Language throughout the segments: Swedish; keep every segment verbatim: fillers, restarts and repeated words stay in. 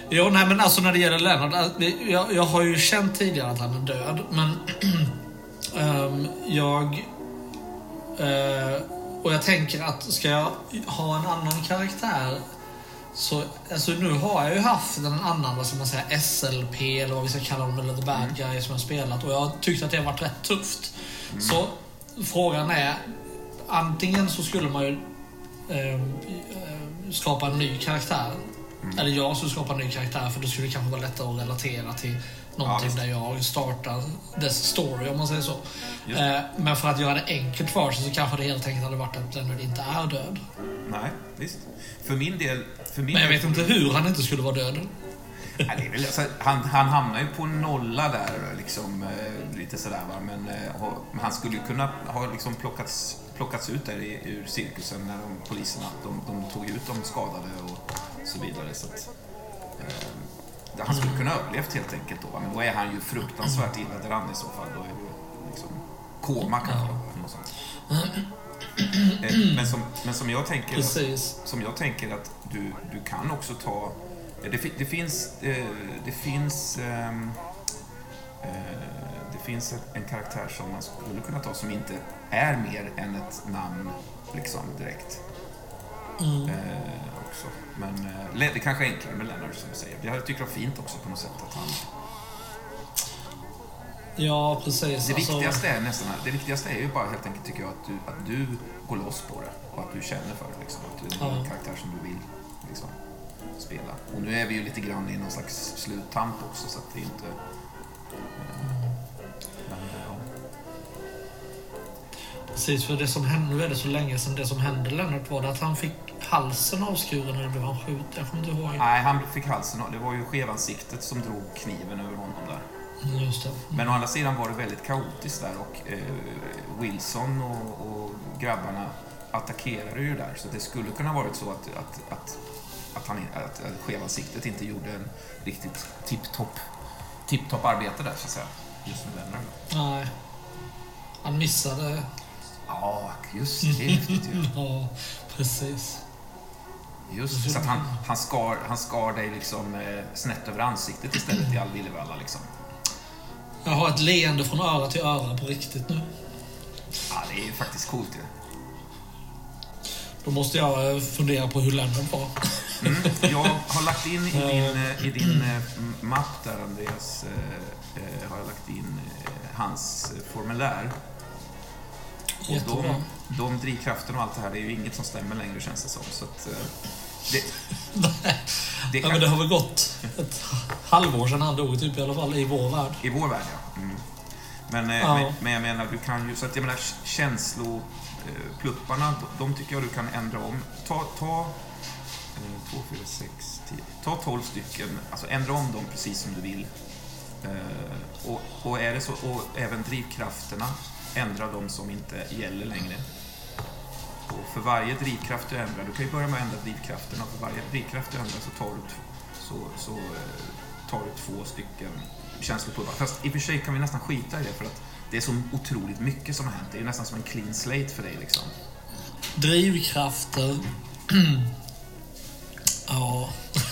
Jo, nej men alltså när det gäller Leonard, jag, jag har ju känt tidigare att han är död, men um, jag uh, och jag tänker att ska jag ha en annan karaktär så, alltså nu har jag ju haft en annan, vad ska man säga, S L P eller vad vi ska kalla dem, eller the bad guy som jag har spelat, och jag har tyckt att det har varit rätt tufft. Mm. Så frågan är, antingen så skulle man ju uh, skapa en ny karaktär. Mm. Eller jag skulle skapa en ny karaktär, för då skulle det kanske vara lättare att relatera till någonting, ja, där jag startar dess story, om man säger så. Eh, men för att göra det enkelt för sig så kanske det helt enkelt hade varit att Leonard inte är död. Nej, visst. För min del... För min men jag del vet inte hur han inte skulle vara död. Nej, det är väl, alltså, han, han hamnar ju på nolla där, liksom, eh, lite sådär, va? Men eh, han skulle ju kunna ha liksom plockats, plockats ut där i, ur cirkusen när de, poliserna, de, de tog ut de skadade och så vidare. Så att, eh, han skulle kunna ha överlevt helt enkelt då, va? Men då är han ju fruktansvärt illa däran i så fall. Då är det liksom koma kanske. Något sånt. Eh, men, som, men som jag tänker att, som jag tänker att du, du kan också ta... Det, det finns eh, det finns eh, det finns en karaktär som man skulle kunna ta som inte är mer än ett namn liksom direkt. Mm. Eh, också. Men eh, det kanske är enklare med Leonard, som du säger. Jag tycker det är fint också på något sätt att han... Ja, precis. Det viktigaste alltså... är nästan det viktigaste är ju bara helt enkelt, tycker jag, att du att du går loss på det och att du känner för det, liksom, att du är en ja. karaktär som du vill liksom spela. Och nu är vi ju lite grann i någon slags sluttamp också, så att det är inte... Men, ja. Precis, för det som hände, nu är det så länge sedan det som hände Lennart, var det att han fick halsen avskuren när det blev han skjut. Jag kommer inte ihåg. Nej, han fick halsen, det var ju skevansiktet som drog kniven över honom där. Just det. Mm. Men å andra sidan var det väldigt kaotiskt där, och eh, Wilson och, och grabbarna attackerade ju där, så det skulle kunna varit så att, att, att Att, han, att skevansiktet inte gjorde en riktigt tipptopp tipptopp arbete där, så att säga. Just med Leonard. Nej. Han missade. Ja, just det. Det är häftigt ju. Ja, precis. Just så att han, han, skar, han skar dig liksom eh, snett över ansiktet istället i all Villevalla liksom. Jag har ett leende från öra till öra på riktigt nu. Ja, det är ju faktiskt coolt ju. Då måste jag fundera på hur Leonard var. Mm, jag har lagt in i din, i din mapp där, Andreas, eh, har jag lagt in eh, hans formulär. Och de, de drivkraften och allt det här, det är ju inget som stämmer längre, känns det som. Så att, eh, det, det, kan... ja, men det har väl gått ett halvår sedan han dog, typ, i alla fall i vår värld. I vår värld, ja. Mm. Men, eh, ja. men, men jag menar, du kan ju, så att jag menar, känslo plupparna, de tycker jag du kan ändra om. Ta, ta två, fyra, sex, tio. Ta tolv stycken, alltså ändra om dem precis som du vill. Eh, och, och är det så, och även drivkrafterna, ändra dem som inte gäller längre. Och för varje drivkraft du ändrar, du kan ju börja med att ändra drivkrafterna, och för varje drivkraft du ändrar så tar du, så, så, tar du två stycken känslopulvar. Fast i och för sig kan vi nästan skita i det, för att det är så otroligt mycket som har hänt. Det är nästan som en clean slate för dig liksom. Drivkrafter. Ja.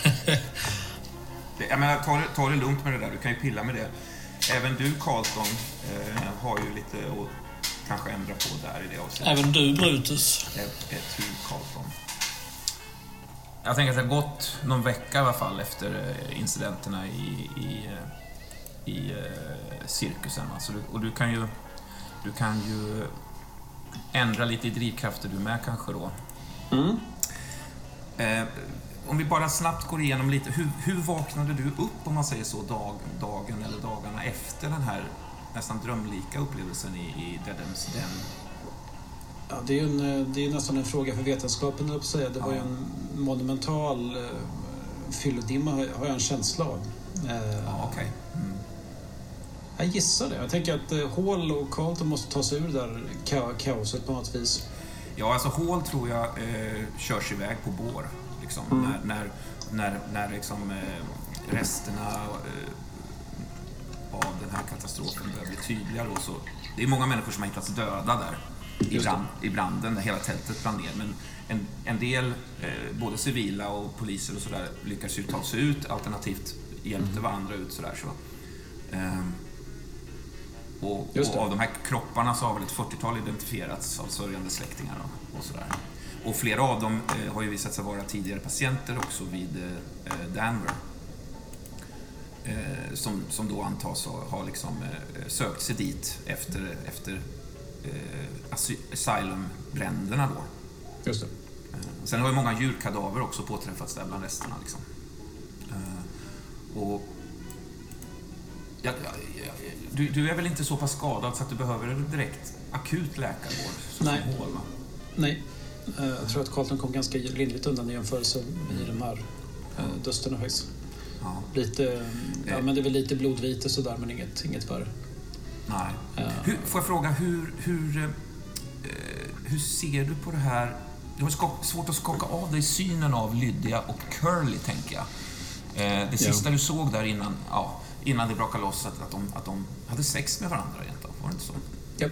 Jag menar, ta det, ta det lugnt med det där. Du kan ju pilla med det. Även du, Carlton, eh, har ju lite att kanske ändra på där i det avsnittet. Även du, Brutus. Ett, ett hur, Carlton. Jag tänker att det har gått någon vecka i alla fall efter incidenterna i... i i eh, cirkusen. Alltså, du, och du kan ju du kan ju ändra lite i drivkrafter du med kanske då. Mm. Eh, om vi bara snabbt går igenom lite, hur, hur vaknade du upp, om man säger så, dag, dagen eller dagarna efter den här nästan drömlika upplevelsen i, i Deadhems den? Ja, det är ju en, det är nästan en fråga för vetenskapen, att säga. Det var ja. ju en monumental eh, fyllodimma, har jag en känsla av. Eh, ja, okej. Okay. Mm. Jag gissar det. Jag tänker att eh, Hall och Carlton måste ta sig ur det där ka- kaoset på något vis. Ja, alltså Hall tror jag eh, körs iväg på bår. Liksom, mm. När, när, när, när liksom, eh, resterna eh, av den här katastrofen börjar bli tydliga. Då, så, det är många människor som har hittats döda där. i, brand, i branden där hela tältet brann ner. Men en, en del, eh, både civila och poliser och sådär, lyckas ju ta sig ut, alternativt hjälpte varandra ut sådär. Så. Eh, och, och av de här kropparna så har väl ett fyrtiotal identifierats av sörjande släktingar och, och sådär. Och flera av dem eh, har ju visat sig vara tidigare patienter också vid eh, Danver. Eh, som, som då antas ha, ha liksom, eh, sökt sig dit efter, efter eh, asylum-bränderna då. Just det. Eh, sen har ju många djurkadaver också påträffats där bland resterna. Liksom. Eh, och ja, ja, ja, du, du är väl inte så pass skadad så att du behöver direkt akut läkarvård? Nej. Hål, Nej. Eh, jag tror att Carlton kom ganska lindrigt undan i jämförelse i de här eh, dösterna faktiskt. Ja. Lite, ja, men det är väl lite blodvite sådär, men inget, inget värre. Nej. Uh, hur, får jag fråga, hur, hur, eh, hur ser du på det här? Du har skak, svårt att skaka av dig synen av Lydia och Curly, tänker jag. Eh, det sista ja. du såg där innan, ja, innan det brakade loss, att, att, de, att de hade sex med varandra egentligen. Var det inte så? Ja.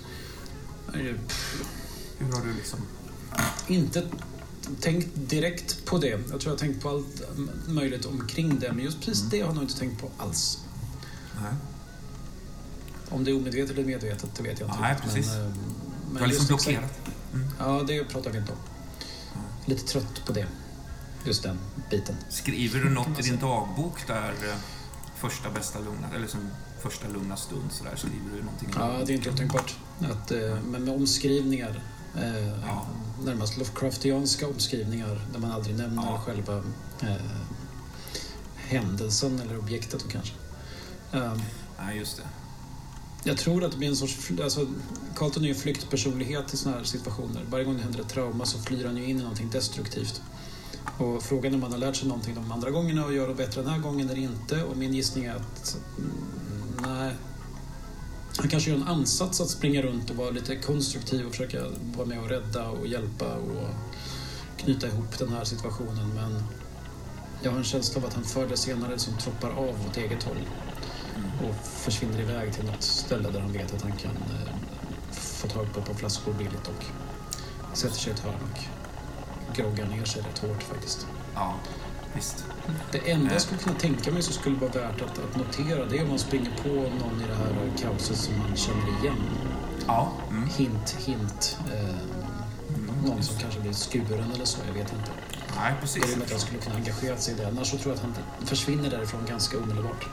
Hur har du liksom... Inte tänkt direkt på det. Jag tror jag har tänkt på allt möjligt omkring det, men just precis mm. det har jag nog inte tänkt på alls. Nej. Om det är omedvetet eller medvetet, det vet jag inte. Nej, precis. Men, men du har liksom blockerat. Mm. Ja, det pratar vi inte om. Mm. Lite trött på det. Just den biten. Skriver du något i din dagbok där första bästa lugna, eller som första lugna stund så där, skriver du någonting? Ja, det är inte otänkbart. Att, men med omskrivningar, eh, ja. närmast Lovecraftianska omskrivningar där man aldrig nämner ja. själva eh, händelsen eller objektet och kanske. Um, ja, just det. Jag tror att det blir en sorts... Alltså, Carlton är ju en flyktpersonlighet i såna här situationer. Varje gång det händer ett trauma så flyr han ju in i någonting destruktivt. Och frågan är om man har lärt sig någonting de andra gångerna och gör det bättre den här gången eller inte. Och min gissning är att... Mm, nej. Han kanske gör en ansats att springa runt och vara lite konstruktiv och försöka vara med och rädda och hjälpa och knyta ihop den här situationen. Men jag har en känsla av att han förr eller senare som troppar av åt eget håll. Och försvinner iväg till något ställe där han vet att han kan eh, få tag på ett par flaskor billigt och sätter sig i ett hörn och groggar ner sig rätt hårt faktiskt. Ja, visst. Det enda jag skulle kunna tänka mig som skulle vara värt att, att notera, det är om man springer på någon i det här kaoset som man känner igen. Ja. Mm. Hint, hint. Eh, mm, någon som kanske blir skuren eller så, jag vet inte. Nej, precis. Det är att jag skulle kunna engagera sig i det. Annars så tror jag att han försvinner därifrån ganska omedelbart.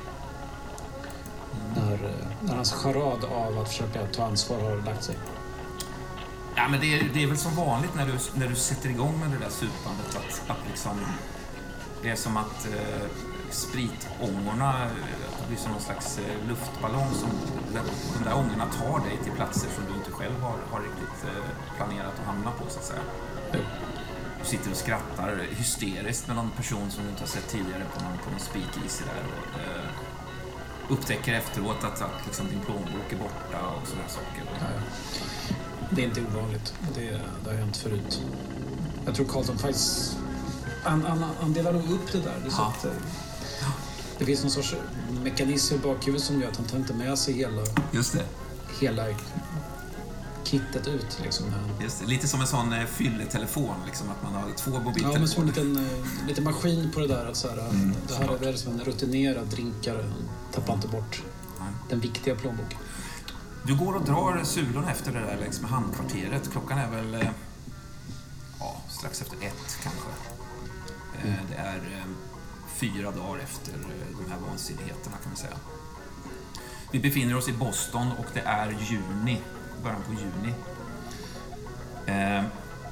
När, när hans charad av att försöka ta ansvar har lagt sig. Ja, men det är, det är väl som vanligt när du, när du sätter igång med det där supandet att, att liksom, det är som att eh, spritångorna eh, blir som någon slags eh, luftballong som de där ångorna tar dig till platser som du inte själv har, har riktigt eh, planerat att hamna på, så att säga. Mm. Du sitter och skrattar hysteriskt med någon person som du inte har sett tidigare på någon, på någon speakeasy där och eh, upptäcker efteråt att, att liksom din plånbok är borta och sådana saker. Ja, ja. Det är inte ovanligt. Det, det har hänt förut. Jag tror Carlton faktiskt... Han, han, han delar nog upp det där. Det, ja. att, det finns någon sorts mekanism i bakhuvudet som gör att han tar inte med sig hela... Just det. Hela kittet ut. Liksom. Just det. Lite som en sån eh, fylletelefon. Liksom, att man har två mobiltelefoner. Ja, men som en liten, eh, liten maskin på det där. Att så här, mm, det här är väl som en rutinerad drinkare. Han tappar inte bort mm. den viktiga plånboken. Du går och drar sulorna efter det där längs med hamnkvarteret. Klockan är väl eh, ja, strax efter ett kanske. Eh, mm. Det är eh, fyra dagar efter eh, de här vansinnigheterna, kan man säga. Vi befinner oss i Boston och det är juni. Början på juni. Eh,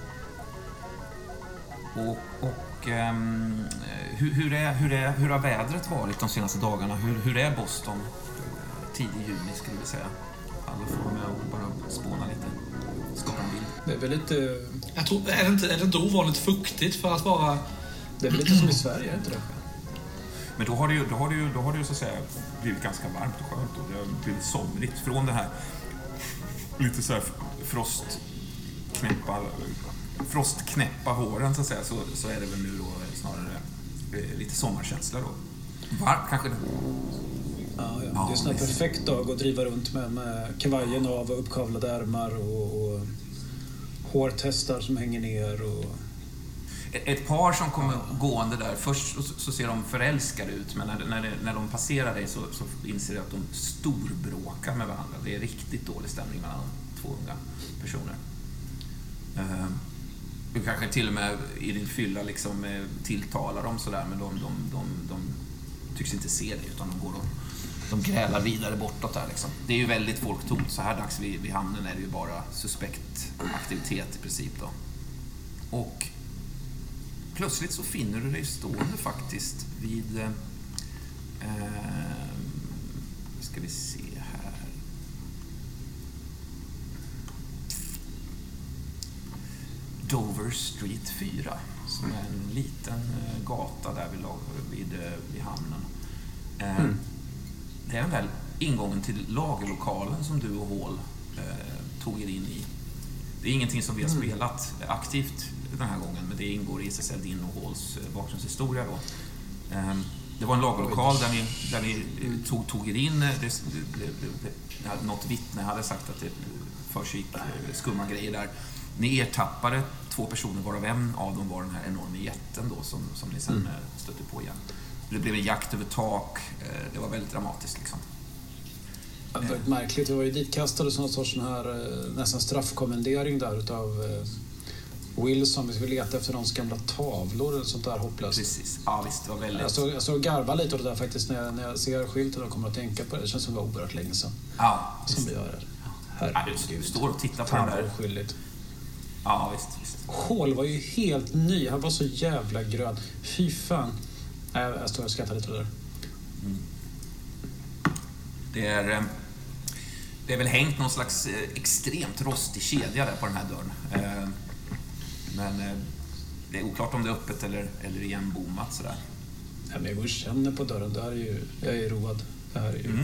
och och eh, hur, hur, är, hur, är, hur har vädret varit de senaste dagarna? Hur, hur är Boston tidig juni, skulle vi säga? Alla får med och bara spåna lite. Skapa en bild. Det är väl lite... Jag tror, är, det inte, är det inte ovanligt fuktigt för att vara... Det är väl lite som i Sverige, är inte det? Men då har det ju, då har det ju, då har det ju så att säga blivit ganska varmt och skönt och det har blivit somrigt från det här lite så här frostknäppa frostknäppa håren, så att säga, så, så är det väl nu då snarare eh, lite sommarkänsla då. Varmt kanske. Ja, ja. Ja, det är en sån här visst. perfekt dag att driva runt med, med kavajen av och uppkavlade ärmar och, och hårtestar som hänger ner. Och... Ett par som kommer gående där, först så, så ser de förälskade ut, men när, när, när de passerar dig så, så inser du att de storbråkar med varandra. Det är riktigt dålig stämning mellan två unga personer. Uh, du kanske till och med i din fylla liksom, eh, tilltalar dem sådär, men de, de, de, de tycks inte se det, utan de går och de grälar vidare bortåt där liksom. Det är ju väldigt folktomt. Så här dags vid, vid hamnen är det ju bara suspekt aktivitet i princip då. Och plötsligt så finner du dig stående faktiskt vid eh, ska vi se här, Dover Street fyra, som är en liten eh, gata där vid, vid, vid hamnen. Eh, mm. Det är den där ingången till lagerlokalen som du och Hall eh, tog er in i. Det är ingenting som vi har spelat aktivt den här gången, men det ingår i S S L din och Halls bakgrundshistoria då. Eh, det var en lagerlokal där ni, där ni tog, tog er in. Det, det, det, det, något vittne hade sagt att det försiggick skumma grejer där. Ni ertappade två personer, varav en av dem var den här enorma jätten då, som, som ni sen mm. stötte på igen. Det blev en jakt över tak. Det var väldigt dramatiskt liksom. Det var märkligt. Det var ju ditkastade som en sorts sån här nästan straffkommendering där utav Wilson. Vi skulle leta efter någons gamla tavlor eller sånt där hopplöst. Precis. Ja visst, det var väldigt... Jag såg, jag såg garva lite åt det där faktiskt när jag, när jag ser skylten och kommer att tänka på det. Det känns som det var oerhört länge sedan. Ja, som vi gör här. Ja, du, du står och tittar på den där. Oskyldigt. Ja, visst, visst. Hall var ju helt ny. Han var så jävla grön. Fy fan. Nej, jag står och skrattar lite där. Mm. Det är... Det är väl hängt någon slags extremt rostig kedja där på den här dörren. Men det är oklart om det är öppet eller, eller igenbommat sådär. Ja, men jag går och känner på dörren. Det här är ju, jag är road. Det här är ju... Mm.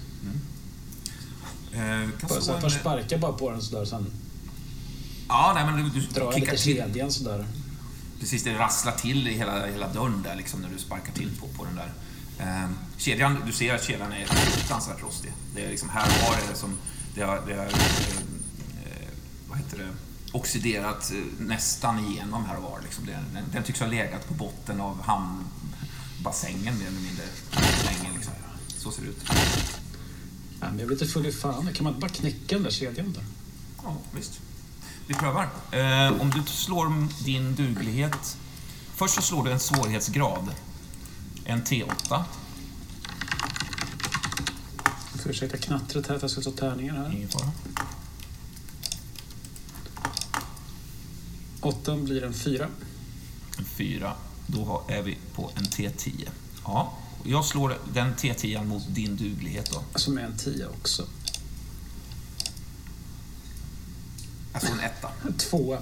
Mm. Eh, kan så jag en... sparkar bara på den sådär sen. Ja, nej, men du, du drar jag lite kedjan sådär. Precis, det rasslar till i hela, hela dörren där liksom, när du sparkar till på, på den där. Eh, kedjan, du ser att kedjan är fruktansvärt rostig. Det är liksom, här har det som det har, det har eh, vad heter det, oxiderat nästan igenom här och var liksom. Den, den, den tycks ha legat på botten av hamnbassängen mer eller mindre länge liksom. Så ser det ut. Ja, men jag blir lite full i fan. Kan man inte bara knäcka den där kedjan där? Ja, visst. Vi prövar. Eh, om du slår din duglighet. Först så slår du en svårighetsgrad. En T åtta. Jag får ursäkta knattret här, för jag ska ta tärningar här. Ingen fara. Åttan blir en fyra. En fyra. Då är vi på en T tio. Ja, jag slår den T tio mot din duglighet då. Som är en tio också. Alltså en etta. Två.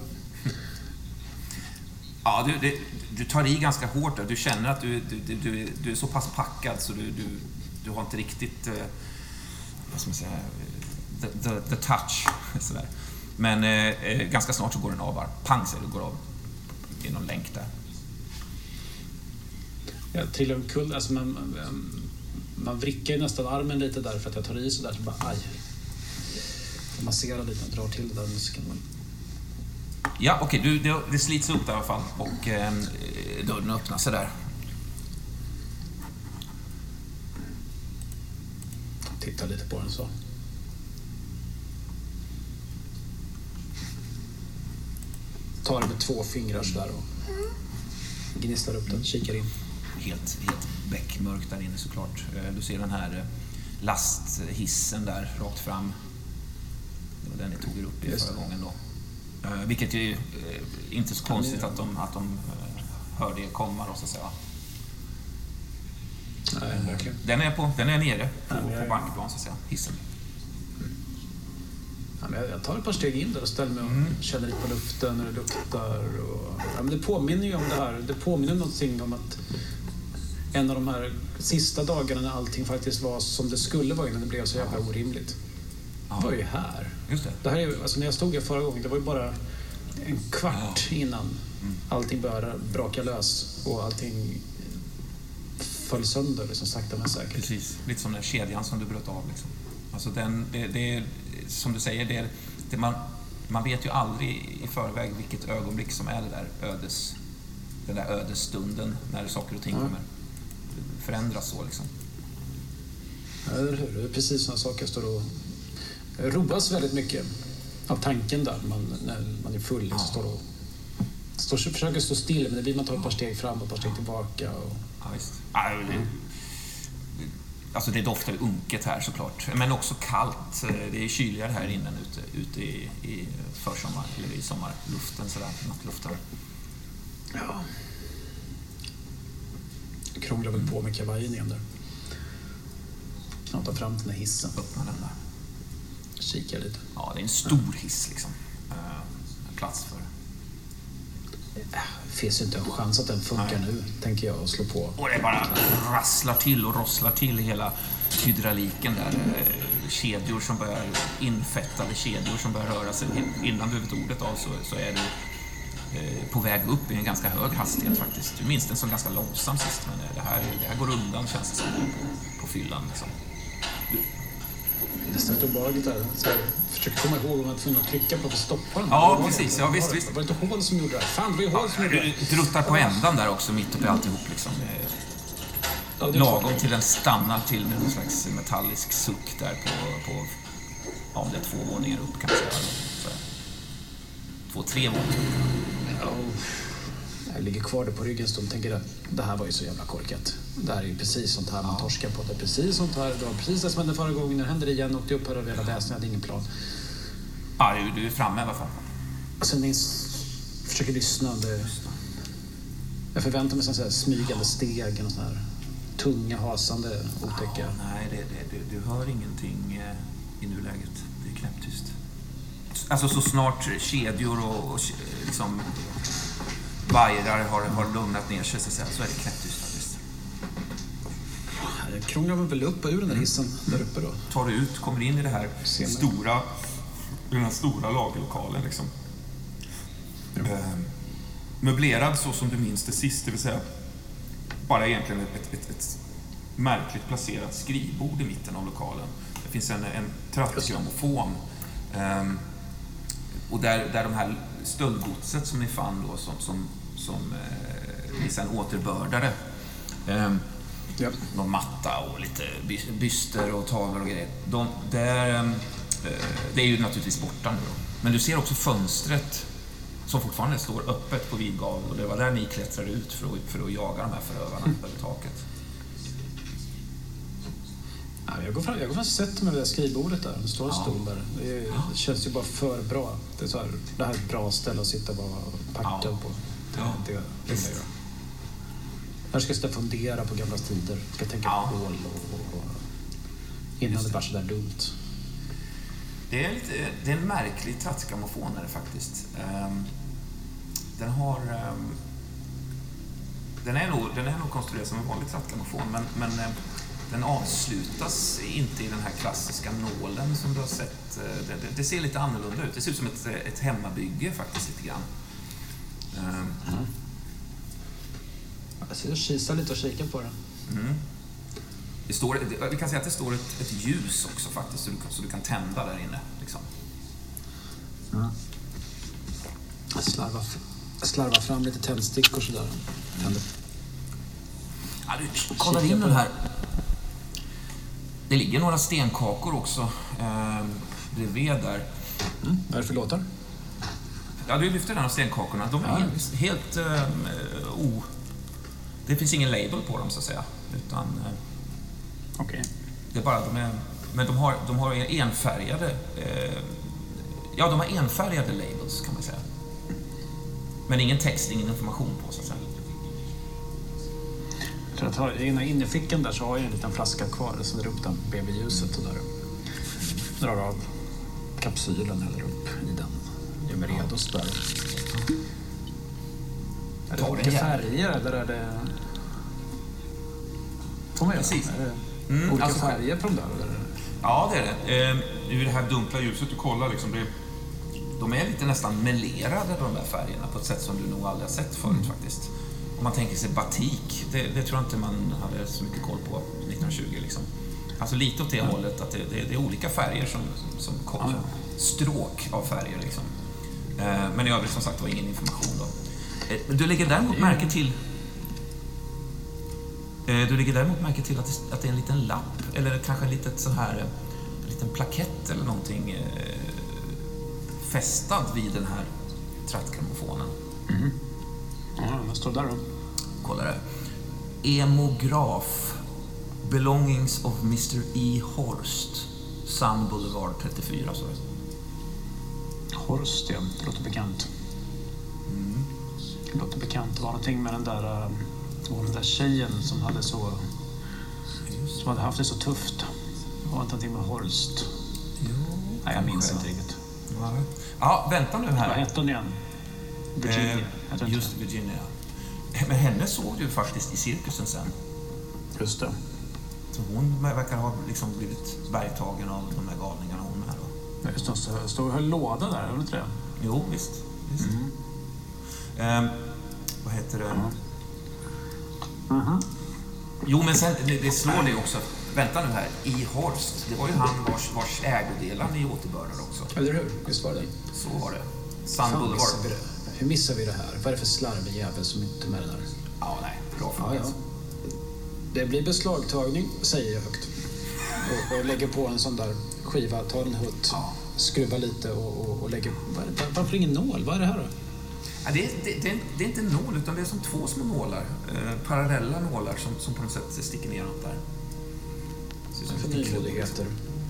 Ja, du, det, du tar i ganska hårt där. Du känner att du, du, du, du är så pass packad så du, du, du har inte riktigt eh, vad ska man säga, the, the, the touch sådär. Men eh, ganska snart så går den av bara. Pang, så det går av i någon länk där. Jag trillar omkull. Alltså man, man, man vrickar ju nästan armen lite där för att jag tar i så där så bara aj. Jag masserar lite och drar till det där muskeln. Ja, okej, okay, det, det slits upp där i alla fall och eh, dörren öppnar sig där. Titta lite på den så. Tar det med två fingrar så där och gnisslar upp den, kikar in. Helt, helt bäckmörkt där inne såklart. Du ser den här lasthissen där rakt fram. Det var den ni tog er upp i Just förra det. gången då. Vilket ju inte så konstigt att de, att de hör det komma då, så att säga. Nej, verkligen. Den är, på, den är nere på, Nej, på bankplan, så att säga, hissen. Ja, men jag tar ett par steg in där och ställer mig och mm. känner lite på luften när det luktar. Och, ja, men det påminner ju om det här. Det påminner någonting om att en av de här sista dagarna när allting faktiskt var som det skulle vara innan det blev så jävla orimligt. Ja. Det var ju här. Just det. Det här är, alltså när jag stod här förra gången, det var ju bara en kvart ja. innan mm. allting började braka lös och allting föll sönder liksom, sakta men säkert. Precis, lite som den kedjan som du bröt av liksom. Alltså den, det, det är, som du säger, det är, det man, man vet ju aldrig i förväg vilket ögonblick som är det där ödes, den där ödesstunden när saker och ting kommer förändras så liksom. Ja, det är precis sådana saker. Jag står och roas väldigt mycket av tanken där man, när man är full. Ja. Står och står, försöker stå still, men det blir man tar ett par steg fram och ett par steg tillbaka. Och... Ja, visst. Ja, det, alltså det doftar unket här såklart, men också kallt. Det är kyligare här inne än ute, ute i, i försommar eller i sommarluften, sådär, nattluften. Ja. Jag krånglar väl på med kavajen igen där. Jag tar fram den här hissen. Öppna den där. Kika lite. Ja, det är en stor hiss liksom. En plats för. Det finns ju inte en chans att den funkar. Nej. Nu, tänker jag, och slå på. Och det bara rasslar till och rosslar till hela hydrauliken där. Kedjor som börjar, infettade kedjor som börjar röra sig. Innan du vet ordet av så, så är du eh, på väg upp i en ganska hög hastighet faktiskt. Du minns den som ganska långsam sist, men det här, det här går undan, känns det som, på, på fyllan liksom. Du, nästan lite obehagligt där. Så jag försöker komma ihåg om att få att trycka på för att stoppa den. Ja, precis. Ja, visst, visst. Det var inte hål som gjorde det. Fan, det var ju hål som gjorde det. Du druttar på ändan där också, mitt uppe i alltihop liksom. Ja, lagom till den stannar till med någon slags metallisk suck där på, på ja, det är två våningar upp kanske. Så, två, tre våningar. Ja, jag ligger kvar där på ryggen och tänker att det här var ju så jävla korkat. Det här är ju precis sånt här man torskar på. Det är precis sånt här. Det var precis det som hände förra gången. När det händer igen, åkte upp här och hela väsen. Jag hade ingen plan. Ja, du, du är framme i alla fall. Alltså, jag försöker lyssna. Det, jag förväntar mig sån här smygande steg. Och sån här tunga, hasande, otäcka. Ja, nej, det, det, du, du hör ingenting eh, i nuläget. Det är knäpptyst. Alltså så snart kedjor och, och liksom vajrar har, har lugnat ner sig så, så är det knäpptyst faktiskt. Jag krånglar mig väl upp ur den där hissen mm. där uppe då. Tar du ut, kommer in i det här stora, i den här stora lagerlokalen liksom. Eh, möblerad så som du minns det sist, det vill säga bara egentligen ett, ett, ett märkligt placerat skrivbord i mitten av lokalen. Det finns en, en trattgrammofon. Eh, och där, där de här stöldgodset som ni fann då som, som, som eh, sen återbördade. Eh, ja. Någon matta och lite byster och tavlor och grejer. De, där, eh, det är ju naturligtvis borta nu då. Men du ser också fönstret som fortfarande står öppet på vid gavel. Och det var där ni klättrade ut för att, för att jaga de här förövarna mm. över taket. Ja, jag går fram, jag går fram och sätter mig vid det skrivbordet där. Det står en ja. stol där. Det, är, det känns ju bara för bra. Det är så här, det här är ett bra ställe att sitta bara och packa ja. på. Det, ja. det, det, det jag göra. Jag ska sitta och fundera på gamla tider. Jag ska tänka ja. på hål och, och, och innan det var så där dumt. Det är, lite, det är en märklig trattgrammofon är det faktiskt. Um, den har... Um, den, är nog, den är nog konstruerad som en vanlig trattgrammofon, men, men um, den avslutas inte i den här klassiska nålen som du har sett. Det, det, det ser lite annorlunda ut. Det ser ut som ett, ett hemmabygge faktiskt lite grann. Um, mm. Jag ser och kisar lite och kikar på den. Mm. Det står, vi kan säga att det står ett, ett ljus också faktiskt, så du, så du kan tända där inne. Liksom. Mm. Jag slarvar, jag slarvar fram lite tändstickor sådär. Tänder. Ja, du kollar in den här. Det ligger några stenkakor också eh, bredvid där. Mm. Vad är det för låtar? Ja, du lyfter den av stenkakorna. De är ja. helt... helt eh, o... Det finns ingen label på dem så att säga. Utan... Eh, Okej. Okay. Det är bara de är... Men de har, de har enfärgade... Eh, ja, de har enfärgade labels kan man säga. Men ingen text, ingen information på så att säga. Jag tror att i den innerfickan där så har jag en liten flaska kvar. Så drar upp den babyljuset och där drar av kapsylen eller upp i den. Gör mig redo så där. Är det olika färger eller är det... Får man göra? Precis. Är det mm, olika alltså, färger på de där? Eller? Ja, det är det. Eh, I det här dunkla ljuset du kollar liksom, det, de är lite nästan melerade de där färgerna på ett sätt som du nog aldrig har sett förut mm. faktiskt. om man tänker sig batik, det, det tror jag inte man hade så mycket koll på nittonhundratjugo liksom. Alltså lite åt det mm. hållet att det, det, det är olika färger som, som kom, mm. stråk av färger liksom. Eh, men i övrigt som sagt var ingen information då. Eh, du lägger däremot märke till eh, du lägger däremot märke till att det, att det är en liten lapp eller kanske en litet så här en liten plakett eller någonting eh, fästad vid den här trattgrammofonen. Mm. Ja, vad står där då? Kolla det. Emograf. Belongings of mister E. Horst. Sun Boulevard trettiofyra. Så. Horst, ja. Det låter bekant. Mm. Det låter bekant. Det var någonting med den där, den där tjejen som hade så som hade haft det så tufft. Det var inte någonting med Horst. Jo, nej, jag minns inte riktigt. Ja, vänta nu här. Vad hette hon igen? Virginia. Eh, just Virginia. Men henne såg du faktiskt i cirkusen sen. Just det. Så hon verkar ha liksom blivit bergtagen av de här galningarna hon är då. Just det, så stod och höll låda där, eller inte det? Jo, visst. visst. Mm. Eh, vad heter det? Mm. Mm-hmm. Jo, men sen, det, det slår det också. Vänta nu här, i Horst. Det var ju han vars, vars ägodelar ni återbördade också. Eller hur? Visst var det? Så var det. Sun Boulevard. Hur missar vi det här? Vad är det för slarvig jävel som inte med den här? Ja, nej. Bra ja, ja. Det blir beslagtagning, säger jag högt. Och, och lägger på en sån där skiva, tar en hutt, ja. Skruvar lite och, och, och lägger... Var, varför ingen nål? Vad är det här då? Ja, det, är, det, det, är, det är inte en nål, utan det är som två små nålar. Eh, parallella nålar som, som på något sätt sticker neråt där. Så för nymodigheter.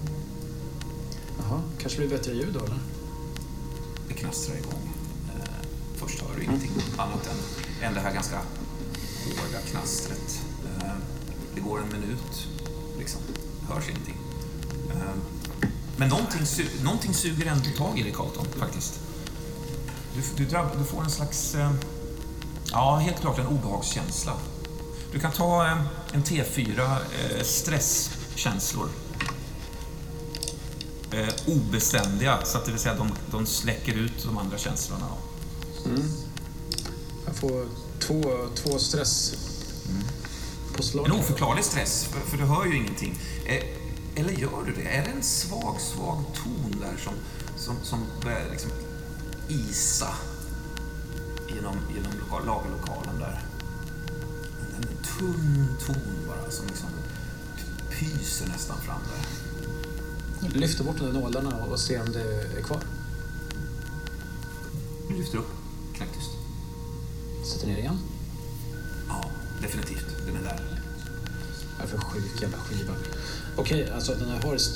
Jaha, kanske blir bättre ljud då, eller? Det knastrar igång. Eh, först hör du ingenting mm. annat än, än det här ganska hårda knastret. Eh, det går en minut, liksom. Det hörs ingenting. Eh, men någonting, su- någonting suger ändå tag i dig, Carlton, faktiskt. Du, du, drabb- du får en slags... Eh, ja, helt klart en obehagskänsla. Du kan ta eh, en T fyra eh, stresskänslor. Eh, obeständiga, så att det vill säga de, de släcker ut de andra känslorna. Mm. Jag får två, två stress mm. på slag. En oförklarlig stress, för, för du hör ju ingenting. Eh, eller gör du det? Är det en svag, svag ton där som, som, som börjar liksom isa genom, genom lokal, lagerlokalen där? En, en tunn ton bara som liksom pyser nästan fram där. Lyfter bort de där nålarna och ser om det är kvar. Du lyfter upp, knäcktyst. Sätter ner igen. Ja, definitivt. Den är där. Vad är för sjuk jävla skiva. Okej, alltså den här Horst.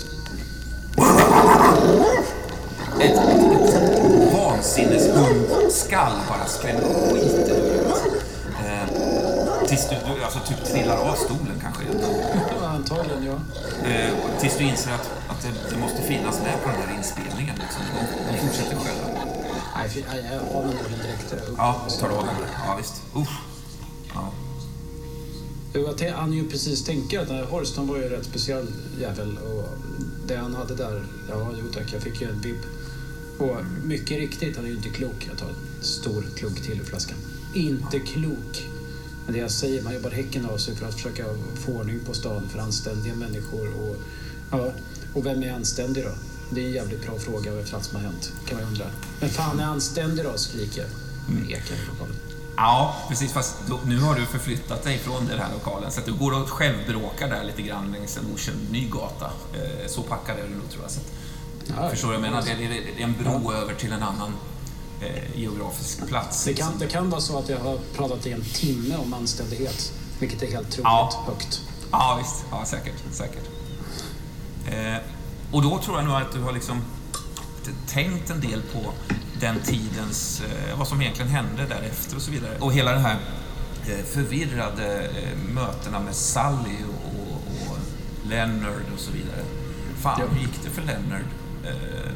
Ett, ett vansinneshund skall bara skrämma skiten ur. Eh, tills du, du alltså, typ trillar av stolen kanske. Ja, antagligen, ja. Eh, tills du inser att, att det, det måste finnas med på den här inspelningen. Liksom. De, de fortsätter själva. Nej, jag har nog den direkt upp. Ja, tar du av den. Ja, visst. Usch. Ja. Jag hann ju precis tänka att den här Horst, han var ju rätt speciell jävel. Och det han hade där, ja, jo tack, jag fick ju en vibb. Och mycket riktigt, han är ju inte klok. Jag tar en stor klunk till i flaskan. Inte klok. Men det jag säger, man jobbar häcken av sig för att försöka få ordning på stan för anständiga människor. Och, ja, och vem är anständig då? Det är en jävligt bra fråga efter allt som har hänt, kan man undra. Men fan är anständig då, skriker jag. Mm. Ekar i lokalen. Ja, precis. Fast då, nu har du förflyttat dig från den här lokalen. Så att du går och självbråkar där lite grann längs en okänd ny gata. Eh, så packar det du nog, tror jag. Så att, ja, förstår du? Jag menar, det är, det är en bro ja. över till en annan eh, geografisk plats. Det kan, det kan vara så att jag har pratat i en timme om anständighet. Vilket är helt troligt ja. högt. Ja, visst. Ja, säkert. säkert. Eh, och då tror jag nog att du har liksom tänkt en del på den tidens, eh, vad som egentligen hände därefter och så vidare. Och hela den här eh, förvirrade eh, mötena med Sally och, och, och Leonard och så vidare. Fan, ja. Hur gick det för Leonard? Eh,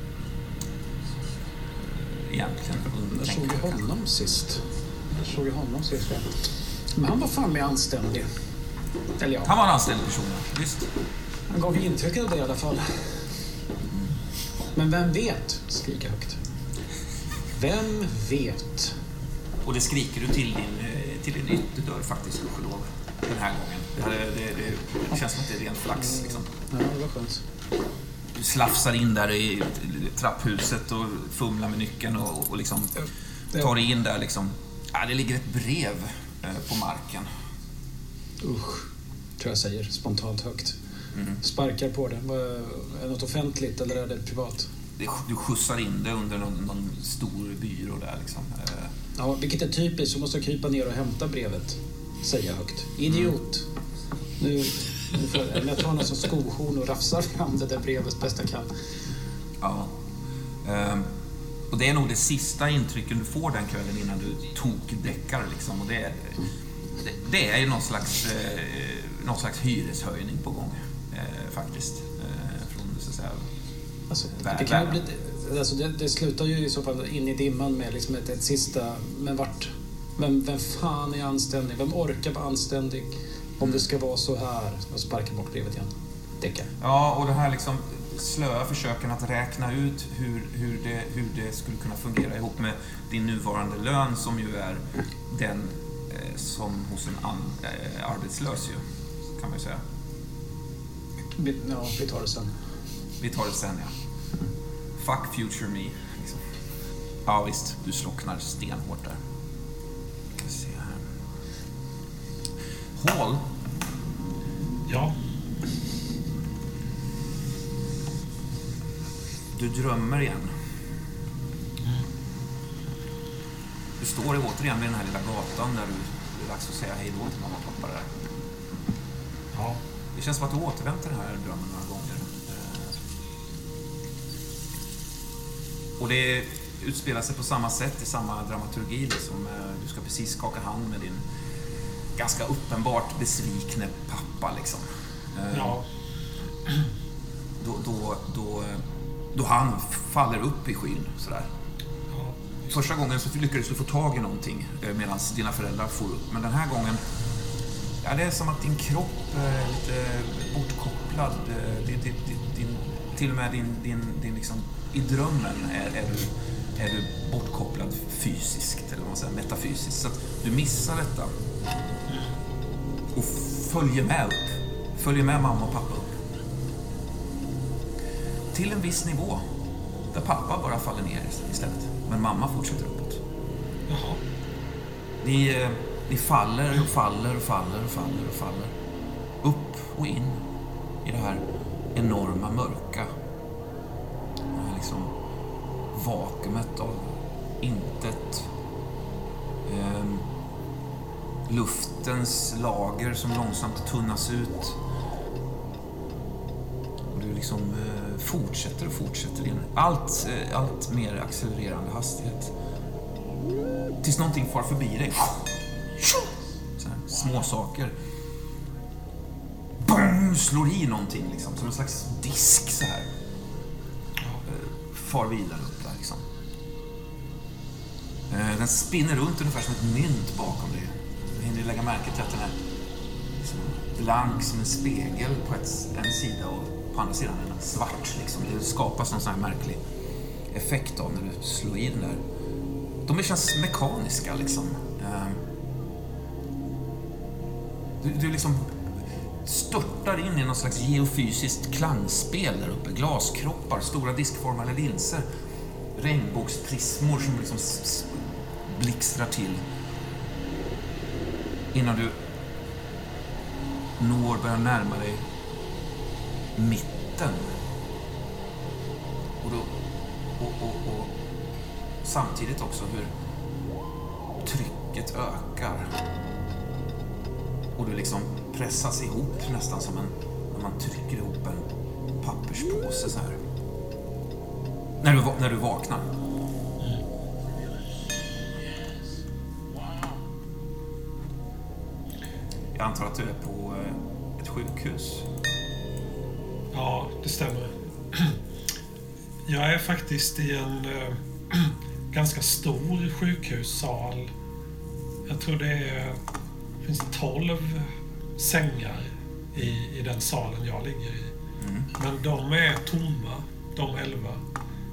egentligen. Jag såg ju honom sist. Jag såg ju honom sist. Ja. Men han var fan med anständig. Eller ja. Han var en anständig person, visst. Han gav intryck av det i alla fall. Men vem vet, skriker högt. Vem vet? Och det skriker du till din, till din ytterdörr faktiskt, gudskelov, den här gången. Det, hade, det, det, det känns som att det är ren flax liksom. Ja, det var skönt. Du slafsar in där i trapphuset och fumlar med nyckeln och, och liksom tar in där liksom. Ja, det ligger ett brev eh, på marken. Usch, tror jag säger spontant högt. Mm. Sparkar på det. Är det något offentligt eller är det privat? Det, du skjutsar in det under någon, någon stor byrå där liksom. Eh. Ja, vilket är typiskt. Så måste jag krypa ner och hämta brevet. Säga högt. Idiot. Mm. Nu, nu får jag, jag tar någon som skohorn och rafsar fram det där brevet bäst jag kan. Ja. Um. Och det är nog det sista intrycken du får den kvällen innan du tokdäckar liksom. Och det är, det, det är ju någon slags, eh, någon slags hyreshöjning på gång eh, faktiskt. Eh, från, så att säga, alltså, det, kan bli, alltså det, det slutar ju i så fall in i dimman med liksom ett, ett sista, men vart? Vem, vem fan är anständig? Vem orkar vara anständig om det ska vara så här? Och sparka bort brevet igen. Däckar. Ja, och det här liksom slöa försöken att räkna ut hur, hur, det, hur det skulle kunna fungera ihop med din nuvarande lön som ju är den eh, som hos en an, eh, arbetslös ju, kan man ju säga. Ja, vi tar det sen. Vi tar det sen, ja. Fuck future me. Liksom. Ja visst, du slocknar stenhårt där. Ska se här. Hall? Ja. Du drömmer igen. Mm. Du står återigen vid den här lilla gatan där du det är dags att säga hej då till mamma och pappa där. Ja. Det känns som att du återvänt till den här drömmen några gånger. Och det utspelar sig på samma sätt i samma dramaturgi. Liksom. Du ska precis skaka hand med din ganska uppenbart besvikne pappa. Liksom. Ja. Då, då, då, då han faller upp i skyn. Sådär. Ja. Första gången så lyckades du få tag i någonting medan dina föräldrar får upp. Men den här gången, ja, det är som att din kropp är lite bortkopplad. Din, din, din, till och med din, din, din liksom, i drömmen är, är, du, är du bortkopplad fysiskt, eller vad man säger, metafysiskt. Så att du missar detta. Och följer med upp. Följer med mamma och pappa upp. Till en viss nivå. Där pappa bara faller ner istället. Men mamma fortsätter uppåt. Jaha. Ni, ni faller och faller och faller och faller och faller. Upp och in i det här enorma mörka. Det här liksom vakuumet av intet. Ehm, luftens lager som långsamt tunnas ut. Och du liksom eh, fortsätter och fortsätter in. Allt, eh, allt mer accelererande hastighet. Tills någonting far förbi dig. Så här, små saker. Boom, slår i någonting liksom, som en slags disk så här. Eh, far vidare upp där liksom. Eh, den spinner runt ungefär som ett mynt bakom dig. Du hinner lägga märke till att den är liksom blank som en spegel på ett, en sida och på andra sidan är den svart liksom. Det skapas någon sån här märklig effekt av när du slår i den där. De känns mekaniska liksom. Du, du liksom störtar in i någon slags geofysiskt klangspel där uppe. Glaskroppar, stora diskformade linser, regnbågsprismor som liksom blixtrar till. Innan du når, börjar närma dig mitten. Och då och, och, och samtidigt också hur trycket ökar. Och du liksom pressas ihop nästan som en, när man trycker ihop en papperspåse så här. När du, när du vaknar. Jag antar att du är på ett sjukhus. Ja, det stämmer. Jag är faktiskt i en äh, ganska stor sjukhussal. Jag tror det är, finns tolv sängar i, i den salen jag ligger i. Mm. Men de är tomma, de elva.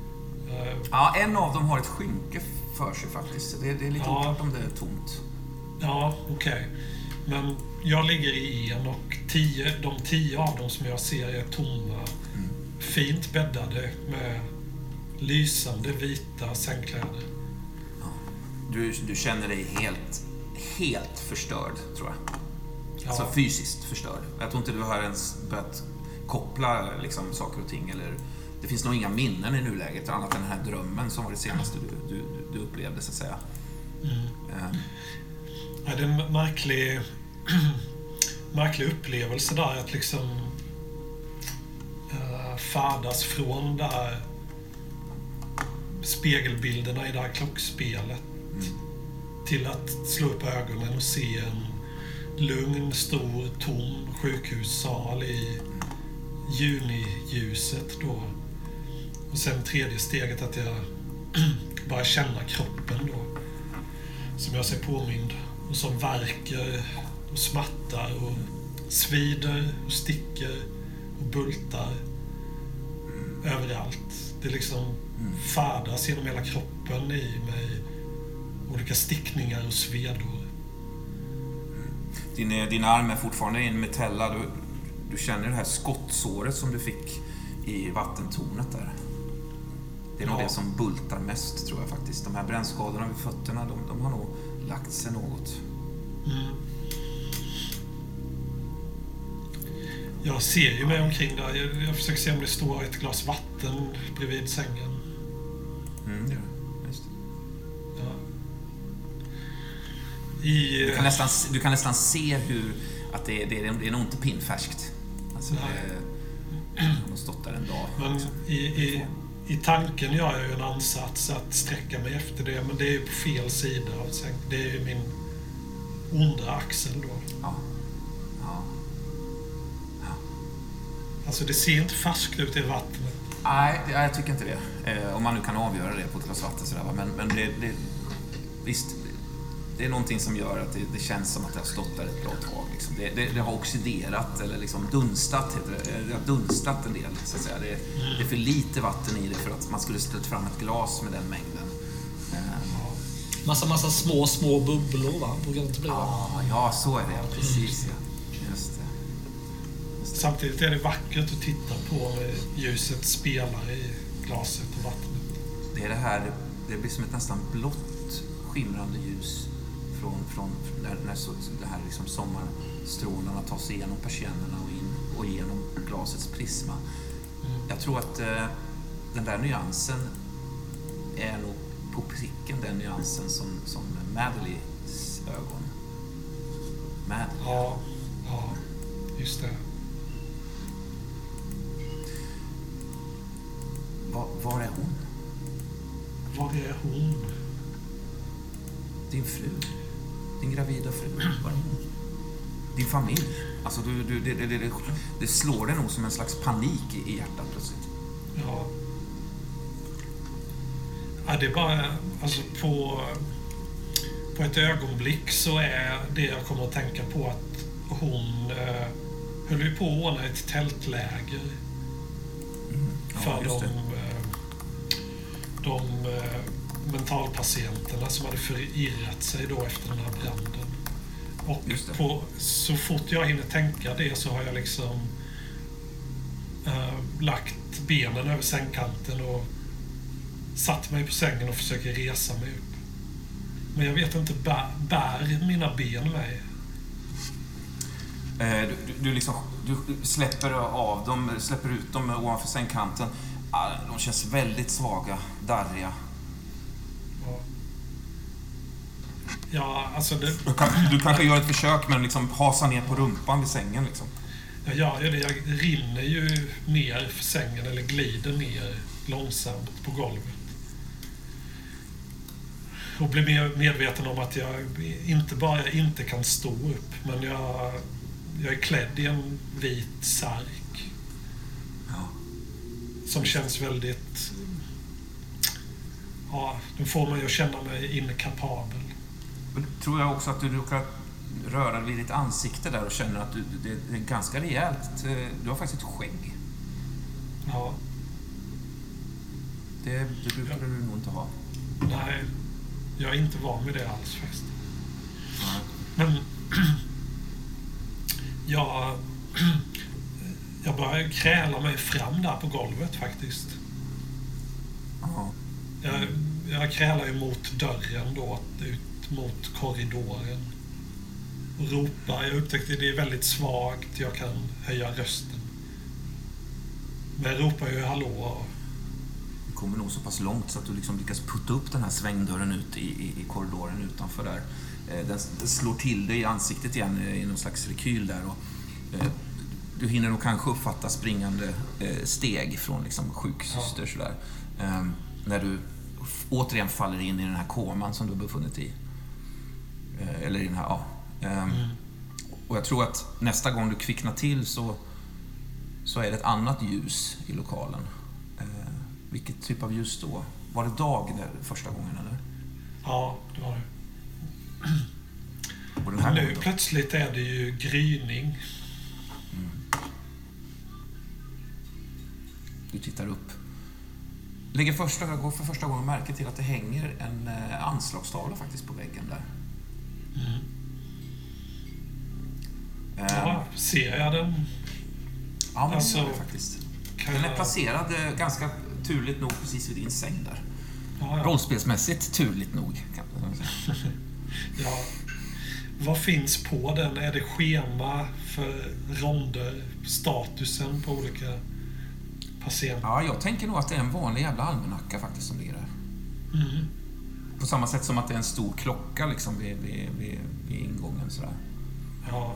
Uh, ja, en av dem har ett skynke för sig faktiskt. Det, det är lite ja, oklart om det är tomt. Ja, okej. Okay. Men jag ligger i en och tio, de tio av dem som jag ser är tomma. Mm. Fint bäddade med lysande vita sängkläder. Ja. Du, du känner dig helt, helt förstörd, tror jag. Ja. Alltså fysiskt förstörd. Jag tror inte du har ens börjat koppla liksom, saker och ting. Eller, det finns nog inga minnen i nuläget annat än den här drömmen som var det senaste du, du, du upplevde, så att säga. Mm. Um. Ja, det är en märklig, märklig upplevelse där att liksom uh, färdas från där spegelbilderna i det här klockspelet mm. till att slå upp ögonen och se en lugn, stor, tom sjukhussal i juniljuset då. Och sen tredje steget att jag bara känna kroppen då. Som jag ser påmind. Och som värker och smattar och svider och sticker och bultar mm. överallt. Det liksom mm. färdas genom hela kroppen i mig. Olika stickningar och svedor. Din, din arm är fortfarande i en metella. Du, du känner det här skottsåret som du fick i vattentornet där. Det är nog ja. det som bultar mest, tror jag faktiskt. De här brännskadorna vid fötterna, de, de har nog lagt sig något. Mm. Jag ser ju mig omkring där. Jag, jag försöker se om det står ett glas vatten bredvid sängen. Mm, ja, just det. Ja. I, du, kan nästan, du kan nästan se hur att det, det, det är nog inte pinnfärskt. Alltså det, det har stått där en dag. Men liksom. i, i, I tanken gör jag ju en ansats att sträcka mig efter det, men det är ju på fel sida av sängen. Det är ju min ondra axel då. Ja. Ja. Ja. Alltså det ser inte färskt ut i vattnet. Nej, jag tycker inte det. Eh, om man nu kan avgöra det på ett glas vatten sådär. Men, men det, det, visst, det är någonting som gör att det, det känns som att det har stått där ett bra tag. Liksom. Det, det, det har oxiderat eller liksom dunstat, heter det. Det har dunstat en del, så att säga. Det, mm. det är för lite vatten i det för att man skulle ställt fram ett glas med den mängden. Ja. Massa, massa små, små bubblor, va? Brukar det inte bli, va? Ja, ja, så är det. Precis, ja. Just det. Just det. Samtidigt är det vackert att titta på ljuset spelar i glaset och vattnet. Det är det här, det blir som ett nästan blått skimrande ljus från, från när, när så, det här liksom sommarstrålarna tar sig igenom persiennerna och in och igenom glasets prisma. Mm. Jag tror att eh, den där nyansen är nog på pricken den nyansen som, som Madeleys ögon. Madeleine. Ja, ja, just det. Var, var är hon? Var är hon? Din fru. Din gravida fru. Var är hon? Din familj. Alltså du, du, det, det, det, det slår det nog som en slags panik i, i hjärtat plötsligt. Ja. Ja, det är bara, alltså på, på ett ögonblick så är det jag kommer att tänka på att hon eh, höll ju på att ordna ett tältläger mm. ja, för de, det. de eh, mentalpatienterna som hade förirrat sig då efter den här branden. Och på, så fort jag hinner tänka det så har jag liksom eh, lagt benen över sängkanten och satt mig på sängen och försöker resa mig upp. Men jag vet inte, bär, bär mina ben mig? Eh, du, du, du, liksom, du släpper av dem, släpper ut dem ovanför sängkanten. De känns väldigt svaga, darriga. Ja, ja alltså det... Du, kan, du kanske gör ett försök men liksom hasa ner på rumpan vid sängen liksom. Ja, ja, det, jag rinner ju ner för sängen eller glider ner långsamt på golvet. Och blir mer medveten om att jag inte bara inte kan stå upp, men jag, jag är klädd i en vit särk. Ja. Som känns väldigt... Ja, då får man ju känna mig inkapabel. Tror jag också att du råkar röra vid ditt ansikte där och känner att du, det, det är ganska rejält. Du har faktiskt ett skägg. Ja. Det, det brukar ja. du nog inte ha. Nej, jag är inte van vid det alls faktiskt. Nej. Men jag, jag börjar kräla mig fram där på golvet faktiskt. Ja. Jag, jag krälar ju mot dörren då, ut mot korridoren. Och ropar. Jag upptäckte att det är väldigt svagt. Jag kan höja rösten. Men jag ropar ju hallå. Du kommer nog så pass långt så att du liksom lyckas putta upp den här svängdörren ut i, i, i korridoren utanför där. Den, den slår till dig i ansiktet igen i någon slags rekyl där. Och, eh, du hinner nog kanske uppfatta springande eh, steg från liksom, sjuksyster. Ja. Sådär. Eh, när du f- återigen faller in i den här koman som du har befunnit i. Eh, eller i den här, ja. Eh, mm. Och jag tror att nästa gång du kvicknar till så, så är det ett annat ljus i lokalen. Eh, vilket typ av ljus då? Var det dag där första gången eller? Ja, det var det. Och den här nu gången, plötsligt är det ju gryning. Mm. Du tittar upp. Lägger första, går för första gången märke till att det hänger en eh, anslagstavla faktiskt på väggen där. Mm. Eh, ja, ser jag den? Ja, men alltså, det är det faktiskt. Den är jag... placerad eh, ganska turligt nog precis vid din säng där. Ja, ja. Rollspelsmässigt turligt nog, kan man säga. Ja. Vad finns på den? Är det schema för ronder, statusen på olika patienter? Ja, jag tänker nog att det är en vanlig jävla almanacka faktiskt som ligger där. Mm. På samma sätt som att det är en stor klocka liksom vid, vid, vid, vid ingången sådär. Ja.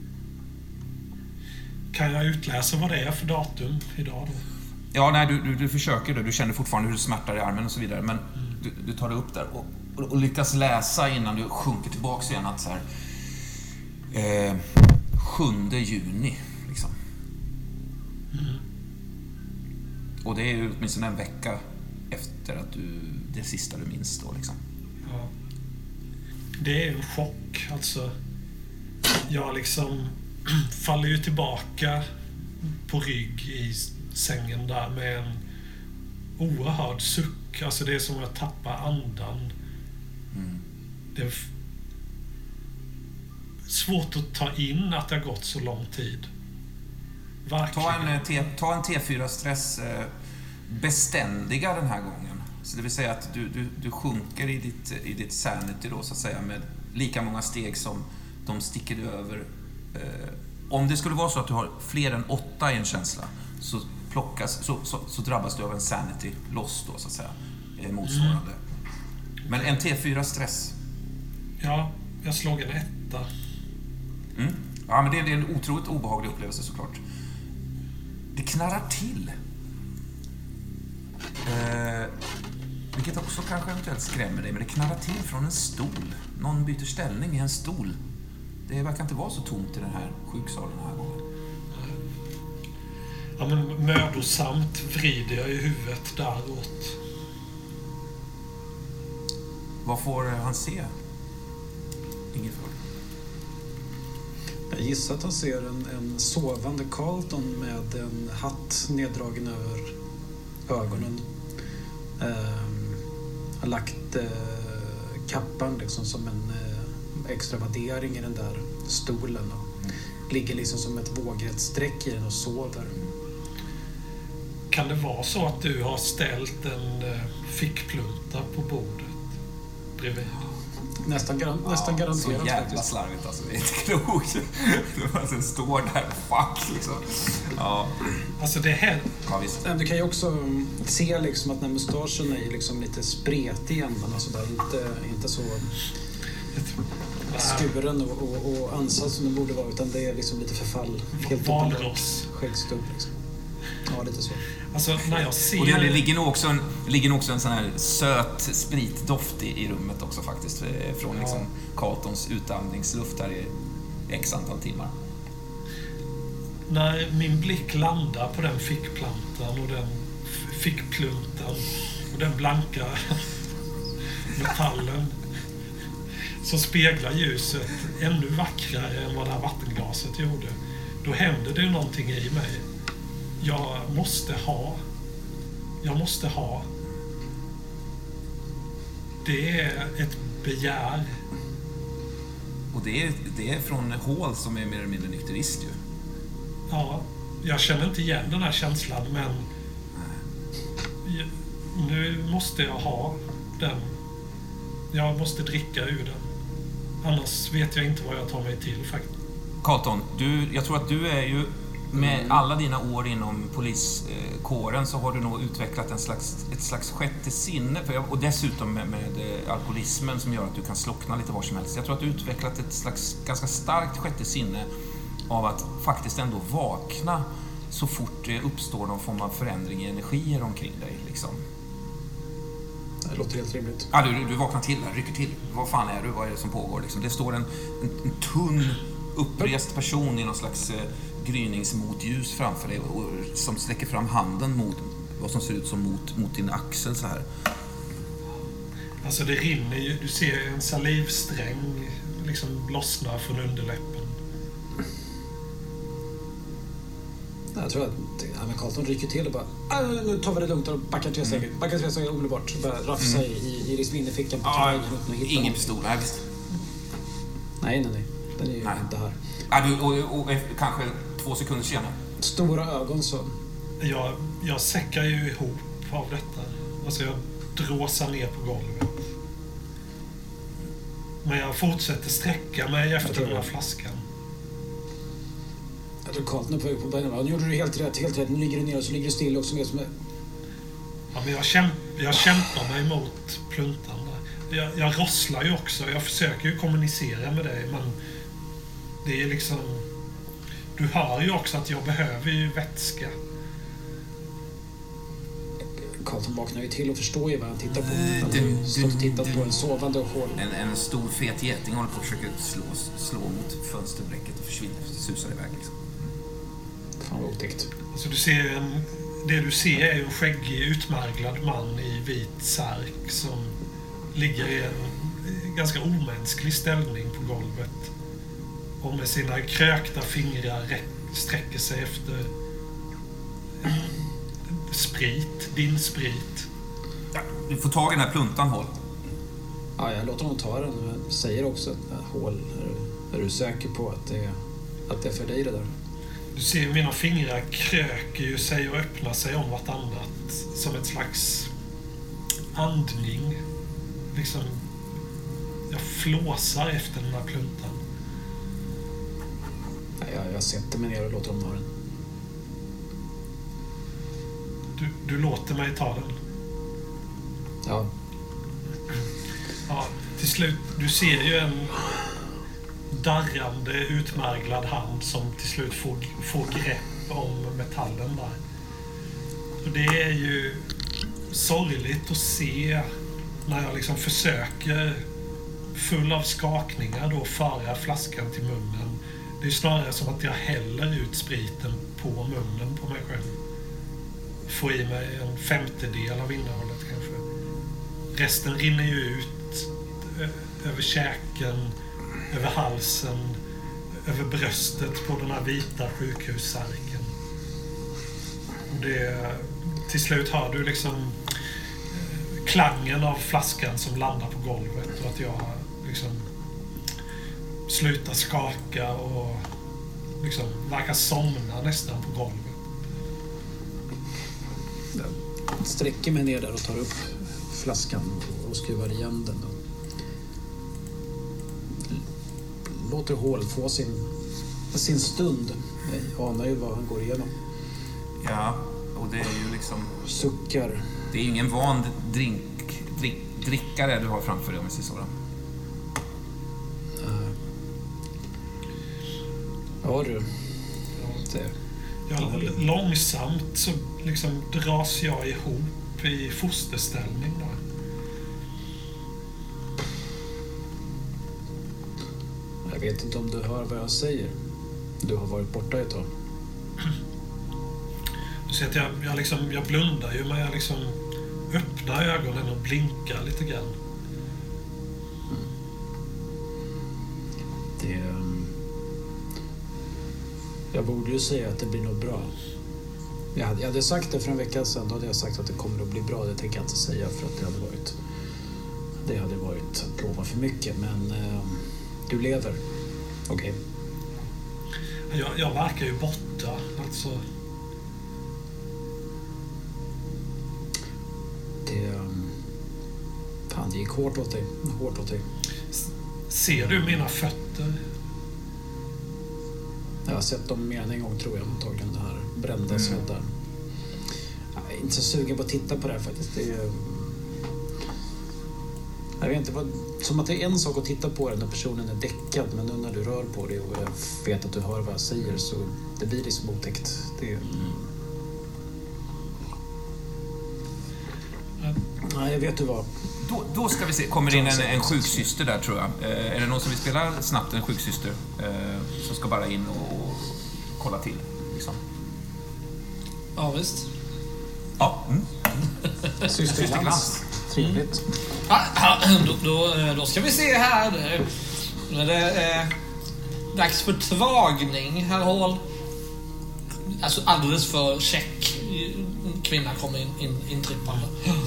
Kan jag utläsa vad det är för datum idag då? Ja, nej, du, du, du försöker det. Du känner fortfarande hur det smärtar i armen och så vidare. Men mm. du, du tar det upp där och, och, och lyckas läsa innan du sjunker tillbaka igen att så här... Eh, sjunde juni, liksom. Mm. Och det är ju åtminstone en vecka efter att du... Det sista du minns då, liksom. Ja. Det är en chock, alltså. Jag liksom faller ju tillbaka på rygg i sängen där med en oerhörd suck. Alltså det är som att tappa andan. Mm. Det är f- svårt att ta in att det har gått så lång tid. Verkligen. Ta en, T, ta en T fyra-stress eh, beständiga den här gången. Så det vill säga att du, du, du sjunker i ditt, i ditt sanity då, så att säga, med lika många steg som de sticker över. Eh, om det skulle vara så att du har fler än åtta i en känsla så, plockas, så, så, så drabbas du av en sanity loss då, så att säga, eh, motsvarande. Mm. Men en T fyra-stress. Ja, jag slog en etta. Mm. Ja, men det, det är en otroligt obehaglig upplevelse såklart. Det knarrar till. Eh, vilket också kanske eventuellt skrämmer dig, men det knarrar till från en stol. Någon byter ställning i en stol. Det verkar inte vara så tomt i den här sjuksalen den här gången. Ja, men mödosamt vrider jag i huvudet däråt. Vad får han se? Ingen fråga. Jag gissar att han ser en, en sovande Carlton med en hatt neddragen över ögonen. Um, har lagt uh, kappan liksom som en uh, extra vaddering i den där stolen och mm. ligger liksom som ett vågrätt streck i den och sover. Kan det vara så att du har ställt en uh, fickplunta på bordet bredvid? Nästan, garan- ja, nästan garanterat. Så jävla faktiskt. slarvigt alltså, det är inte klokt. Den står där, fuck liksom. Ja. Alltså det här... Ja, visst. Du kan ju också se liksom att när mustaschen är liksom lite spretig i ändarna så där, inte, inte så skuren och, och, och ansad som det borde vara, utan det är liksom lite förfall. Helt Valross. Skäggstubb liksom. Ja, lite så. Alltså när jag ser... Och det, det ligger nog också en, ligger nog också en sån här söt spritdoft i, i rummet också faktiskt. Från liksom Carltons utandningsluft här i x antal timmar. När min blick landar på den fickplantan och den f- fickpluntan och den blanka metallen så speglar ljuset ännu vackrare än vad det här vattenglaset gjorde. Då händer det någonting i mig. Jag måste ha. Jag måste ha. Det är ett begär. Och det är, det är från Hall som är mer eller mindre nykterist ju. Ja, jag känner inte igen den här känslan, men jag, nu måste jag ha den. Jag måste dricka ur den. Annars vet jag inte vad jag tar mig till faktiskt. Carlton, du, jag tror att du är ju med alla dina år inom poliskåren så har du nog utvecklat en slags, ett slags sjätte sinne för jag, och dessutom med, med alkoholismen som gör att du kan slockna lite var som helst. Jag tror att du utvecklat ett slags ganska starkt sjätte sinne av att faktiskt ändå vakna så fort det uppstår någon form av förändring i energier omkring dig liksom. Det låter helt rimligt. Ja, du, du vaknar till där, rycker till. Vad fan är du? Vad är det som pågår liksom? Det står en, en, en tunn upprest person i någon slags eh, gryningsmotljus framför dig och, och, som sträcker fram handen mot vad som ser ut som mot, mot din axel så här. Alltså det rinner ju, du ser en salivsträng liksom lossna från underläppen. Jag tror att ja, men Carlton rycker till och bara nu tar vi det lugnt och backar tre steg. Mm. Backar tre steg omedelbart. Så bara rafsa mm. i, i liksom innerfickan på ja, och ingen pistol, nej visst. Nej, nej, nej. Den är ju nej. Inte här. Ja, du, och, och, och kanske två sekunder senare. Stora ögon så. Jag, jag säckar ju ihop av detta. Alltså jag dråsar ner på golvet. Men jag fortsätter sträcka mig efter den här flaskan. Jag tror Carlton är på väg på benen. Nu gjorde du helt rätt, helt rätt. Nu ligger du ner och så ligger du still också med som är... Ja, men jag, kämp, jag kämpar mig mot pluntan där. Jag, jag rosslar ju också. Jag försöker ju kommunicera med dig, men det är liksom... Du hör ju också att jag behöver ju vätska. Carlton vaknar ju till och förstår ju vad han tittar på. Han har ju stått och tittat på en sovande och hål. En, en stor fet geting håller på att försöka slå, slå mot fönsterbräcket och försvinner, susar iväg liksom. Fan vad otäckt. Alltså du ser en, det du ser är en skäggig, utmärglad man i vit särk som ligger i en ganska omänsklig ställning på golvet. Och med sina krökta fingrar sträcker sig efter sprit, din sprit. Ja, du får tag i den här pluntan, Håll. Ja, jag låter honom ta den. Jag säger också att Håll, är, är du säker på att det, är, att det är för dig det där? Du ser mina fingrar kröker ju sig och öppnar sig om vartannat som ett slags andning. Liksom, jag flåsar efter den här pluntan. Ja, jag, jag sätter mig ner och låter dem ha den. Du, du låter mig ta den? Ja. Ja, till slut, du ser ju en darrande, utmärglad hand som till slut får, får grepp om metallen där. Och det är ju sorgligt att se när jag liksom försöker full av skakningar då föra flaskan till munnen. Det är snarare som att jag häller ut spriten på munnen på mig själv. Får i mig en femtedel av innehållet kanske. Resten rinner ju ut över käken, över halsen, över bröstet på den här vita sjukhussärken. Och det, till slut hör du liksom klangen av flaskan som landar på golvet och att jag liksom slutar skaka och liksom verkar somna nästan på golvet. Jag sträcker mig ner där och tar upp flaskan och skruvar igen den. Låter Hål få sin, sin stund. Jag anar ju vad han går igenom. Ja, och det är ju liksom... Suckar. Det är ju ingen van drink, drick, drickare du har framför dig om jag säger så. Ja du. Det. Ja, långsamt så liksom dras jag ihop i fosterställning där. Jag vet inte om du hör vad jag säger. Du har varit borta ett tag. Du ser att jag, jag, liksom, jag blundar ju, men jag liksom öppnar ögonen och blinkar lite grann. Mm. Det... Jag borde ju säga att det blir nog bra. Jag hade, jag hade sagt det för en vecka sedan. Då hade jag sagt att det kommer att bli bra. Det tänker jag inte säga för att det hade varit... Det hade varit att lova för mycket. Men eh, Du lever. Okej. Okay. Jag, jag verkar ju borta, alltså. Det... Um, fan, det gick hårt åt dig. Hårt åt dig. S- ser du mina fötter? Jag har sett dem mer än en gång, tror jag, antagligen, det här brända svedda. Mm. Jag är inte så sugen på att titta på det här faktiskt. Det är, jag vet inte, vad, som att det är en sak att titta på det när personen är däckad, men nu när du rör på det och jag vet att du hör vad jag säger, så det blir liksom otäckt. Det är, mm. Mm. Nej, jag vet du vad. Då, då ska vi se, kommer in en, en sjuksyster där, tror jag. Eh, är det någon som vill spela snabbt, en sjuksyster eh, som ska bara in och, och kolla till, liksom? Ja, visst. Ja. Mm. Systerglans. Trevligt. Mm. Ah, då, då, då ska vi se här. Det är det eh, dags för tvagning, herr Hall. Alltså alldeles för check. Kvinna kommer in, in, intrippande.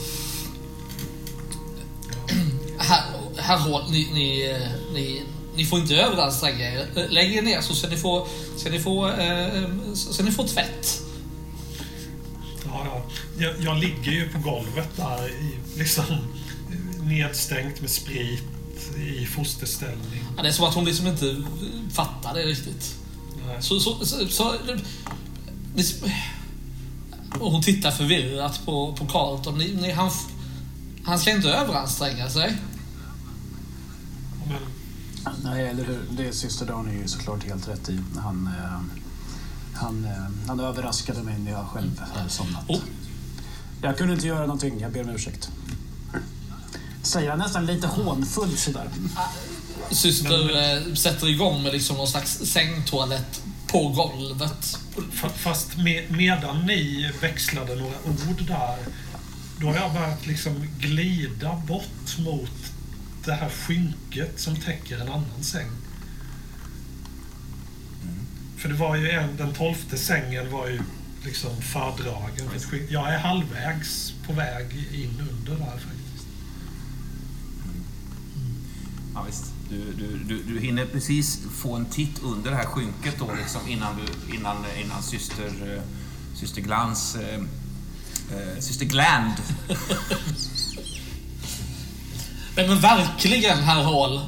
Herr, herr Hall, ni, ni, ni, ni får inte överanstränga er. Lägg er ner så ska ni få, ska ni få, eh, ska ni få tvätt. Ja, ja. Jag, jag ligger ju på golvet där, i, liksom nedstängt med sprit i fosterställning. Ja, det är som att hon liksom inte fattar det riktigt. Nej. Så, så, så, så och hon tittar förvirrat på, på Carlton. Ni, ni, han, han ska inte överanstränga sig. Men... Nej, eller hur? Det är syster Dan är ju såklart helt rätt i. Han, eh, han, eh, han överraskade mig när jag själv hade somnat. Oh. Jag kunde inte göra någonting, jag ber om ursäkt. Säger han nästan lite hånfullt sådär. Syster eh, sätter igång med liksom någon slags sängtoalett på golvet. Fast med, medan ni växlade några ord där, då har jag börjat liksom glida bort mot det här skynket som täcker en annan säng. Mm. För det var ju en, den tolfte sängen var ju liksom fördragen. Jag är halvvägs på väg in under där faktiskt. Mm. Ja, visst. Du, du, du, du hinner precis få en titt under det här skynket då, liksom, innan, du, innan, innan syster, syster Glans, äh, syster Gland. Men, men verkligen, herr Hall,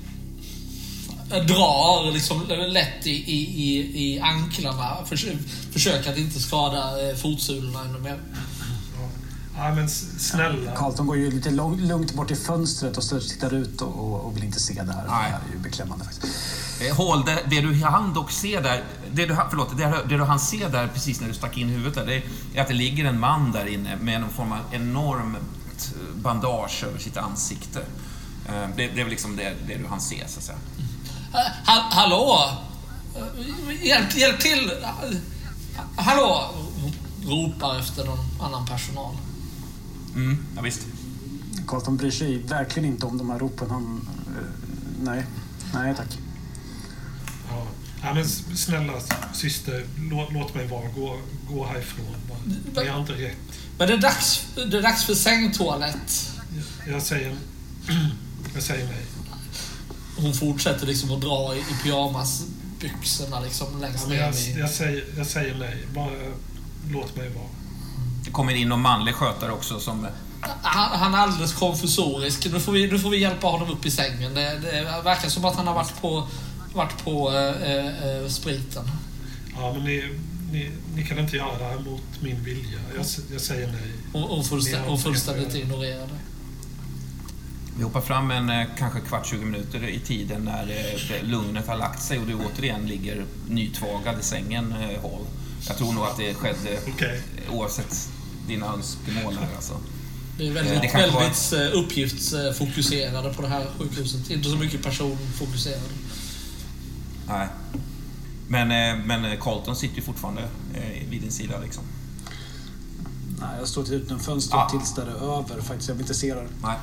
drar liksom lätt i, i, i, i anklarna. Försök, försök att inte skada eh, fotsulorna ännu mer. Ja, men snälla. Carlton går ju lite lugnt bort i fönstret och tittar ut och, och, och vill inte se det här. Nej. Det här är ju beklämmande faktiskt. Håll, det, det du hann dock se där, det du, förlåt, det, det du hann se där precis när du stack in huvudet där, det är att det ligger en man där inne med någon form av enormt bandage över sitt ansikte. Det, det är väl liksom det, det du hann se, så att säga. Ha, hallå? Hjälp, hjälp till! Hallå? Ropar efter någon annan personal. Mm, ja visst. Carlton bryr sig verkligen inte om de här ropen. Han, uh, nej, nej tack. Ja, ja men snälla syster, låt, låt mig vara. Gå, gå härifrån. Det är inte rätt. Men det är dags, det är dags för sängtoalett. Jag, jag säger jag säger nej. Hon fortsätter liksom att dra i, i pyjamasbyxorna liksom längst ja, ner. Jag, i... jag, säger, jag säger nej. Bara låt mig vara. Det kommer in någon manlig skötare också som... Han, han är alldeles konfusorisk. Nu får vi, nu får vi hjälpa honom upp i sängen. Det, det verkar som att han har varit på, varit på äh, äh, spriten. Ja, men ni, ni, ni kan inte göra det här mot min vilja. Jag, jag säger nej. Och, och, fullständigt, och fullständigt ignorera det. Vi hoppar fram en eh, kanske kvart, tjugo minuter i tiden när eh, lugnet har lagt sig och du återigen ligger nytvagad i sängen, eh, Hall. Jag tror nog att det skedde okay. oavsett dina önskemål här, alltså. Det är väldigt, det väldigt vara... uppgiftsfokuserade på det här sjukhuset. Inte så mycket personfokuserade. Nej. Men, eh, men Carlton sitter ju fortfarande eh, vid din sida liksom. Nej, jag står till utan fönstret ah. tills där det är över faktiskt. Jag vill inte se det. Nej.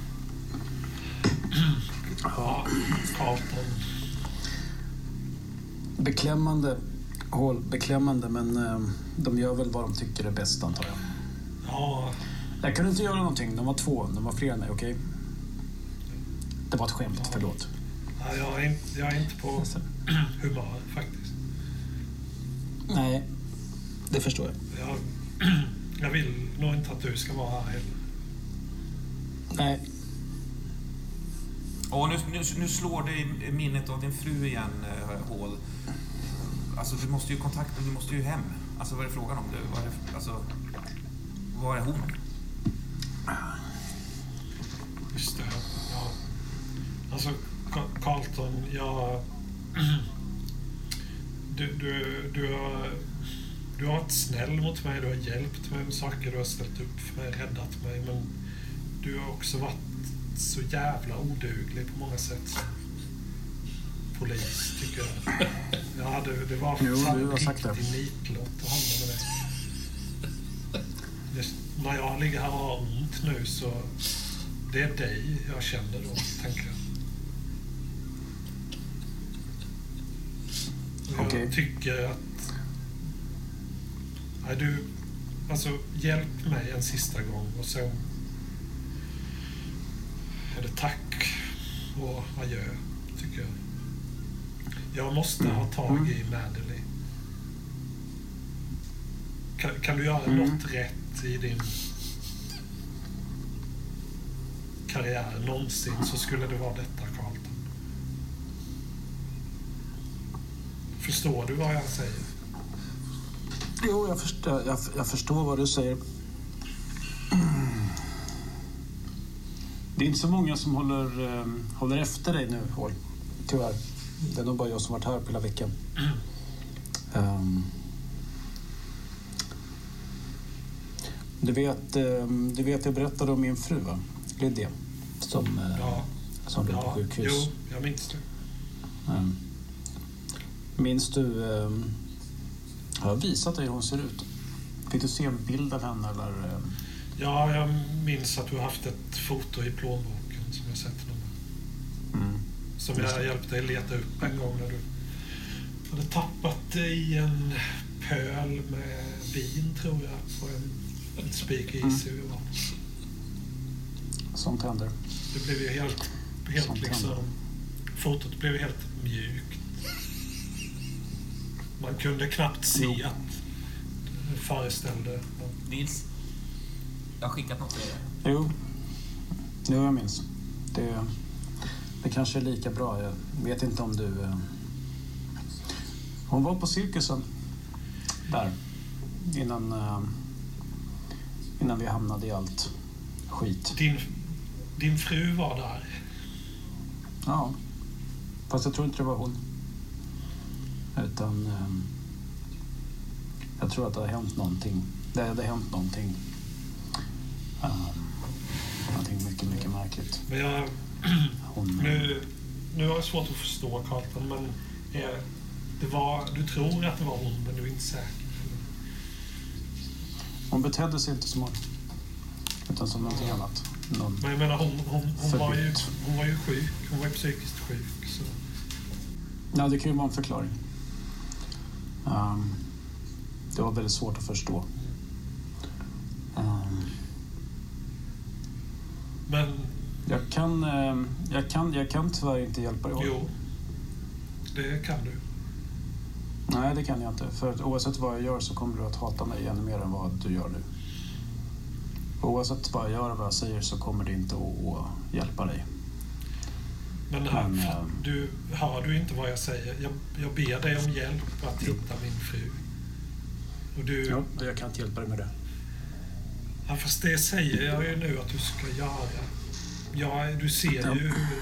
Ja, Carlton. Beklämmande, håll, beklämmande, men eh, de gör väl vad de tycker är bäst, antar jag. Ja. Jag kunde inte göra någonting, de var två, de var fler än mig, okej? Okay? Det var ett skämt, ja. förlåt. Ja, jag, är inte, jag är inte på humör faktiskt. Nej, det förstår jag. Jag, jag vill nog inte att du ska vara här heller. Nej. Och nu, nu, nu slår det i minnet av din fru igen, äh, Hall. Alltså du måste ju kontakta, du måste ju hem. Alltså vad är det frågan om? Du? Vad är det, alltså, vad är hon? Just det, ja. Alltså Carlton, jag... Du, du, du, har, du har varit snäll mot mig, du har hjälpt mig med saker, du har ställt upp för mig, räddat mig, men du har också varit så jävla oduglig på många sätt som polis, tycker jag. Jag hade, det var jo, fan du har sagt riktigt det. nitlott att hamna med det. det. När jag ligger här och har ont nu så det är dig jag känner då, tänker jag. Jag okay. tycker att nej, du, alltså hjälp mig en sista gång och sen är det tack och adjö, tycker jag. Jag måste ha tag i Madeleine. Kan, kan du göra mm. något rätt i din karriär någonsin, så skulle det vara detta, Carlton. Förstår du vad jag säger? Jo, jag förstår, jag, jag förstår vad du säger. Det är inte så många som håller, um, håller efter dig nu, Hall. Tyvärr. Det är nog bara jag som varit här på hela veckan. Mm. Um, du vet, um, du vet, jag berättade om min fru, va? Lydia, som, uh, ja. som låg ja. på sjukhus. Jo, jag minns det. Um, minns du... Um, jag har visat dig hur hon ser ut. Fick du se en bild av henne, eller... Um... Ja, jag minns att du har haft ett foto i plånboken som jag sett någon. Mm. Som jag hjälpte dig leta upp en gång när du hade tappat det i en pöl med vin, tror jag, på en, en speakeasy. Mm. Sånt händer. Det blev ju helt, helt Sånt liksom... händer. Fotot blev helt mjukt. Man kunde knappt se jo. att det föreställde... Nils, jag har skickat något till dig. Jo, jo jag minns. Det, det kanske är lika bra. Jag vet inte om du... Eh... Hon var på cirkusen där innan, eh... innan vi hamnade i allt skit. Din, din fru var där? Ja, fast jag tror inte det var hon. Utan eh... jag tror att det har hänt någonting. Det hade hänt någonting. Um, någonting mycket, mycket märkligt. Men jag, hon, nu, nu har jag svårt att förstå, Carlton, men är, det var, du tror att det var hon, men du är inte säker. Hon betedde sig inte som hon, utan som någonting annat. Någon men jag menar, hon, hon, hon, var ju, hon var ju sjuk. Hon var ju psykiskt sjuk. Så. Ja, det kan ju vara en förklaring. Um, det var väldigt svårt att förstå. Um, men jag kan, um, jag kan, jag kan tyvärr inte hjälpa dig. Jo, det kan du. Nej, det kan jag inte. För oavsett vad jag gör så kommer du att hata mig ännu mer än vad du gör nu. Oavsett vad jag gör och vad jag säger så kommer det inte att, att hjälpa dig. Men, här, Men äh, du, hör du inte vad jag säger? Jag, jag ber dig om hjälp att jo. hitta min fru. Och du... Ja, jag kan inte hjälpa dig med det. Ja, fast det säger jag ju nu att du ska göra. Jag, du ser ja. ju hur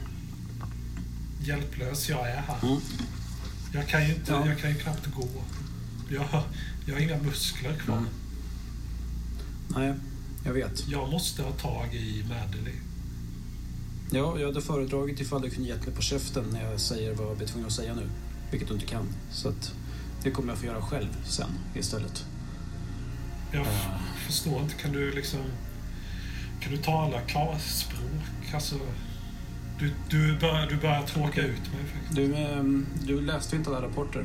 hjälplös jag är här. Mm. Jag kan ju inte, ja. jag kan ju knappt gå. Jag, jag har inga muskler kvar. Mm. Nej, jag vet. Jag måste ha tag i Madeleine. Ja, jag hade föredragit ifall du kunde gett mig på käften när jag säger vad jag är tvungen att säga nu. Vilket du inte kan. Så att det kommer jag få göra själv sen istället. Jag uh. förstår inte. Kan du liksom... Kan du tala klarspråk? Alltså... Du, du, bör, du börjar tråka ut mig. Du, um, du läste inte alla rapporter.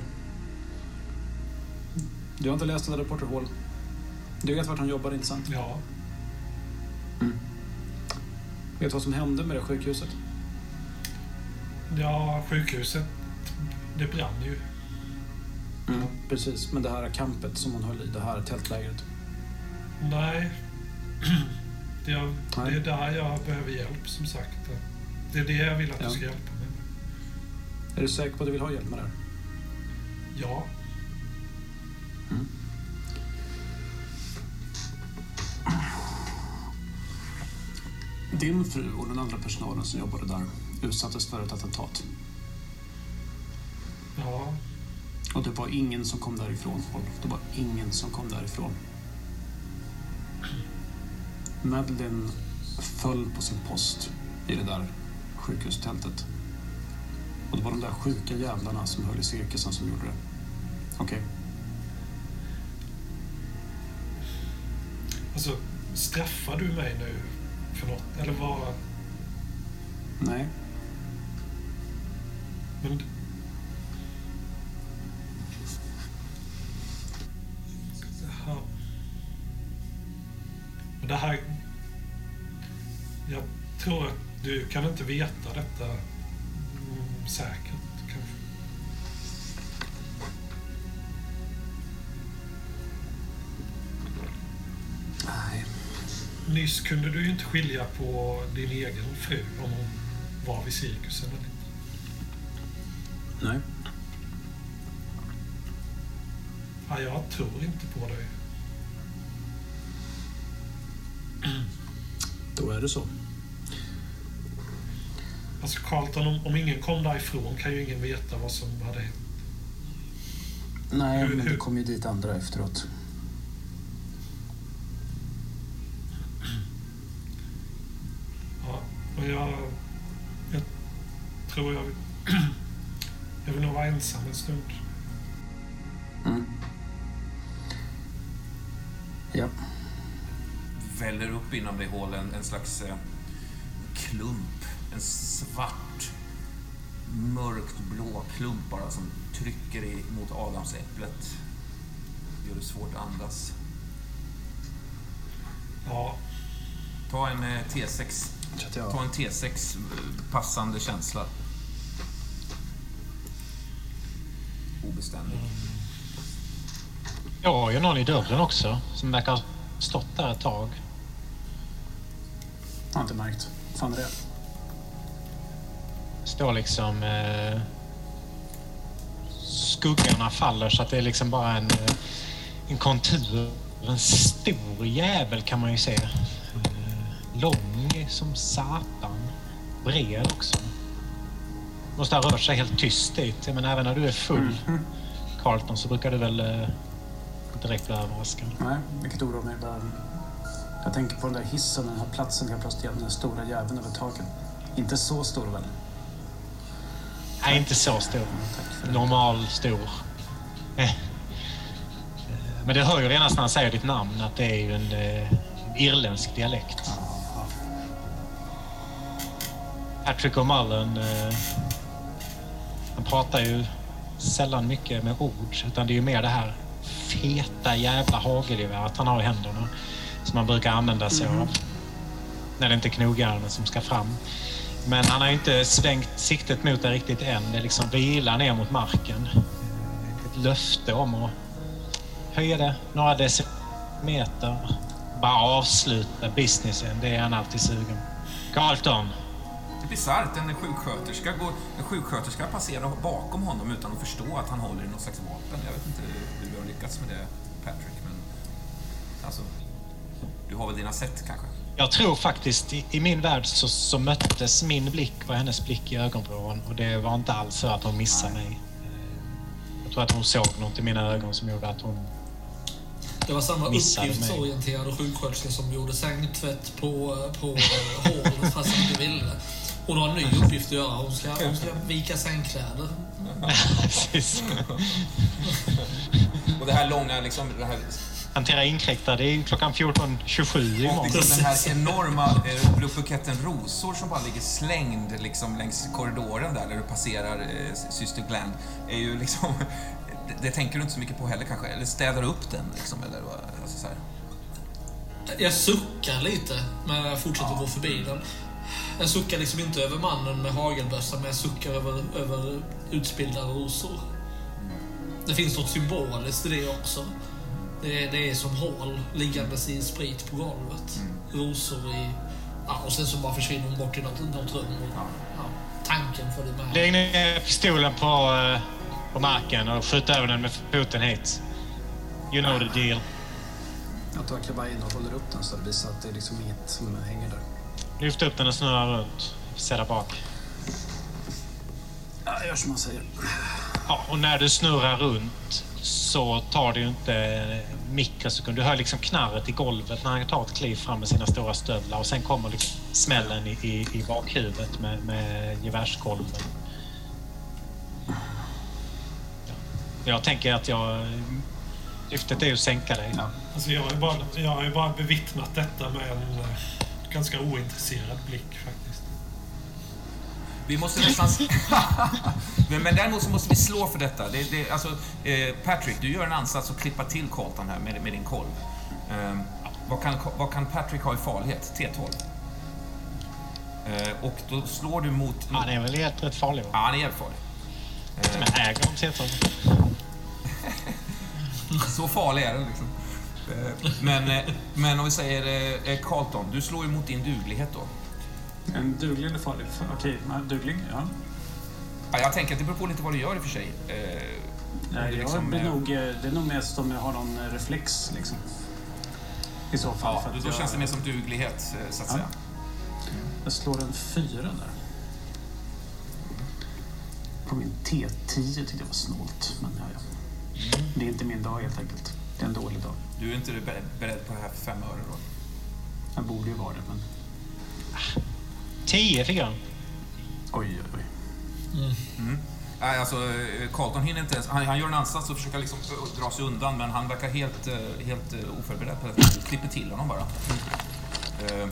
Du har inte läst alla rapporter, Hall. Du vet vart han jobbar, inte sant? Ja. Mm. Vet du vad som hände med det sjukhuset? Ja, sjukhuset, det brann ju. Mm, precis, men det här campet som hon höll i, det här tältlägret. Nej. Det är, Nej. det är där jag behöver hjälp, som sagt. Det är det jag vill att Ja. du ska hjälpa mig. Är du säker på att du vill ha hjälp med det här? Ja. Mm. Din fru och den andra personalen som jobbade där utsattes för ett attentat. Ja. Och det var ingen som kom därifrån, Paul. Det var ingen som kom därifrån. Madeleine föll på sin post i det där sjukhustältet. Och det var de där sjuka jävlarna som höll i cirkusen som gjorde det. Okej. Okay. Alltså, straffar du mig nu för något? Eller vad? Nej. Men... Jaha. Men det här... Jag tror att du kan inte veta detta mm, säkert, kanske. Nej. Nyss kunde du ju inte skilja på din egen fru om hon var vid cirkusen eller inte. Nej. Ja, jag tror inte på dig. Då är det så. Alltså Carlton, om, om ingen kom därifrån kan ju ingen veta vad som hade hänt. Nej, Hur- men det hur- kom ju dit andra efteråt. Ja, och jag... Jag tror jag vill... Jag vill nog vara ensam en stund. Mm. Ja. Väller upp inom dig hålen en slags eh, klump. En svart, mörkt blå klump bara som trycker i, mot adamsäpplet. Gör det svårt att andas. Ja, Ta en eh, T sex. Så att jag... Ta en T sex eh, passande känsla. Obeständig. Jag har ju någon i dörren också som verkar ha stått där ett tag. Jag har inte märkt. Fan är det? Står liksom... Eh, skuggorna faller så att det är liksom bara en, eh, en kontur. En stor jävel kan man ju se. Eh, lång som satan. Bred också. Måste ha rört sig helt tyst dit. Men även när du är full, Carlton, så brukar du väl eh, direkt bli överraskad. Nej, vilket oroar mig bara. Jag tänker på den där hissen, den här platsen helt plötsligt, den stora jäveln över taket. Inte så stor väl? Nej, inte så stor. Tack för det. Normal stor. Eh. Men det hör ju redan när han säger ditt namn att det är ju en eh, irländsk dialekt. Ja, Patrick O'Mullen, eh, han pratar ju sällan mycket med ord, utan det är ju mer det här feta jävla hagelgeväret han har i händerna som man brukar använda sig av när det inte är knogjärnen som ska fram. Men han har ju inte svängt siktet mot det riktigt än. Det är liksom vilar ner mot marken. Ett löfte om att höja det några decimeter. Bara avsluta businessen. Det är han alltid sugen. Carlton. Det är bisarrt. En sjuksköterska, går, en sjuksköterska passerar bakom honom utan att förstå att han håller i något slags vapen. Jag vet inte hur du har lyckats med det, Patrick, men alltså, du har väl dina sätt kanske? Jag tror faktiskt, i, i min värld så, så möttes min blick och hennes blick i ögonvrån, och det var inte alls så att hon missade mig. Jag tror att hon såg något i mina ögon som gjorde att hon... Det var samma Missade mig. uppgiftsorienterade sjuksköterska som gjorde sängtvätt på, på hålet fast hon inte ville. Hon har en ny uppgift att göra. Hon ska, hon ska vika sängkläder. Precis. Och det här långa, liksom, det här, Hantera inkräktare, det är klockan fjorton tjugosju och imorgon. liksom den här enorma eh, buketten rosor som bara ligger slängd liksom, längs korridoren där, där du passerar eh, Syster Gland, är ju liksom... Det, det tänker du inte så mycket på heller kanske? Eller städar upp den liksom, eller vad? Alltså, så här. Jag suckar lite, men jag fortsätter Ja. gå förbi den. jag suckar liksom inte över mannen med hagelbössa, men jag suckar över, över utspillda rosor. Det finns något symboliskt i det också. Det är, det är som hål liggandes i sprit på golvet. Rosor i... Ja, och sen så bara försvinner hon bort i något, något rum. Och, ja, tanken för det med. Lägg ner pistolen på, på marken och skjut över den med foten hit. You know the deal. Jag tar klubba in och håller upp den så det visar att det är liksom inget som hänger där. Lyft upp den och snurra runt. Sätta bak. Ja, gör som man säger. Ja, och när du snurrar runt så tar det ju inte mikrosekund. Du hör liksom knarret i golvet när han tar ett kliv fram med sina stora stövlar. Och sen kommer liksom smällen i, i, i bakhuvudet med, med gevärskolven. Ja. Jag tänker att jag... Syftet är ju att sänka dig. Ja. Alltså jag har ju bara, jag har ju bara bevittnat detta med en uh, ganska ointresserad blick faktiskt. Vi måste nästan... men, men däremot så måste vi slå för detta. Det, det, alltså, eh, Patrick, du gör en ansats att klippa till Colton här med, med din kolv. Eh, vad, kan, vad kan Patrick ha i farlighet? T tolv. Eh, och då slår du mot... Han är väl helt rätt farlig, va? Ja, han är helt farlig. Eh, Men äger de T tolv? Så farlig är den liksom. Men, men om vi säger Carlton, du slår ju mot din duglighet då. En duglig eller farlig? Okej, duglig, ja. Ja, jag tänker att det beror på lite vad du gör i och för sig. Eh, Nej, liksom, jag blir nog, det är nog mest om jag har någon reflex liksom. I så fall. Ja, för att då jag, känns det mer som duglighet så att ja. säga. Jag slår en fyra där. På min T tio tyckte jag var snålt, men ja, ja. Mm. Det är inte min dag helt enkelt. Det är en dålig dag. Du är inte beredd på det här för fem öre då? Jag borde ju vara det, men... Tio fick han. Oj, oj, oj. Mm. Mm. Nej, alltså, Carlton hinner inte ens... Han, han gör en ansats och försöker liksom dra sig undan, men han verkar helt, helt oförberedd på det. Du klipper till honom bara. Mm.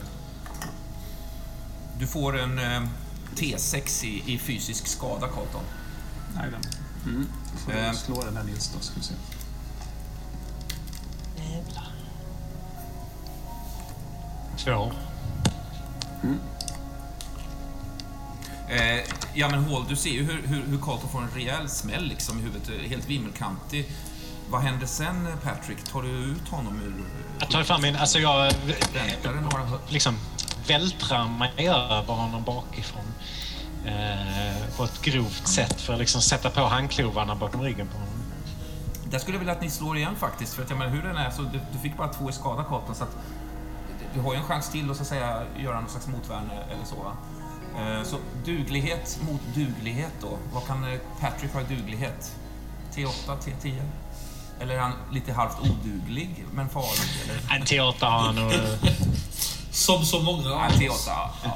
Du får en T sex i, i fysisk skada, Carlton. Nej, den. Mm. Får jag slå den här Nils då, ska vi se. Jävlar. Två. Mm. Eh, ja men Hall, du ser ju hur, hur, hur Carlton får en rejäl smäll liksom i huvudet, helt vimmelkantig. Vad händer sen, Patrick? Tar du ut honom ur... Jag tar fram min... Alltså jag... Väntar några... Liksom vältrar mig över honom bakifrån. Eh, på ett grovt sätt för att liksom sätta på handklovarna bakom ryggen på honom. Där skulle jag vilja att ni slår igen faktiskt, för att jag menar hur den är, så du, du fick bara två i skada, Carlton, så att du har ju en chans till att så att säga göra någon slags motvärn eller så, va? Eh, så duglighet mot duglighet då. Vad kan Patrick ha i duglighet? T åtta, T tio? Eller är han lite halvt oduglig men farlig? Eller? En T åtta har han och... Som så många. Ja, T åtta, ja.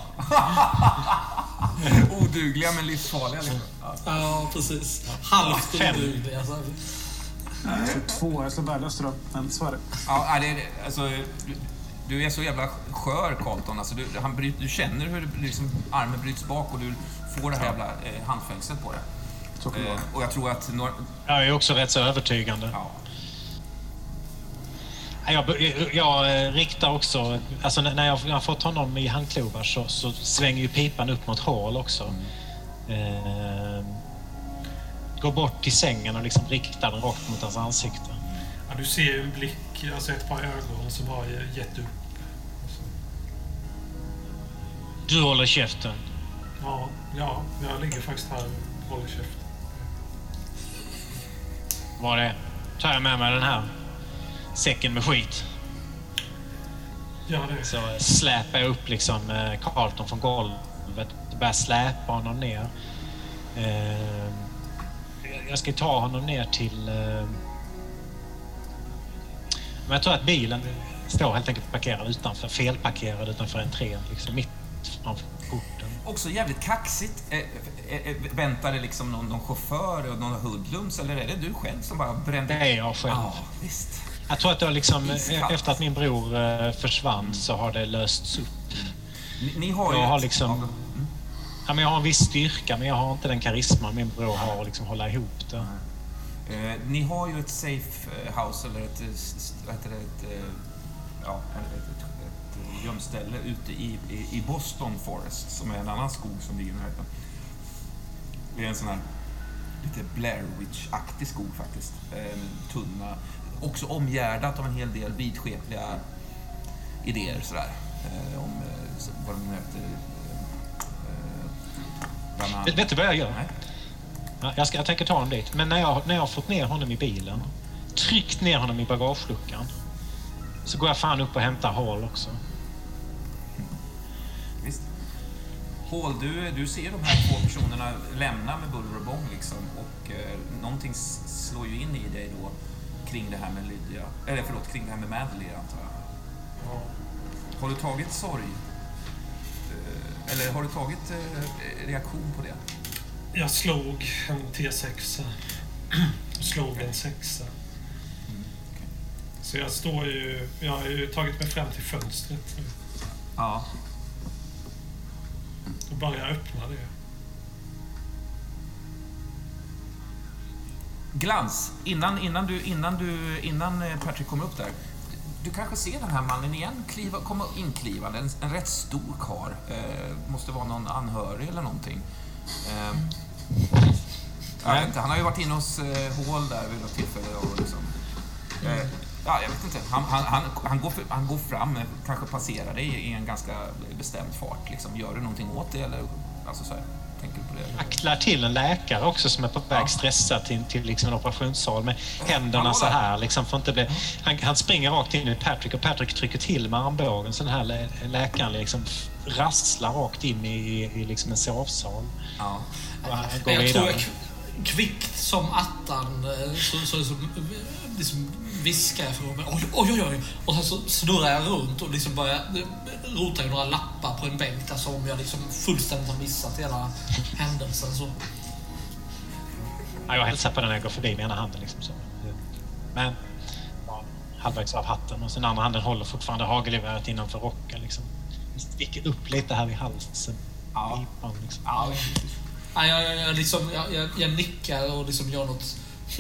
Odugliga men livsfarliga liksom. Ja, ja precis. Halvt odugliga. Alltså. Jag slår två, jag slår värdelöst då, men så är det. Ja, det är, alltså, du, du är så jävla skör, Carlton. Alltså, du, han bryt, du känner hur liksom, armen bryts bak och du får det här jävla eh, handfängslet på det. Så kan det vara. Eh, och jag tror att... Några... Jag är också rätt så övertygande. Ja. Jag, jag, jag riktar också... Alltså när jag har fått honom i handklovar så, så svänger ju pipan upp mot hål också. Eh, går bort till sängen och liksom riktar den rakt mot hans ansikte. Ja, du ser ju en blick, alltså ett par ögon som har gett upp. Du håller käften. Ja, ja, jag ligger faktiskt här och håller käften. Vad det tar jag med mig den här säcken med skit. Ja, det. Så släpar jag upp liksom Carlton från golvet och börjar släpa honom ner. Eh, jag ska ta honom ner till... Eh, men jag tror att bilen står helt enkelt parkerad utanför, felparkerad utanför entrén, liksom mitt framför porten. Också jävligt kaxigt. Äh, äh, väntar det liksom någon, någon chaufför och någon hoodlums, eller är det du själv som bara brände? Det är jag själv. Ja, visst. Jag tror att det liksom, efter att min bror eh, försvann mm. så har det lösts upp. Ni, ni har ju... Jag har ett... liksom... Mm. Ja, men jag har en viss styrka, men jag har inte den karisma min bror har att liksom hålla ihop det. Mm. Eh, ni har ju ett safe house, eller ett... Vad heter det? Ett, ja, ett, ett, ett, ett gömställe ute i, i, i Boston Forest, som är en annan skog som ligger i närheten. Det är en sån här lite Blair Witch-aktig skog faktiskt. En tunna, också omgärdat av en hel del vidskepliga idéer sådär. Eh, om eh, vad de heter. Eh, vet, vet du vad jag gör? Nej. Ja, jag, ska, jag tänker ta honom dit. Men när jag, när jag har fått ner honom i bilen, tryckt ner honom i bagageluckan, så går jag fan upp och hämtar Hall också. Visst. Hall, du, du ser de här två personerna lämna med buller och bång liksom, och eh, någonting slår ju in i dig då kring det här med Lydia, eller förlåt, kring det här med Madeleine, antar jag. Ja. Har du tagit sorg? Eh, eller har du tagit eh, reaktion på det? Jag slog en T sex och slog en sexa. Mm, okay. Så jag står ju, jag har ju tagit mig fram till fönstret nu. Ja. Och börjar öppna det. Glans, innan, innan, du, innan, du, innan Patrick kommer upp där. Du kanske ser den här mannen igen kliva, komma inklivande. En, en rätt stor karl. Eh, måste vara någon anhörig eller någonting. Eh, jag vet inte, han har ju varit inne hos eh, Hall där vid något tillfälle. Och liksom, eh, ja, jag vet inte. Han, han, han, han, går, han går fram, kanske passerar dig i en ganska bestämd fart. Liksom. Gör du någonting åt det? Eller, alltså så här, tänker du på det? Acklar till en läkare också som är på väg stressad till, till liksom en operationssal med händerna så här. Liksom, för inte bli, han, han springer rakt in i Patrick och Patrick trycker till med armbågen. Så den här lä, läkaren liksom rasslar rakt in i, i liksom en sovsal. Ja. Och han går jag vidare. tror jag kvickt som attan så, så, så liksom viskar jag för mig. Oj, oj, oj. Och sen så snurrar jag runt och liksom börjar rota i några lappar på en bänk där, som jag liksom fullständigt har missat hela händelsen. Så. Ja, jag hälsar på den när jag går förbi med ena handen. Liksom så. Men ja, halvvägs av hatten och sen andra handen håller fortfarande hagelgeväret innanför rocken. Liksom. Sticker upp lite här vid halsen. Ja. Ipan, liksom. Ja. Ja, jag, jag, jag, liksom, jag, jag, jag nickar och liksom gör något.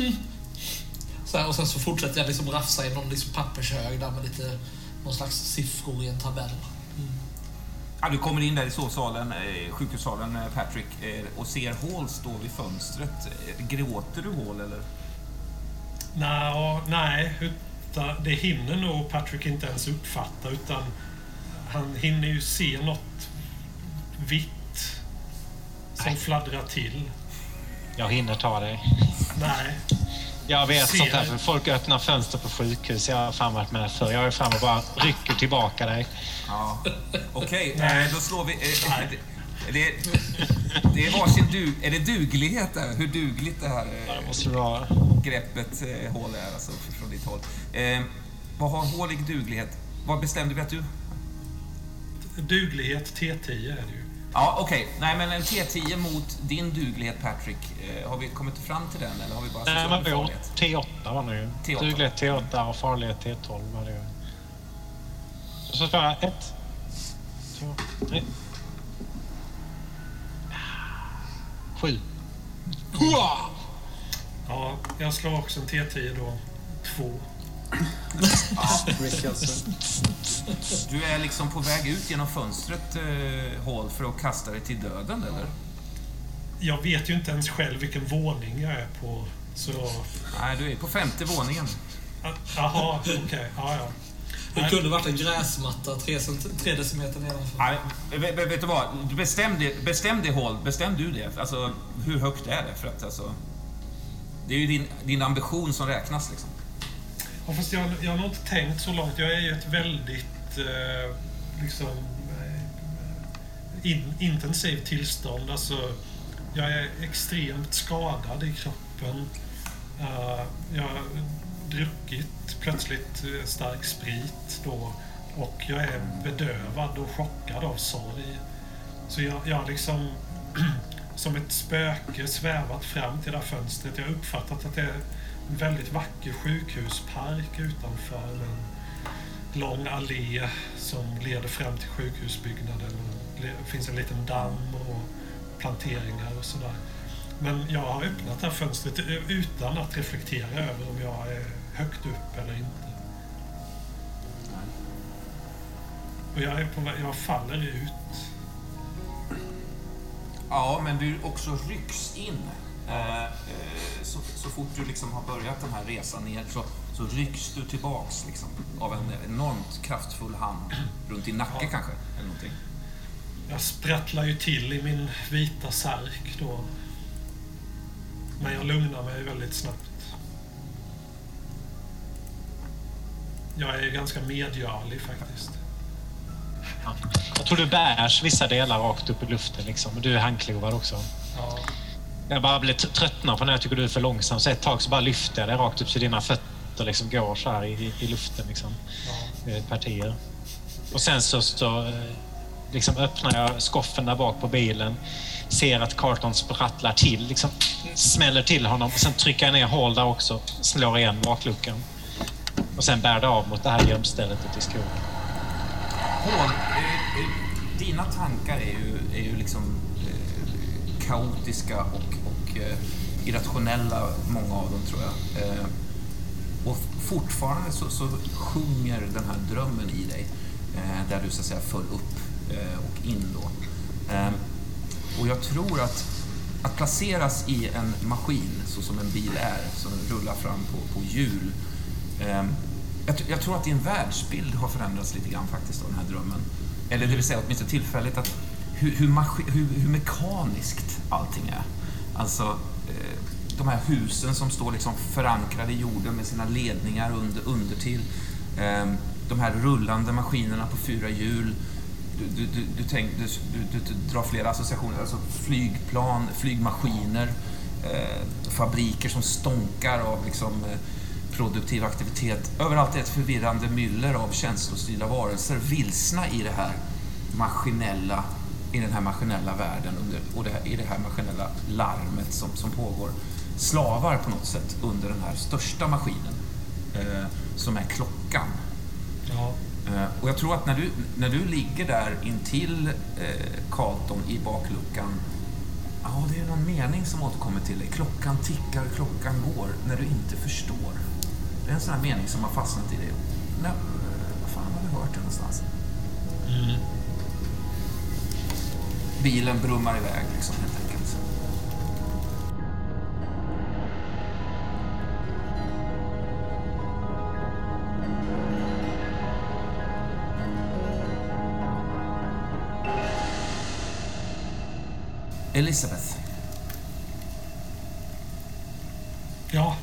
Så här, och sen så fortsätter jag liksom rafsa i någon liksom pappershög där med lite någon slags siffror i en tabell. Mm. Ja, du kommer in där i sovsalen, eh, sjukhussalen, eh, Patrick, eh, och ser Hall stå vid fönstret. Eh, gråter du Hall eller? Nå, nej, utan det hinner nog Patrick inte ens uppfatta, utan han hinner ju se något vitt som nej. fladdrar till. Jag hinner ta dig. Nej. Jag vet ser. sånt här, för folk öppnar fönster på sjukhus. Jag har fan varit med för. Jag är fram och bara rycker tillbaka dig. Ja, okej. Okay. Eh, då slår vi... Eh, det, det, det är varsin du, är det duglighet där? Hur dugligt det här eh, det måste vara. greppet eh, Hall är alltså från ditt håll. Eh, vad har Hall i duglighet? Vad bestämde vi att du... Duglighet T tio är det ju. Ja, okej. Okay. Nej, men en T tio mot din duglighet, Patrick. Eh, har vi kommit fram till den, eller har vi bara... Nej, men vi har T åtta var det ju. T åtta. Duglighet T åtta och farlighet T tolv var det ju. Så svarar jag ett, två, tre. Sju. Ja, jag slår också en T tio då. Två. Ja. Du är liksom på väg ut genom fönstret, eh, Hall, för att kasta dig till döden, eller? Jag vet ju inte ens själv vilken våning jag är på, så... Nej, du är på femte våningen. Jaha, okej. Okay. Ja, ja. Det kunde varit en gräsmatta tre, tre decimeter nedanför. Nej, vet, vet du vad? Bestäm dig, bestäm dig Hall. Bestäm du det. Alltså, hur högt är det? För att, alltså, det är ju din, din ambition som räknas, liksom. Ja, fast jag, jag har nog inte tänkt så långt. Jag är ju ett väldigt eh, liksom in, intensivt tillstånd. Alltså, jag är extremt skadad i kroppen. Uh, jag har druckit plötsligt stark sprit då, och jag är bedövad och chockad av sorg. Så jag, jag liksom som ett spöke svävat fram till det där fönstret. Jag har uppfattat att det är en väldigt vacker sjukhuspark utanför, en lång allé som leder fram till sjukhusbyggnaden. Det finns en liten damm och planteringar och sådär. Men jag har öppnat det här fönstret utan att reflektera över om jag är högt upp eller inte. Och jag är på väg, jag faller ut. Ja, men du också rycks in. Eh, eh, så, så fort du liksom har börjat den här resan ner så, så rycks du tillbaks liksom, av en enormt kraftfull hand runt din nacke ja. kanske. Eller någonting. Jag sprattlar ju till i min vita särk då. Men jag lugnar mig väldigt snabbt. Jag är ganska medgörlig faktiskt. Ja. Jag tror du bärs vissa delar rakt upp i luften liksom. Och du är handklovad också. Ja. Jag bara blir tröttnad på när jag tycker du är för långsam. Så ett tag så bara lyfter jag dig rakt upp så dina fötter liksom går så här i, i luften liksom. Ja. Partier. Och sen så, så liksom öppnar jag skoffen där bak på bilen. Ser att Carlton sprattlar till. Liksom, smäller till honom. Och sen trycker jag ner hål där också. Slår igen bakluckan. Och sen bär det av mot det här gömstället ute i skogen. Hål, eh, eh, dina tankar är ju, är ju liksom eh, kaotiska och, och eh, irrationella, många av dem tror jag. Eh, och fortfarande så, så sjunger den här drömmen i dig. Eh, där du så att säga föll upp eh, och in då. Eh, och jag tror att att placeras i en maskin så som en bil är, som rullar fram på, på hjul. Eh, jag, jag tror att din världsbild har förändrats lite grann faktiskt av den här drömmen. Eller det vill säga åtminstone tillfälligt att hur, hur, maskin, hur, hur mekaniskt allting är. Alltså eh, de här husen som står liksom förankrade i jorden med sina ledningar under, under till. Eh, de här rullande maskinerna på fyra hjul. Du, du, du, du, tänk, du, du, du drar flera associationer, alltså flygplan, flygmaskiner, eh, fabriker som stånkar av liksom, eh, produktiv aktivitet. Överallt är ett förvirrande myller av känslostyrda varelser, vilsna i det här maskinella, i den här maskinella världen under, och det här, i det här maskinella larmet som, som pågår. Slavar på något sätt under den här största maskinen, eh, som är klockan. Ja. Uh, och jag tror att när du, när du ligger där intill uh, Carlton i bakluckan, ja, det är någon mening som återkommer till dig. Klockan tickar, klockan går, när du inte förstår. Det är en sån här mening som har fastnat i dig. Nej, uh, vad fan har du hört det någonstans? Mm. Bilen brummar iväg liksom helt enkelt. Elisabeth. Ja.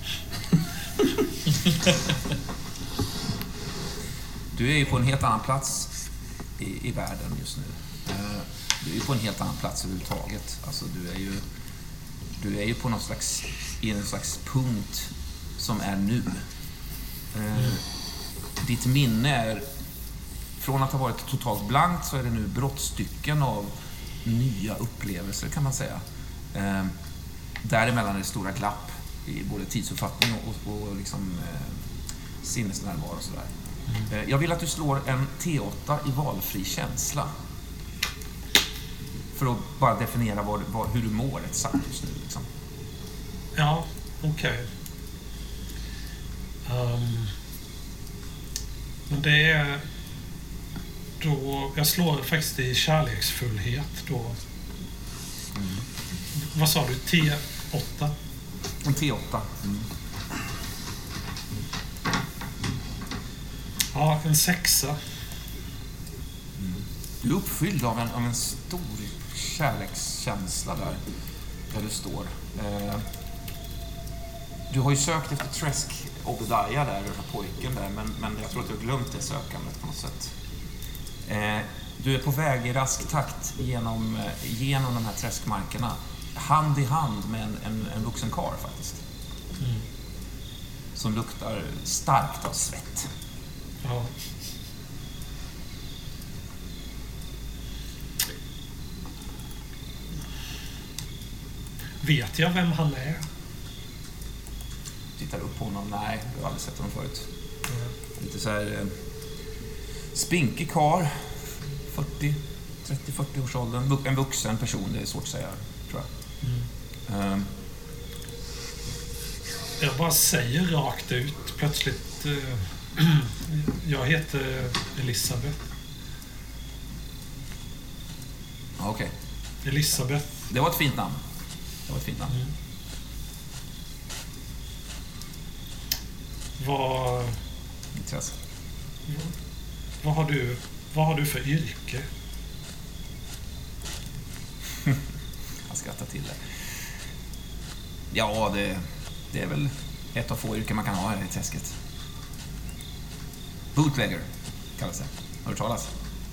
Du är ju på en helt annan plats i, i världen just nu. Du är ju på en helt annan plats överhuvudtaget. Alltså du är ju du är ju på någon slags i en slags punkt som är nu. Mm. Ditt minne är från att ha varit totalt blankt så är det nu brottstycken av nya upplevelser kan man säga. Eh, däremellan är det stora glapp i både tidsuppfattning och, och liksom, eh, sinnesnärvaro och sådär. Mm. Eh, jag vill att du slår en T åtta i valfri känsla. För att bara definiera vad, vad, hur du mår exakt just nu. Liksom. Ja, okej. Okay. Um, men det är... Då, jag slår faktiskt i kärleksfullhet då. Mm. Vad sa du? T åtta? En T åtta. Mm. Ja, en sexa. Mm. Du är uppfylld av en, av en stor kärlekskänsla där, där du står. Eh, du har ju sökt efter Tresk Obadiah där, den här pojken där, men, men jag tror att du har glömt det sökandet på något sätt. Eh, du är på väg i rask takt genom, eh, genom de här träskmarkerna, hand i hand med en, en, en vuxen karl faktiskt. Mm. Som luktar starkt av svett. Ja. Vet jag vem han är? Tittar upp på honom. Nej, du har aldrig sett honom förut. Mm. Lite så här eh, spinkig karl, fyrtio, trettio fyrtio års åldern. En vuxen person, det är svårt att säga, tror jag. Mm. Um. Jag bara säger rakt ut plötsligt. Uh, jag heter Elisabeth. Ja, okej. Elisabeth. Det var ett fint namn. Det var ett fint namn. Mm. Vad, Intresse. vad, har du, vad har du för yrke? Jag skrattar till det. Ja, det, det är väl ett av få yrken man kan ha här i träsket. Bootlegger kallas det. Har du talas?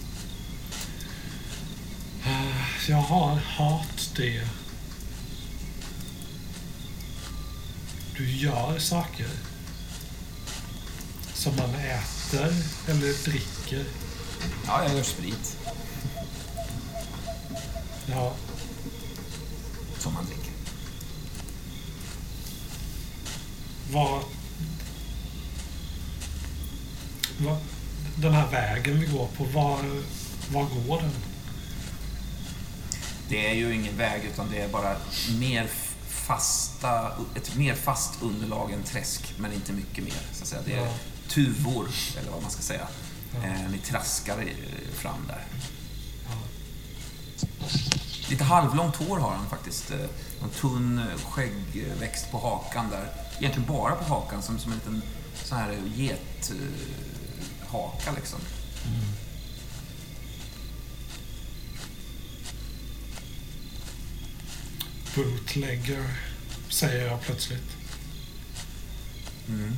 Jag har hat det. Du gör saker som man äter eller dricker. Ja, jag gör sprit. Ja, Som man dricker. vad, vad... Den här vägen vi går på, var, var går den? Det är ju ingen väg, utan det är bara mer fasta, ett mer fast underlag än träsk, men inte mycket mer. Så att säga. Det är Ja. tuvor, eller vad man ska säga. Ja. Eh, ni traskar fram där. Ja. Lite halvlångt hår har han faktiskt. Eh, en tunn skäggväxt på hakan där. Egentligen bara på hakan, som, som en liten sån här get eh, haka liksom. Mm. Bootlegger, säger jag plötsligt. Mm.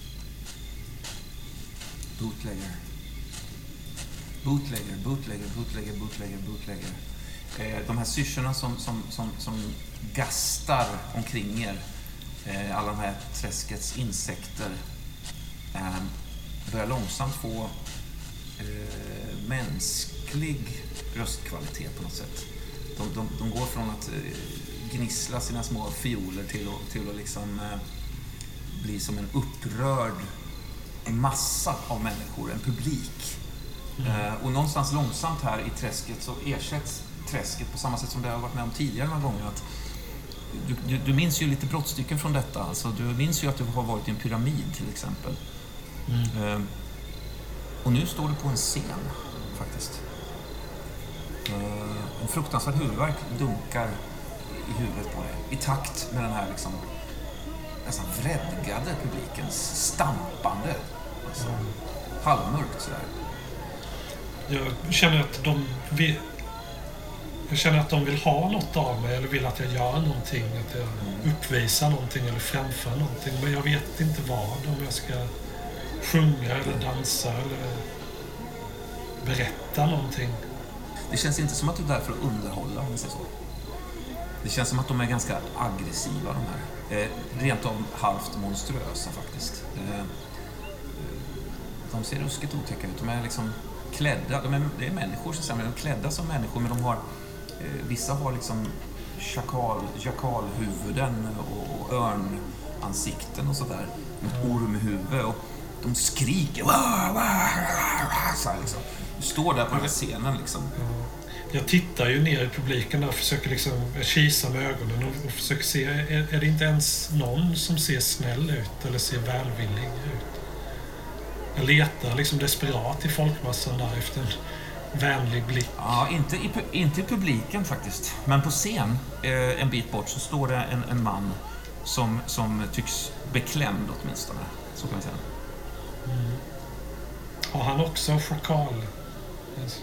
Bootlegger. Bootlegger, bootlegger, bootlegger, bootlegger, bootlegger. Eh, de här syrsorna som, som, som, som gastar omkring er, eh, alla de här träskets insekter, eh, börjar långsamt få eh, mänsklig röstkvalitet på något sätt. De, de, de går från att eh, gnissla sina små fioler till att, till att liksom, eh, bli som en upprörd massa av människor, en publik. Mm. Eh, och någonstans långsamt här i träsket så ersätts träsket på samma sätt som det har varit med om tidigare några gånger. Att du, du, du minns ju lite brottstycken från detta. Alltså, du minns ju att du har varit i en pyramid till exempel. Mm. Eh, och nu står du på en scen faktiskt. Eh, en fruktansvärd huvudvärk dunkar i huvudet på dig. I takt med den här liksom nästan vredgade publikens stampande. Alltså, mm. halvmörkt sådär. Jag känner att de vill, jag känner att de vill ha något av mig, eller vill att jag gör någonting, att jag uppvisar någonting eller framför någonting, men jag vet inte vad, om jag ska sjunga eller dansa eller berätta någonting. Det känns inte som att du är där för att underhålla, om man säger så. Det känns som att de är ganska aggressiva, de här. Eh, rent av halvt monstruösa faktiskt. Eh, de ser ruskigt otäcka ut. De är liksom klädda, de är, det är människor så att säga, de är klädda som människor, men de har, eh, vissa har liksom chakal, chakalhuvuden och örnansikten och sådär. Ett ormhuvud, och de skriker så här liksom. Du står där på den här scenen liksom. Jag tittar ju ner i publiken där och försöker liksom kisa med ögonen och, och försöker se, är, är det inte ens någon som ser snäll ut eller ser välvillig ut? Jag letar liksom desperat i folkmassan där efter en vänlig blick. Ja, inte i, inte i publiken faktiskt. Men på scen, eh, en bit bort, så står det en, en man som, som tycks beklämd åtminstone. Så kan man säga. Mm. Har han också chakal? Yes.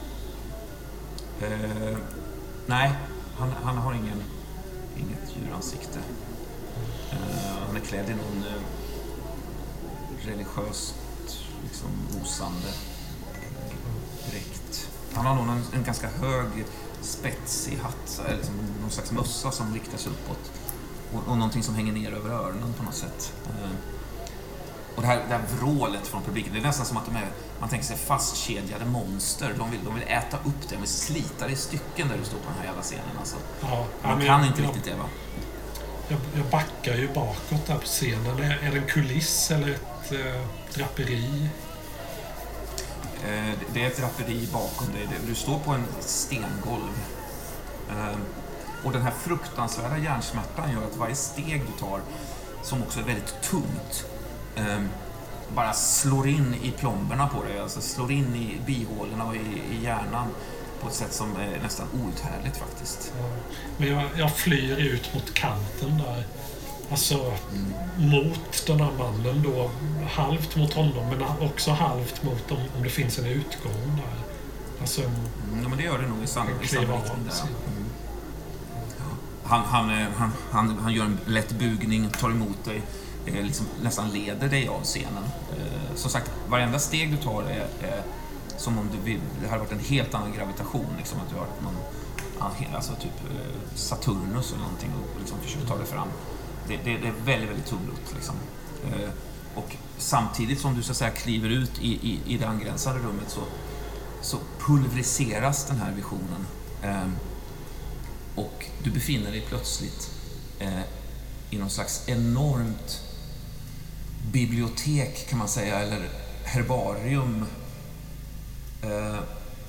Eh, nej, han, han har ingen, inget djuransikte. Eh, han är klädd i någon eh, religiöst liksom osande dräkt. Han har nog en, en ganska hög spetsig hatt, eller liksom någon slags mössa som riktar sig uppåt, och, och någonting som hänger ner över öronen på något sätt. Eh, och det här, det här vrålet från publiken, det är nästan som att de är, man tänker sig fastkedjade monster. De vill, de vill äta upp det, de vill slita det i stycken där du står på den här jävla scenen. Alltså. Ja, man kan jag, inte jag, riktigt det, va? Jag, jag backar ju bakåt där på scenen. Är, är det en kuliss eller ett eh, draperi? Eh, det är ett draperi bakom dig. Du står på en stengolv. Eh, och den här fruktansvärda hjärnsmärtan gör att varje steg du tar, som också är väldigt tungt, eh, bara slår in i plomberna på dig. Alltså slår in i bihålorna och i, i hjärnan. på ett sätt som är nästan outhärdligt faktiskt. Ja. Men jag, jag flyr ut mot kanten där. Alltså mm. mot den här mannen då. Halvt mot honom, men också halvt mot om, om det finns en utgång där. Alltså en, mm, ja, men det gör det nog i samma riktning där. Mm. Han, han, han, han, han gör en lätt bugning, tar emot dig, eh, liksom nästan leder dig av scenen. Eh, som sagt, varenda steg du tar är, är som om du, det hade varit en helt annan gravitation. Liksom, att du har någon, alltså typ Saturnus eller någonting och liksom försöker ta dig fram. Det, det, det är väldigt, väldigt tungt. Liksom. Eh, och samtidigt som du så att säga kliver ut i, i, i det angränsande rummet så, så pulveriseras den här visionen. Eh, Och du befinner dig plötsligt eh, i någon slags enormt bibliotek kan man säga, eller herbarium. Eh,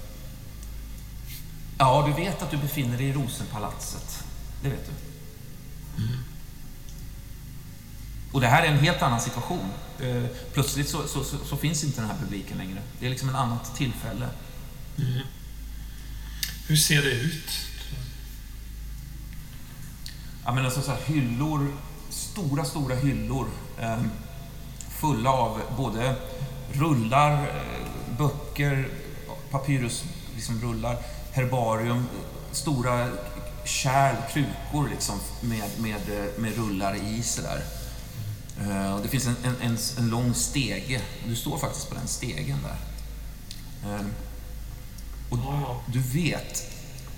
ja, du vet att du befinner dig i Rosenpalatset. Det vet du. Mm. Och det här är en helt annan situation. Eh, plötsligt så, så, så, så finns inte den här publiken längre. Det är liksom en annat tillfälle. Mm. Hur ser det ut? Ja, men alltså så här, hyllor, stora, stora hyllor eh, fulla av både rullar, eh, böcker, papyrus, liksom rullar, herbarium, stora kärl, krukor liksom, med, med, med rullar i sig där. Eh, och det finns en, en, en, en lång stege, du står faktiskt på den stegen där. Eh, och du vet...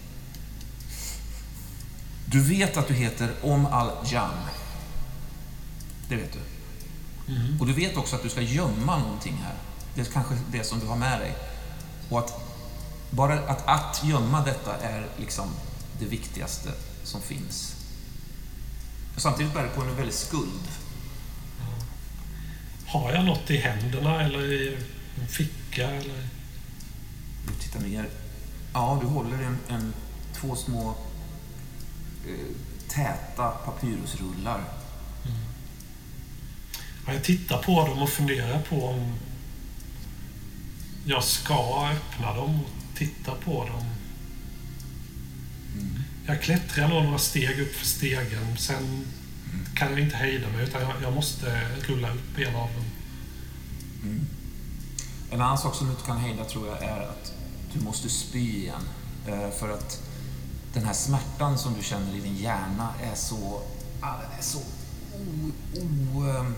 Du vet att du heter Om Al-Jan. Det vet du. Mm. Och du vet också att du ska gömma någonting här. Det är kanske det som du har med dig. Och att bara att, att gömma detta är liksom det viktigaste som finns. Och samtidigt bär det på en väldigt skuld. Har jag något i händerna eller i en ficka? Eller? Du tittar ner. Ja, du håller en, en två små täta papyrusrullar. Mm. Ja, jag tittar på dem och funderar på om jag ska öppna dem och titta på dem. Mm. Jag klättrar några steg upp för stegen. Sen mm. kan jag inte hejda mig utan jag, jag måste rulla upp en av dem. Mm. En annan sak som du inte kan hejda tror jag är att du måste spy igen. För att den här smärtan som du känner i din hjärna är så, ah, den är så o, o, um,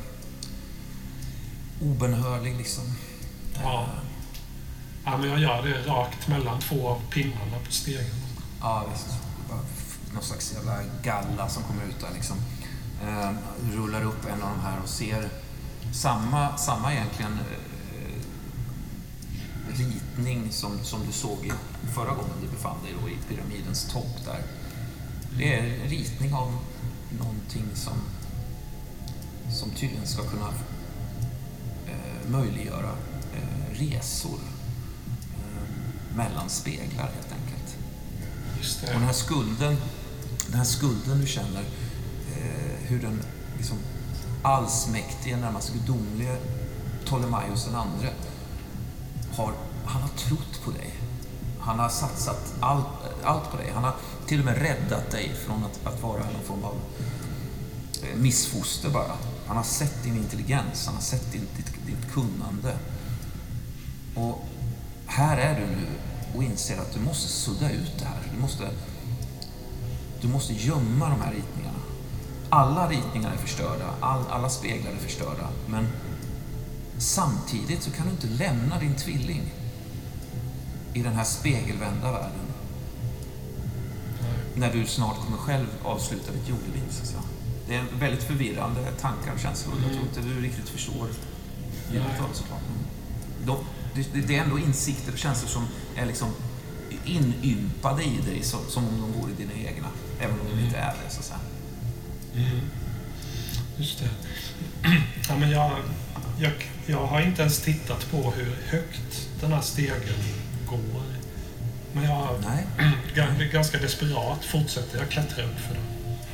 obenhörlig liksom. Ja. Ja, men jag gör det rakt mellan två av pinnarna på stegen. Ja, visst. Någon slags jävla galla som kommer ut där liksom. Ehm, rullar upp en av de här och ser samma, samma egentligen eh, ritning som, som du såg i förra gången du befann dig då i pyramidens topp där. Det är en ritning av någonting som, som tydligen ska kunna eh, möjliggöra eh, resor eh, mellan speglar helt enkelt. Just det. Och den här skulden, den här skulden du känner, eh, hur den liksom allsmäktige, närmast gudomlige Ptolemaios den andre har, han har trott på dig. Han har satsat allt, allt på dig. Han har till och med räddat dig från att, att vara någon form av eh, missfoster bara. Han har sett din intelligens, han har sett din, ditt, ditt kunnande. Och här är du nu och inser att du måste sudda ut det här. Du måste, du måste gömma de här ritningarna. Alla ritningar är förstörda, all, alla speglar är förstörda. Men samtidigt så kan du inte lämna din tvilling i den här spegelvända världen. När du snart kommer själv avsluta ditt jordeliv, så att säga. Det är väldigt förvirrande tankar och känslor. Jag tror inte du riktigt förstår det, såklart. De, det, det är ändå insikter och känslor som är liksom inympade i dig som, som om de vore dina egna. Även om de inte är det, så att säga. Mm. Just det. Ja, men jag, jag, jag har inte ens tittat på hur högt den här stegen går. Men jag är ganska desperat fortsätter jag klättra upp för det.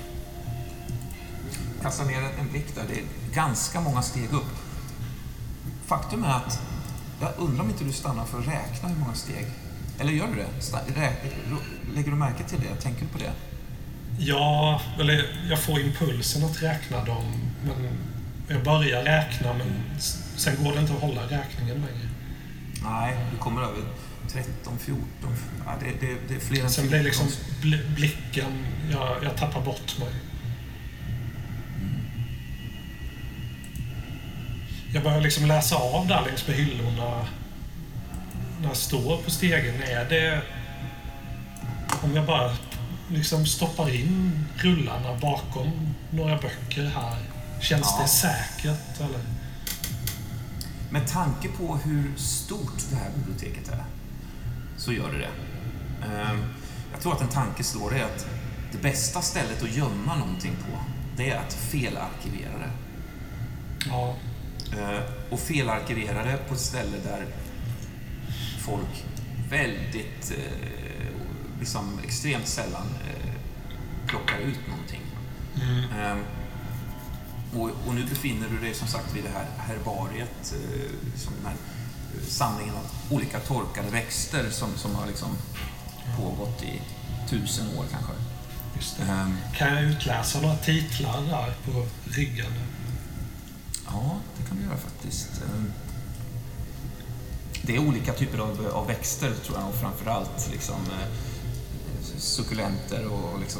Kasta ner en blick där. Det är ganska många steg upp. Faktum är att jag undrar om inte du stannar för att räkna hur många steg Eller gör du det? Lägger du märke till det? Tänker du på det? Ja, eller jag får impulsen att räkna dem, men jag börjar räkna, men sen går det inte att hålla räkningen längre. Nej, du kommer över tretton, fjorton, ja, det, det, det är fler än sen blir liksom bl- blicken, jag, jag tappar bort mig. Mm. Jag börjar liksom läsa av där längs med hyllorna när jag står på stegen. Är det, om jag bara liksom stoppar in rullarna bakom några böcker här, känns ja. det säkert eller? Med tanke på hur stort det här biblioteket är så gör det det. Jag tror att en tanke slår det att det bästa stället att gömma någonting på, det är att felarkivera det. Ja. Och felarkivera det på ett ställe där folk väldigt liksom extremt sällan plockar ut någonting. Mm. Och, och nu befinner du dig som sagt vid det här herbariet, liksom den här samlingen av olika torkade växter som, som har liksom pågått i tusen år kanske. Just det. Um, kan jag utläsa några titlar där på ryggen? Ja, det kan du göra faktiskt. Um, det är olika typer av, av växter tror jag, och framförallt liksom eh, sukulenter och liksom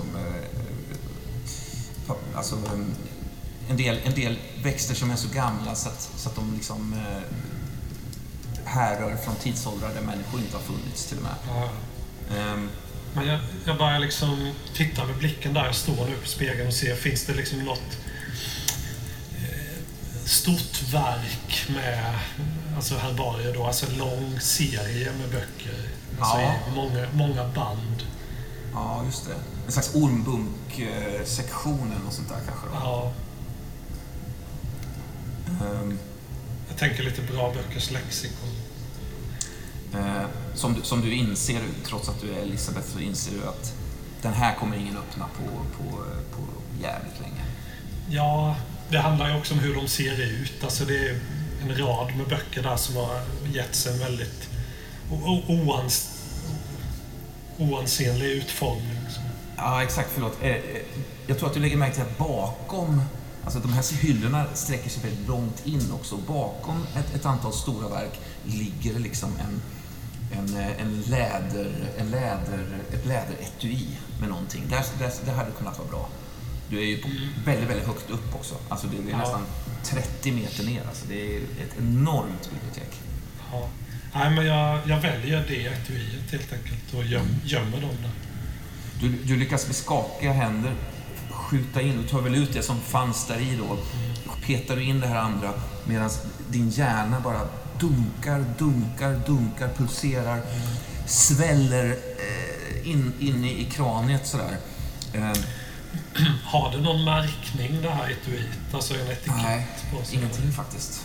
eh, alltså um, en del, en del växter som är så gamla så att, så att de liksom eh, härrör från tidsåldrar där människor inte har funnits till och med. Ja. Um, Men jag, jag bara liksom tittar med blicken där jag står nu på spegeln och ser, finns det liksom något eh, stort verk med alltså herbarier då, alltså en lång serie med böcker, alltså ja. i många, många band. Ja, just det. En slags ormbunk-sektionen och sånt där kanske då. Ja. Um, jag tänker lite bra böckers lexikon. Uh, som, du, som du inser, trots att du är Elisabeth, så inser du att den här kommer ingen öppna på, på, på jävligt länge. Ja, det handlar ju också om hur de ser ut. Alltså det är en rad med böcker där som har getts en väldigt oans, oansenlig utformning. Ja, exakt, förlåt. Jag tror att du lägger märke till att bakom, alltså de här hyllorna sträcker sig väldigt långt in också. Bakom ett, ett antal stora verk ligger det liksom en, en, en läder, en läder, ett läderetui med någonting. Där, där, det hade kunnat vara bra. Du är ju på väldigt, väldigt högt upp också. Alltså det är ja. nästan trettio meter ner. Alltså det är ett enormt bibliotek. Ja. Nej, men jag, jag väljer det etuiet helt enkelt och göm, gömmer dem där. Du, du lyckas med skakiga händer skjuta in, du tar väl ut det som fanns där i då. Petar du in det här andra medan din hjärna bara dunkar, dunkar, dunkar, pulserar, sväller eh, in, in i kraniet sådär. Eh, Har det någon märkning det här etuiet? Alltså en etikett? Nej, på sig? ingenting faktiskt.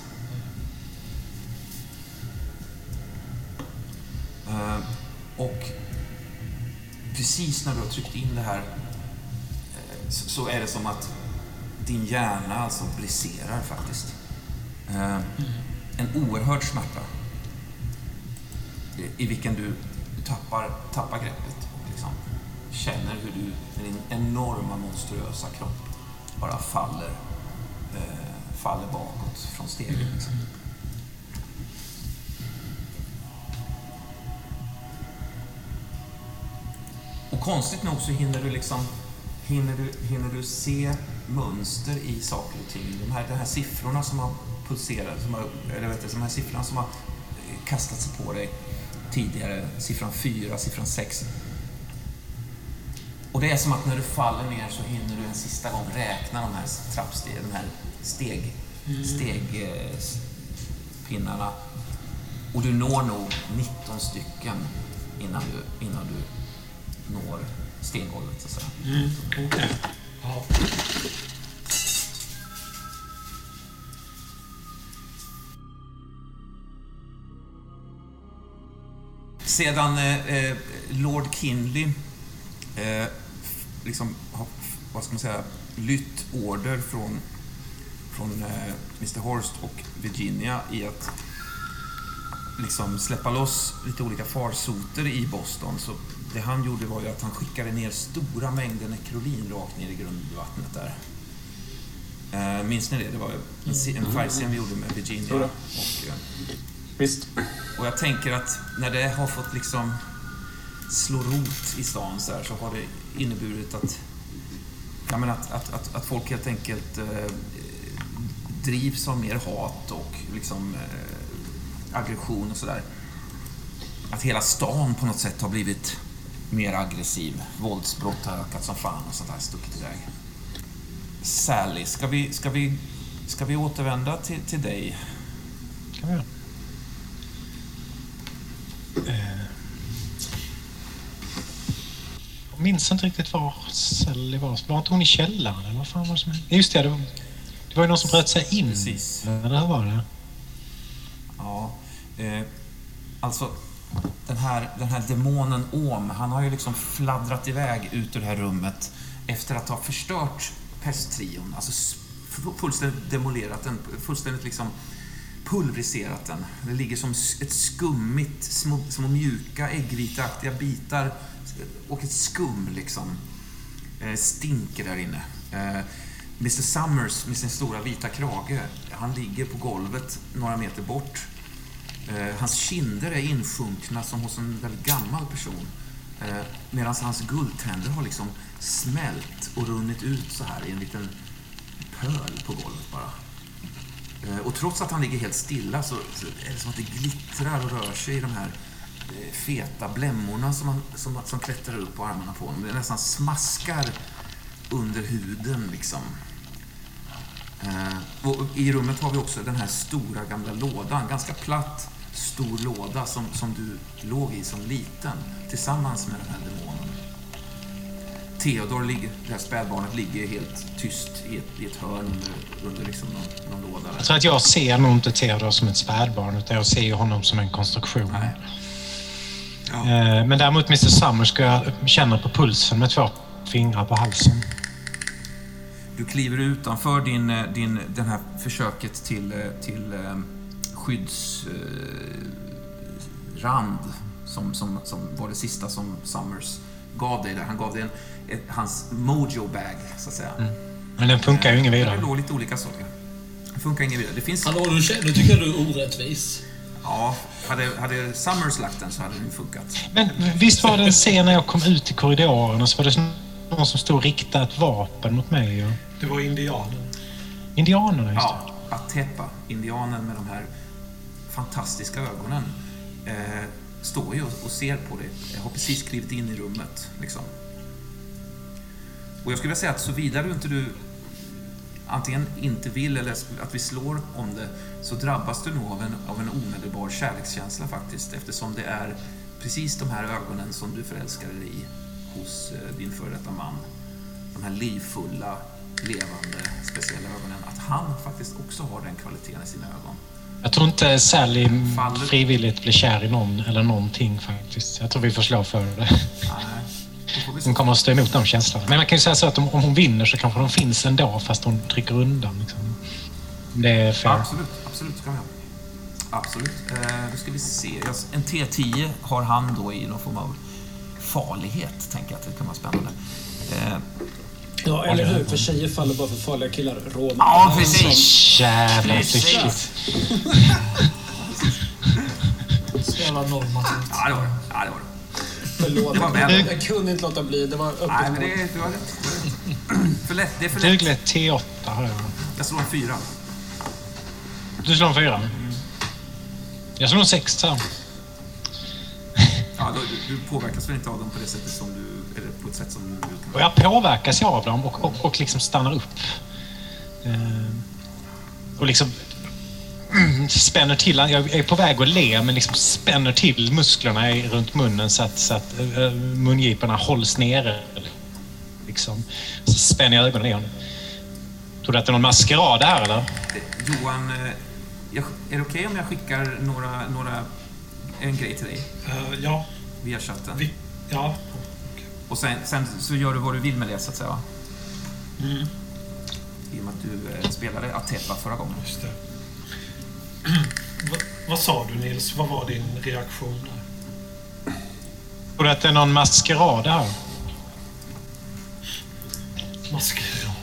Uh, och precis när du har tryckt in det här uh, så, så är det som att din hjärna alltså briserar faktiskt. Uh, mm. En oerhörd smärta i, i vilken du, du tappar, tappar greppet och liksom känner hur du med din enorma monstruösa kropp bara faller uh, faller bakåt från stegen liksom. Och konstigt nog så hinner du liksom hinner du, hinner du se mönster i saker och ting. De här, de här siffrorna som har pulserat, som har, eller vet du, de här siffrorna som har kastat sig på dig tidigare, siffran fyra, siffran sex. Och det är som att när du faller ner så hinner du en sista gång räkna de här trappstegen, de här steg, stegpinnarna. Och du når nog nitton stycken innan du, innan du når stengolvet så att säga. Mm, okej. Okay. Ja. Sedan eh, Lord Kinley eh, liksom har, vad ska man säga, lytt order från från eh, mister Horst och Virginia i att liksom släppa loss lite olika farsoter i Boston, så det han gjorde var ju att han skickade ner stora mängder nekrolin rakt ner i grundvattnet där. Uh, minns ni det? Det var en, en fight-scen vi gjorde med Virginia. Och, uh, Visst. och jag tänker att när det har fått liksom slå rot i stan så här, så har det inneburit att, ja, men att, att, att, att folk helt enkelt uh, drivs av mer hat och liksom uh, aggression och sådär. Att hela stan på något sätt har blivit mer aggressiv. Våldsbrott har ökat som fan och sånt där, stuckit iväg. Sally, ska vi, ska vi, ska vi återvända till, till dig? Kan vi göra. Eh. Jag minns inte riktigt var Sally var. Var inte hon i källaren? Eller vad fan var det som hände? Just det, det var, det var ju någon som bröt sig in. Precis. Eller hur var det? Ja, eh, alltså den här, den här demonen Om, han har ju liksom fladdrat iväg ut ur det här rummet efter att ha förstört pesttrion, alltså fullständigt demolerat den, fullständigt liksom pulveriserat den. Det ligger som ett skummigt, små, små mjuka äggvitaaktiga bitar och ett skum liksom eh, stinker där inne. Eh, mister Summers med sin stora vita krage, han ligger på golvet några meter bort. Eh, hans kinder är insjunkna som hos en väldigt gammal person. Eh, medan hans guldtänder har liksom smält och runnit ut så här i en liten pöl på golvet bara. Eh, och trots att han ligger helt stilla så, så är det som att det glittrar och rör sig i de här eh, feta blämmorna som, man, som, som klättrar upp på armarna på honom. Det nästan smaskar under huden liksom. Eh, och i rummet har vi också den här stora gamla lådan, ganska platt stor låda som, som du låg i som liten tillsammans med den här demonen. Theodor, ligger, det här spädbarnet, ligger helt tyst i ett, i ett hörn under, under liksom någon, någon låda där. Jag tror att jag ser nog inte Theodor som ett spädbarn, utan jag ser honom som en konstruktion. Nej. Ja. Eh, men däremot mister Summers ska jag känna på pulsen med två fingrar på halsen. Du kliver utanför din, din, den här försöket till, till um, skyddsrand uh, som, som, som var det sista som Summers gav dig där. Han gav dig en, ett, hans mojo bag, så att säga. Mm. Men den funkar uh, ju ingen vidare. Det låg lite olika saker. Den funkar ingen vidare. Det finns... Hallå, du, du tycker du är orättvis. Ja, hade, hade Summers lagt den så hade den funkat. Men visst var det en scen när jag kom ut i korridoren och så var det någon som stod och riktade ett vapen mot mig. Och... Det var indianerna. Indianerna, just det. Ja, Atepa, indianen med de här fantastiska ögonen, eh, står ju och ser på dig. Jag har precis klivit in i rummet, liksom. Och jag skulle vilja säga att så vidare inte du antingen inte vill eller att vi slår om det, så drabbas du nog av en, av en omedelbar kärlekskänsla faktiskt, eftersom det är precis de här ögonen som du förälskade dig i hos eh, din före detta man. De här livfulla, levande, speciella ögonen. Att han faktiskt också har den kvaliteten i sina ögon. Jag tror inte Sally Faller. frivilligt blir kär i någon eller någonting faktiskt. Jag tror vi får slå för det. Nej. Hon kommer att stå emot de känslorna. Men man kan ju säga så att om, om hon vinner så kanske de finns ändå fast hon trycker undan. Liksom. Det är fair. Ja, absolut, absolut ska vi ha. Absolut. Eh, då ska vi se. En T tio har han då i någon form av farlighet, tänker jag att det kan vara spännande. Eh, Ja, eller hur? För tjejer faller bara för farliga killar. Råd. Ja, precis. Jävla flyktligt. Så jävla normativt. Ja, det var det. Ja, det var det. Förlåt. Det var väl. Jag kunde inte låta bli. Det var öppet. Nej, men det, du har rätt. För lätt. Det är för lätt. Dugligt T åtta har jag. Jag slår en fyra. Du slår en fyra? Mm. Jag slår en sex, så. Ja, då, du, du påverkas väl inte av dem på det sättet som du, eller på ett sätt som du kan. Och jag påverkas av dem och, och, och liksom stannar upp. Eh, och liksom mm, spänner till. Jag är på väg att le, men liksom spänner till musklerna i, runt munnen så att, så att uh, mungiporna hålls nere. Liksom. Så spänner jag ögonen i honom. Tror du att det är någon maskerad här, eller? Johan, jag, är det okej okay om jag skickar några, några, en grej till dig? Uh, ja. Via chatten? Vi, ja. Okay. Och sen, sen så gör du vad du vill med det, så att säga, va? Mm. I och med att du eh, spelade Atepa förra gången. Just det. Va, vad sa du, Nils? Vad var din reaktion där? Tror du att det är någon maskerad här? Maskerad.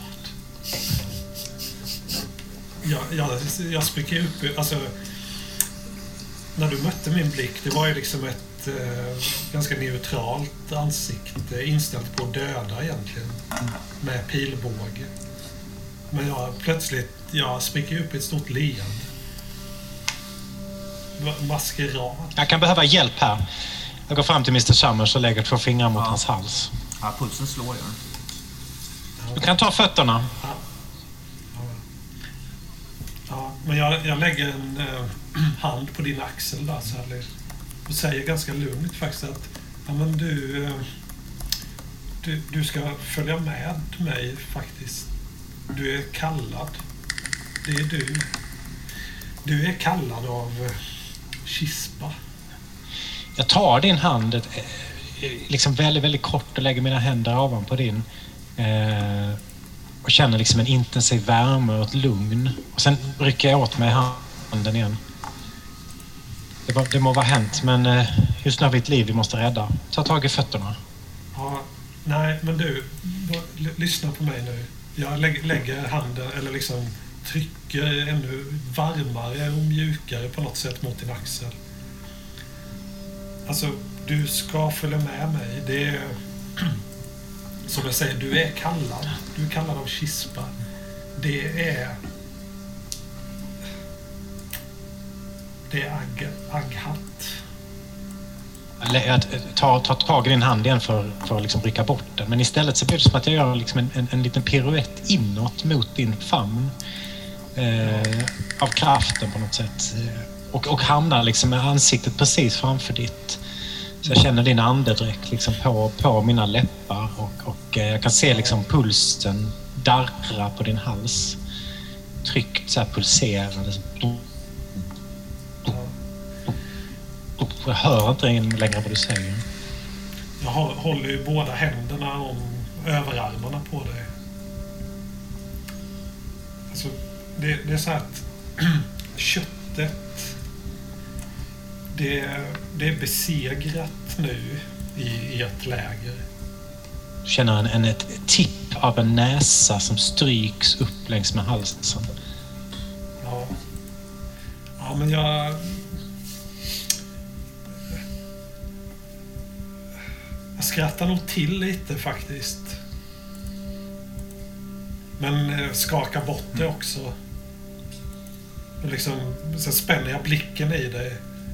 Jag, jag, jag spricker upp. Alltså, när du mötte min blick, det var ju liksom ett eh, ganska neutralt ansikte inställt på att döda egentligen. Med pilbåge. Men jag plötsligt, jag spricker upp ett stort leende. Maskerad. Jag kan behöva hjälp här. Jag går fram till mister Summers och lägger två fingrar mot Ja. hans hals. Ja, pulsen slår ju. Du kan ta fötterna. Ja. Ja. Ja, men jag, jag lägger en eh, hand på din axel där, Sally. Och säger ganska lugnt faktiskt att ja, men du, eh, du, du ska följa med mig faktiskt. Du är kallad. Det är du. Du är kallad av eh, Kispa. Jag tar din hand eh, liksom väldigt, väldigt kort och lägger mina händer ovanpå din. Eh, och känner liksom en intensiv värme och ett lugn. Och sen rycker jag åt mig handen igen. Det, var, det må vara hänt, men eh, just nu har vi ett liv vi måste rädda. Ta tag i fötterna. Ja, nej, men du, l- lyssna på mig nu. Jag lä- lägger handen, eller liksom trycker ännu varmare och mjukare på något sätt mot din axel. Alltså, du ska följa med mig. Det är, som jag säger, du är kallad. Du är kallad av Kispa. Det är... Det är Ag, Aghat. Jag tar, tar tag i din hand igen för, för att liksom rycka bort den. Men istället så blir det som att jag gör liksom en, en, en liten piruett inåt mot din famn. Eh, av kraften på något sätt. Och, och hamnar liksom med ansiktet precis framför ditt. Så jag känner din andedräkt liksom på, på mina läppar. Och, och jag kan se liksom pulsen darra på din hals. Tryckt så här pulserande. Jag hör inte längre vad du säger. Jag håller ju båda händerna om överarmarna på dig. Alltså, det, det är så att köttet, det, det är besegrat nu i, i ett läger. Du känner en, en, ett tipp av en näsa som stryks upp längs med halsen. Ja. Ja, men jag... Jag skrattar nog till lite faktiskt. Men eh, skakar bort det också. Och liksom, sen spänner jag blicken i dig.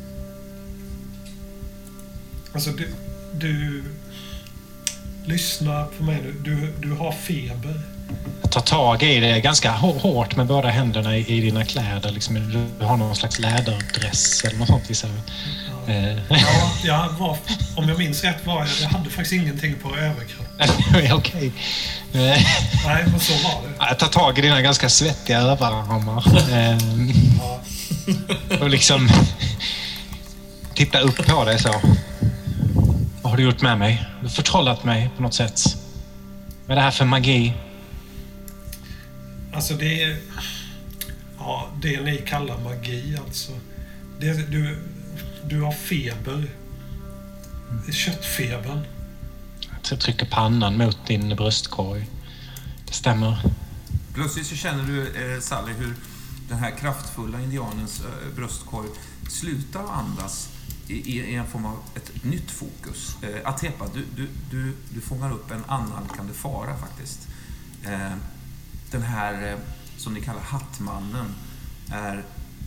Alltså du, du lyssna på mig nu. Du, du har feber. Jag tar tag i det ganska hårt med båda händerna i, i dina kläder. Liksom, du har någon slags läderdress eller något sånt. Liksom. Ja. Ja, jag var, om jag minns rätt var jag, jag hade faktiskt ingenting på överkroppen. Okej. Nej, men så var det. Jag tar tag i dina ganska svettiga överarmar. Ja. Och liksom titta upp på dig så. Vad har du gjort med mig? Du har förtrollat mig på något sätt. Vad är det här för magi? Alltså det är... Ja, det ni kallar magi alltså. Det, du, du har feber. Det är köttfebern. Jag trycker pannan mot din bröstkorg. Det stämmer. Plötsligt så känner du, eh, Sally, hur den här kraftfulla indianens eh, bröstkorg slutar andas i, i en form av ett nytt fokus. Eh, Atepa, du, du, du, du fångar upp en annalkande fara faktiskt. Eh, den här, eh, som ni kallar hattmannen, är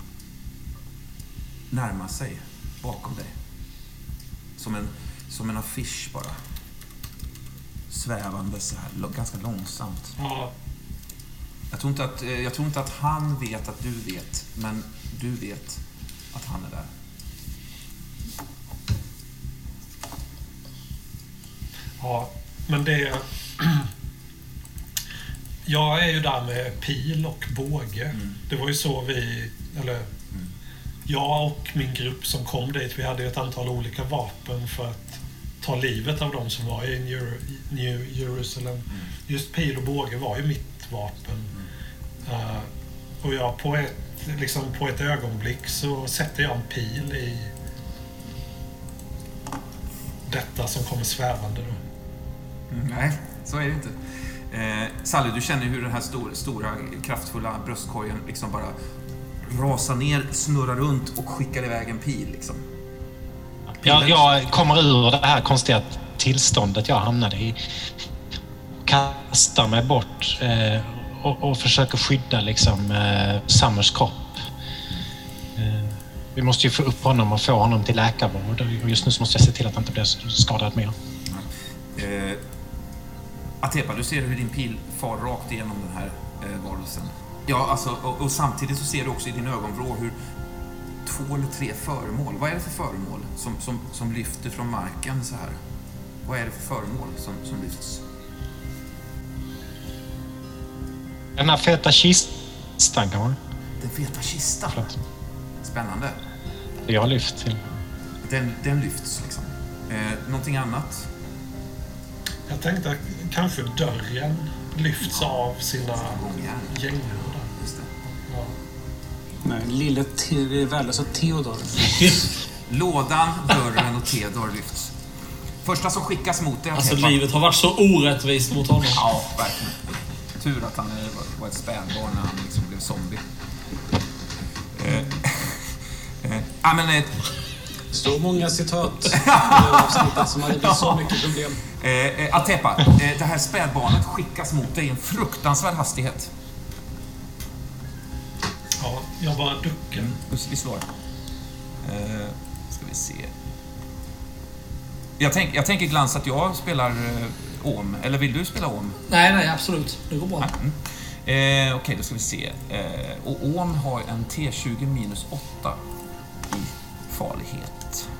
närmar sig bakom dig. Som en, som en affisch bara. Svävande så här, ganska långsamt. Ja. Jag tror, inte att, jag tror inte att han vet att du vet, men du vet att han är där. Ja, men det... Jag är ju där med pil och båge. Mm. Det var ju så vi... Eller... Mm. Jag och min grupp som kom dit, vi hade ett antal olika vapen för att ta livet av dem som var i New Jerusalem. Mm. Just pil och båge var ju mitt vapen. Mm. Uh, och jag på ett liksom på ett ögonblick så sätter jag en pil i detta som kommer svävande då. Mm, nej, så är det inte. Eh, Sally, du känner hur den här stor, stora, kraftfulla bröstkorgen liksom bara rasar ner, snurrar runt och skickar iväg en pil liksom. Jag, jag kommer ur det här konstiga tillståndet jag hamnade i. Kastar mig bort eh, och, och försöker skydda liksom eh, Summers kropp. Eh, vi måste ju få upp honom och få honom till läkarvård. Och just nu så måste jag se till att han inte blir skadad mer. Eh, Atepa, du ser hur din pil far rakt igenom den här eh, varelsen. Ja, alltså, och, och samtidigt så ser du också i din ögonvrå hur två eller tre föremål. Vad är det för föremål som, som, som lyfter från marken så här? Vad är det för föremål som, som lyfts? Den här feta kistan kan man. Den feta kistan? Förlåt. Spännande. Det jag har lyft till. Den, den lyfts liksom. Eh, någonting annat? Jag tänkte att kanske dörren lyfts av sina gängor där. Just det. Ja. Nej, lille te- värdelösa Theodor. Lådan, dörren och Theodor lyfts. Första som skickas mot dig. Alltså livet har varit så orättvist mot honom. Ja, verkligen. Tur att han var ett spädbarn när han liksom blev zombie. Eh, eh, ja, men... Eh, Så många citat i avsnittet som hade blivit så mycket problem. Eh, eh, Atepa, eh, det här spädbarnet skickas mot dig i en fruktansvärd hastighet. Ja, jag bara duckar. Mm, vi slår. Eh, ska vi se. Jag, tänk, jag tänker Glans att jag spelar eh, Om. Eller vill du spela Om? Nej, nej, absolut. Det går bra. Mm. Eh, Okej, okay, då ska vi se. Eh, och Om har en T tjugo minus åtta i farlighet.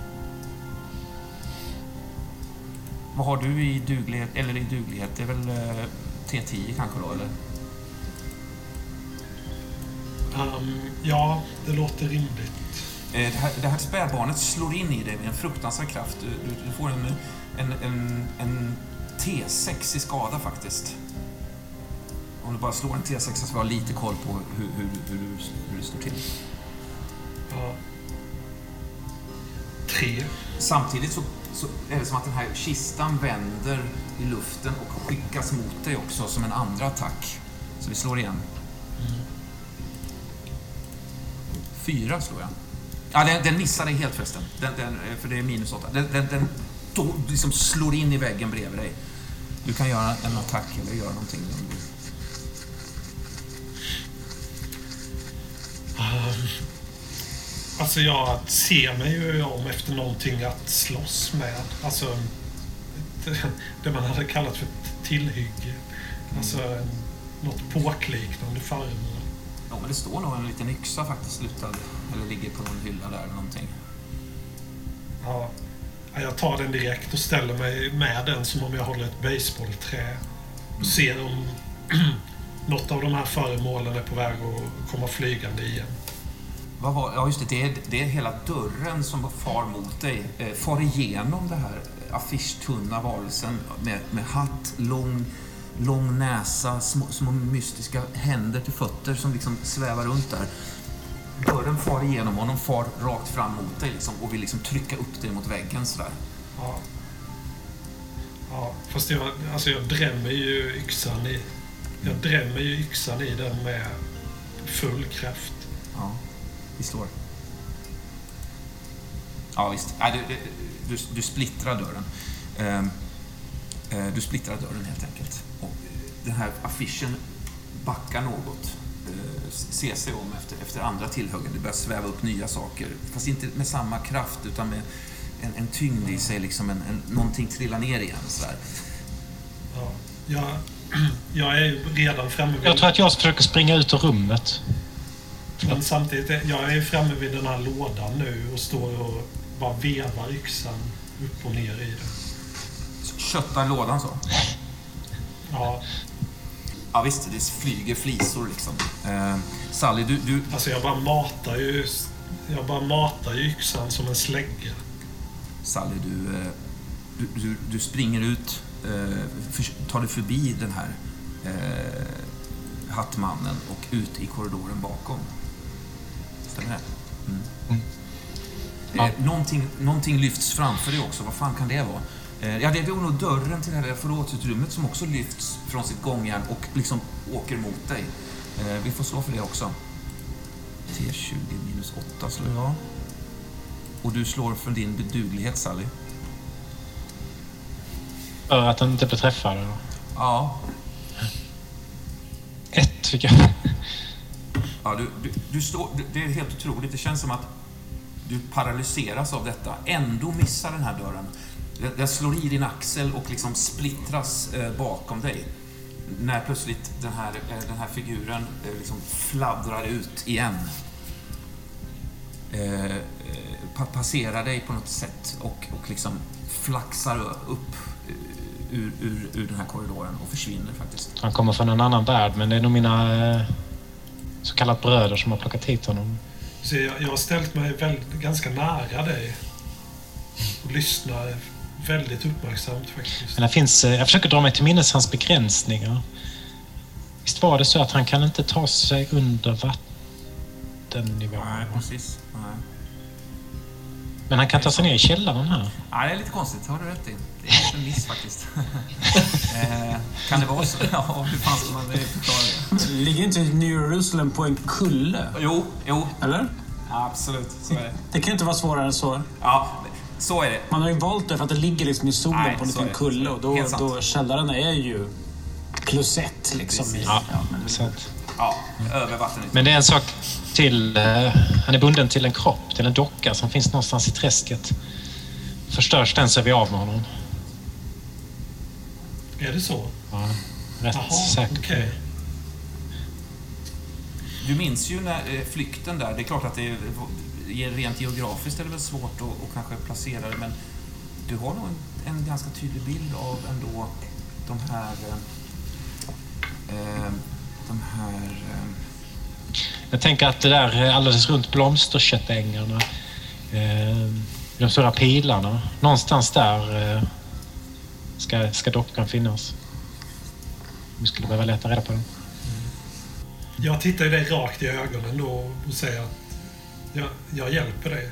Vad har du i duglighet? Eller i duglighet? Det är väl eh, T tio kanske då, eller? Um, ja, det låter rimligt. Eh, det, här, det här spädbarnet slår in i dig med en fruktansvärd kraft. Du, du, du får en, en, en, en T sex i skada faktiskt. Om du bara slår en T sex så ska vi ha lite koll på hur, hur, hur, hur, hur det står till. Ja. Tre. Samtidigt så, så är det som att den här kistan vänder i luften och skickas mot dig också som en andra attack. Så vi slår igen. Mm. Fyra slår jag. Ja, den, den missar dig helt förresten. Den, den, för det är minus åtta. Den, den, den då liksom slår in i väggen bredvid dig. Du kan göra en attack eller göra någonting. Um, alltså jag ser mig ju om efter någonting att slåss med. Alltså det, det man hade kallat för tillhygge. Alltså en, något påkliknande föremål. Ja, men det står nog en liten yxa faktiskt slutad. Eller ligger på någon hylla där eller någonting. Ja, jag tar den direkt och ställer mig med den som om jag håller ett baseballträ. Och ser om något av de här föremålen är på väg att komma flygande igen. Vad var, ja just det, det är, det är hela dörren som far mot dig. Eh, far igenom det här affischtunna varelsen med, med hatt, lång, lång näsa, små, små mystiska händer till fötter som liksom svävar runt där. Dörren far igenom honom, far rakt fram mot dig liksom, och vill liksom trycka upp dig mot väggen sådär. Ja. Ja, fast jag, alltså jag drämmer ju yxan i jag drämmer ju yxan i den med full kraft. Ja, vi slår. Ja, visst. Ja, du, du, du splittrar dörren. Uh, du splittrar dörren helt enkelt. Och den här affischen backar något. Uh, ser sig om efter, efter andra tillhuggen. Det börjar sväva upp nya saker. Fast inte med samma kraft utan med en, en tyngd i sig. Liksom en, en, någonting trillar ner igen. Sådär. Ja, jag, jag är ju redan framme vid... Jag tror att jag försöker springa ut ur rummet. Men samtidigt, jag är framme vid den här lådan nu och står och bara vevar yxan upp och ner i den. Köttar lådan så? Ja. Ja visst, det flyger flisor liksom. Eh, Sally, du, du... Alltså jag bara matar ju... Jag bara matar ju yxan som en slägga. Sally, du, eh, du, du, du springer ut, eh, för, tar dig förbi den här eh, hattmannen och ut i korridoren bakom. stämmer det? Mm. Mm. Eh, Ja. någonting, någonting lyfts framför dig också. Vad fan kan det vara? Eh, ja, det är nog dörren till det här förrådsutrymmet som också lyfts från sitt gångjärn och liksom åker mot dig. Eh, vi får slå för det också. T tjugo minus åtta slår jag. Och du slår för din beduglighet, Sally. För att han inte blir träffad. Ja. Ett fick jag. Ja, du, du, du står, det är helt otroligt. Det känns som att du paralyseras av detta. Ändå missar den här dörren. Den, den slår i din axel och liksom splittras eh, bakom dig. När plötsligt den här, eh, den här figuren eh, liksom fladdrar ut igen. Eh, eh, pa- passerar dig på något sätt och, och liksom flaxar upp eh, ur, ur, ur den här korridoren och försvinner faktiskt. Han kommer från en annan värld, men det är nog mina eh, så kallat bröder som har plockat hit honom. Så jag, jag har ställt mig väldigt, ganska nära dig och lyssnar väldigt uppmärksamt faktiskt. Men det finns, eh, jag försöker dra mig till minnes hans begränsningar. Visst var det så att han kan inte ta sig under vattennivå? Nej, precis. Nej. Men han kan ta sig ner i källaren här. Ja, det är lite konstigt, har du rätt i. Det är en miss faktiskt. eh, kan det vara så? Ja, hur fan ska man förklara det? Ligger inte New Jerusalem på en kulle? Jo, jo. Eller? Absolut, så är det. Det kan inte vara svårare än så. Ja, så är det. Man har ju valt det för att det ligger liksom i solen Nej, på en så är liten det. kulle. Och då, Helt sant. då källaren är ju plus ett liksom. Precis. Ja, men- så att, Ja, över vattnet. men det är en sak till. Eh, han är bunden till en kropp, till en docka som finns någonstans i träsket. Förstörs den så är vi av med honom. Är det så? Ja, rätt Jaha, säker på okej. det. Du minns ju när eh, flykten där, det är klart att det är, är rent geografiskt är det väl svårt att, att kanske placera det, men du har nog en, en ganska tydlig bild av ändå de här eh, de här eh, Jag tänker att det där eh, alldeles runt blomsterköttängarna, eh, de stora pilarna, någonstans där eh, ska, ska dockan finnas. Vi skulle behöva leta reda på den. Jag tittar ju dig rakt i ögonen då och säger att jag, jag hjälper dig.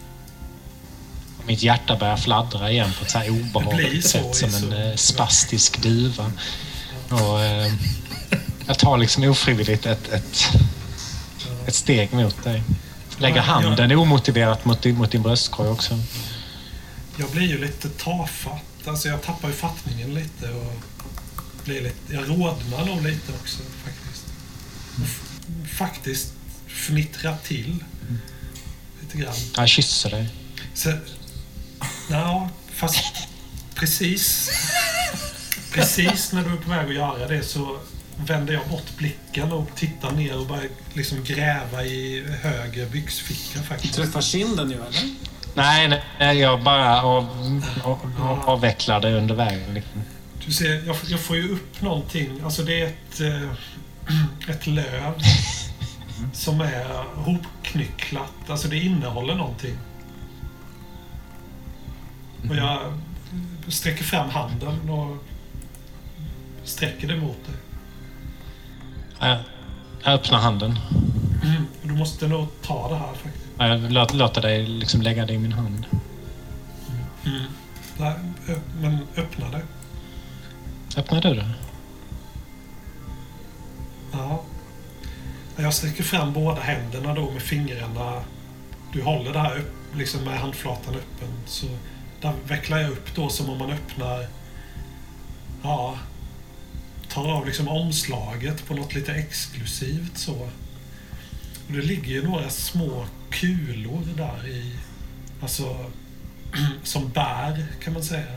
Mitt hjärta börjar fladdra igen på ett så här Det blir obehagligt så sätt, i som så. en eh, spastisk duva. Och, eh, jag tar liksom ofrivilligt ett, ett, ett steg mot dig. Lägger Ja, handen omotiverat mot, din- mot din bröstkorg också. Jag blir ju lite tafatt. Alltså jag tappar ju fattningen lite och blir lite, jag rodnar nog lite också faktiskt. Och f- faktiskt fnittrar till lite grann. Jag kysser dig. Så, ja, fast precis precis när du är på väg att göra det så vänder jag bort blicken och tittar ner och börjar liksom gräva i höger byxficka faktiskt. Träffar kinden nu eller? Nej, nej, nej, jag bara av, av, av, avvecklar det under vägen. Liksom. Du ser, jag, jag får ju upp någonting. Alltså det är ett, eh, ett löv som är hopknycklat. Alltså det innehåller någonting. Och jag sträcker fram handen och sträcker det mot dig. Jag, jag öppnar handen. Mm. Du måste nog ta det här faktiskt. Jag låter, låter dig liksom lägga det i min hand. Mm. Nej, ö- men öppna det. Öppnar du det? Ja. Jag sträcker fram båda händerna då med fingrarna. Du håller det här upp, liksom med handflatan öppen. Så där vecklar jag upp då som om man öppnar... Ja... Tar av liksom omslaget på något lite exklusivt så. Och det ligger ju några små kulor där i... Alltså... som bär kan man säga.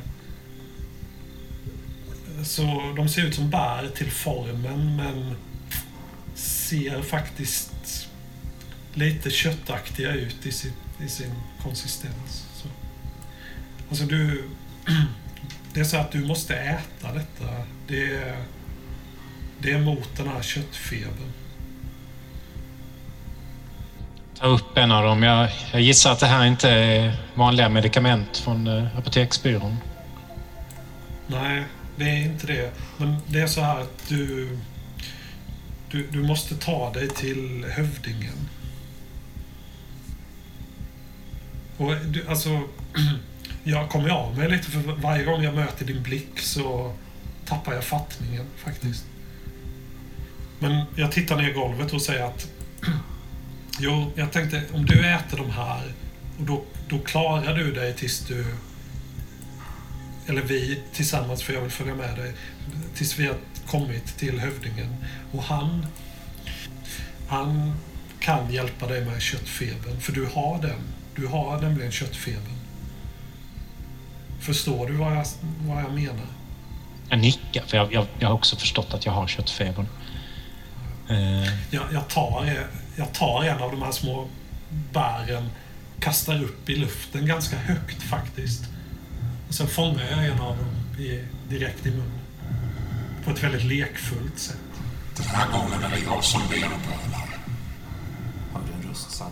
Så de ser ut som bär till formen men ser faktiskt lite köttaktiga ut i sin, i sin konsistens. Så. Alltså du... Det är så att du måste äta detta. Det är, det är mot den här köttfebern. Ta upp en av dem. Jag, jag gissar att det här inte är vanliga medikament från eh, apoteksbyrån. Nej, det är inte det. Men det är så här att du, du, du måste ta dig till hövdingen. Och du, alltså, jag kommer av mig lite för varje gång jag möter din blick så tappar jag fattningen faktiskt. Men jag tittar ner i golvet och säger att jo, jag tänkte om du äter de här och då, då klarar du dig tills du, eller vi tillsammans, för jag vill följa med dig, tills vi har kommit till hövdingen. Och han han kan hjälpa dig med köttfebern, för du har den. Du har nämligen köttfebern. Förstår du vad jag, vad jag menar? Jag nickar, för jag, jag, jag har också förstått att jag har köttfebern. Eh. Jag, jag, tar, jag tar en av de här små bären, kastar upp i luften ganska högt faktiskt. Och sen fångar jag en av dem i, direkt i munnen. På ett väldigt lekfullt sätt. Den här gången är det jag som ber och bönar. Har du en röst, Sally?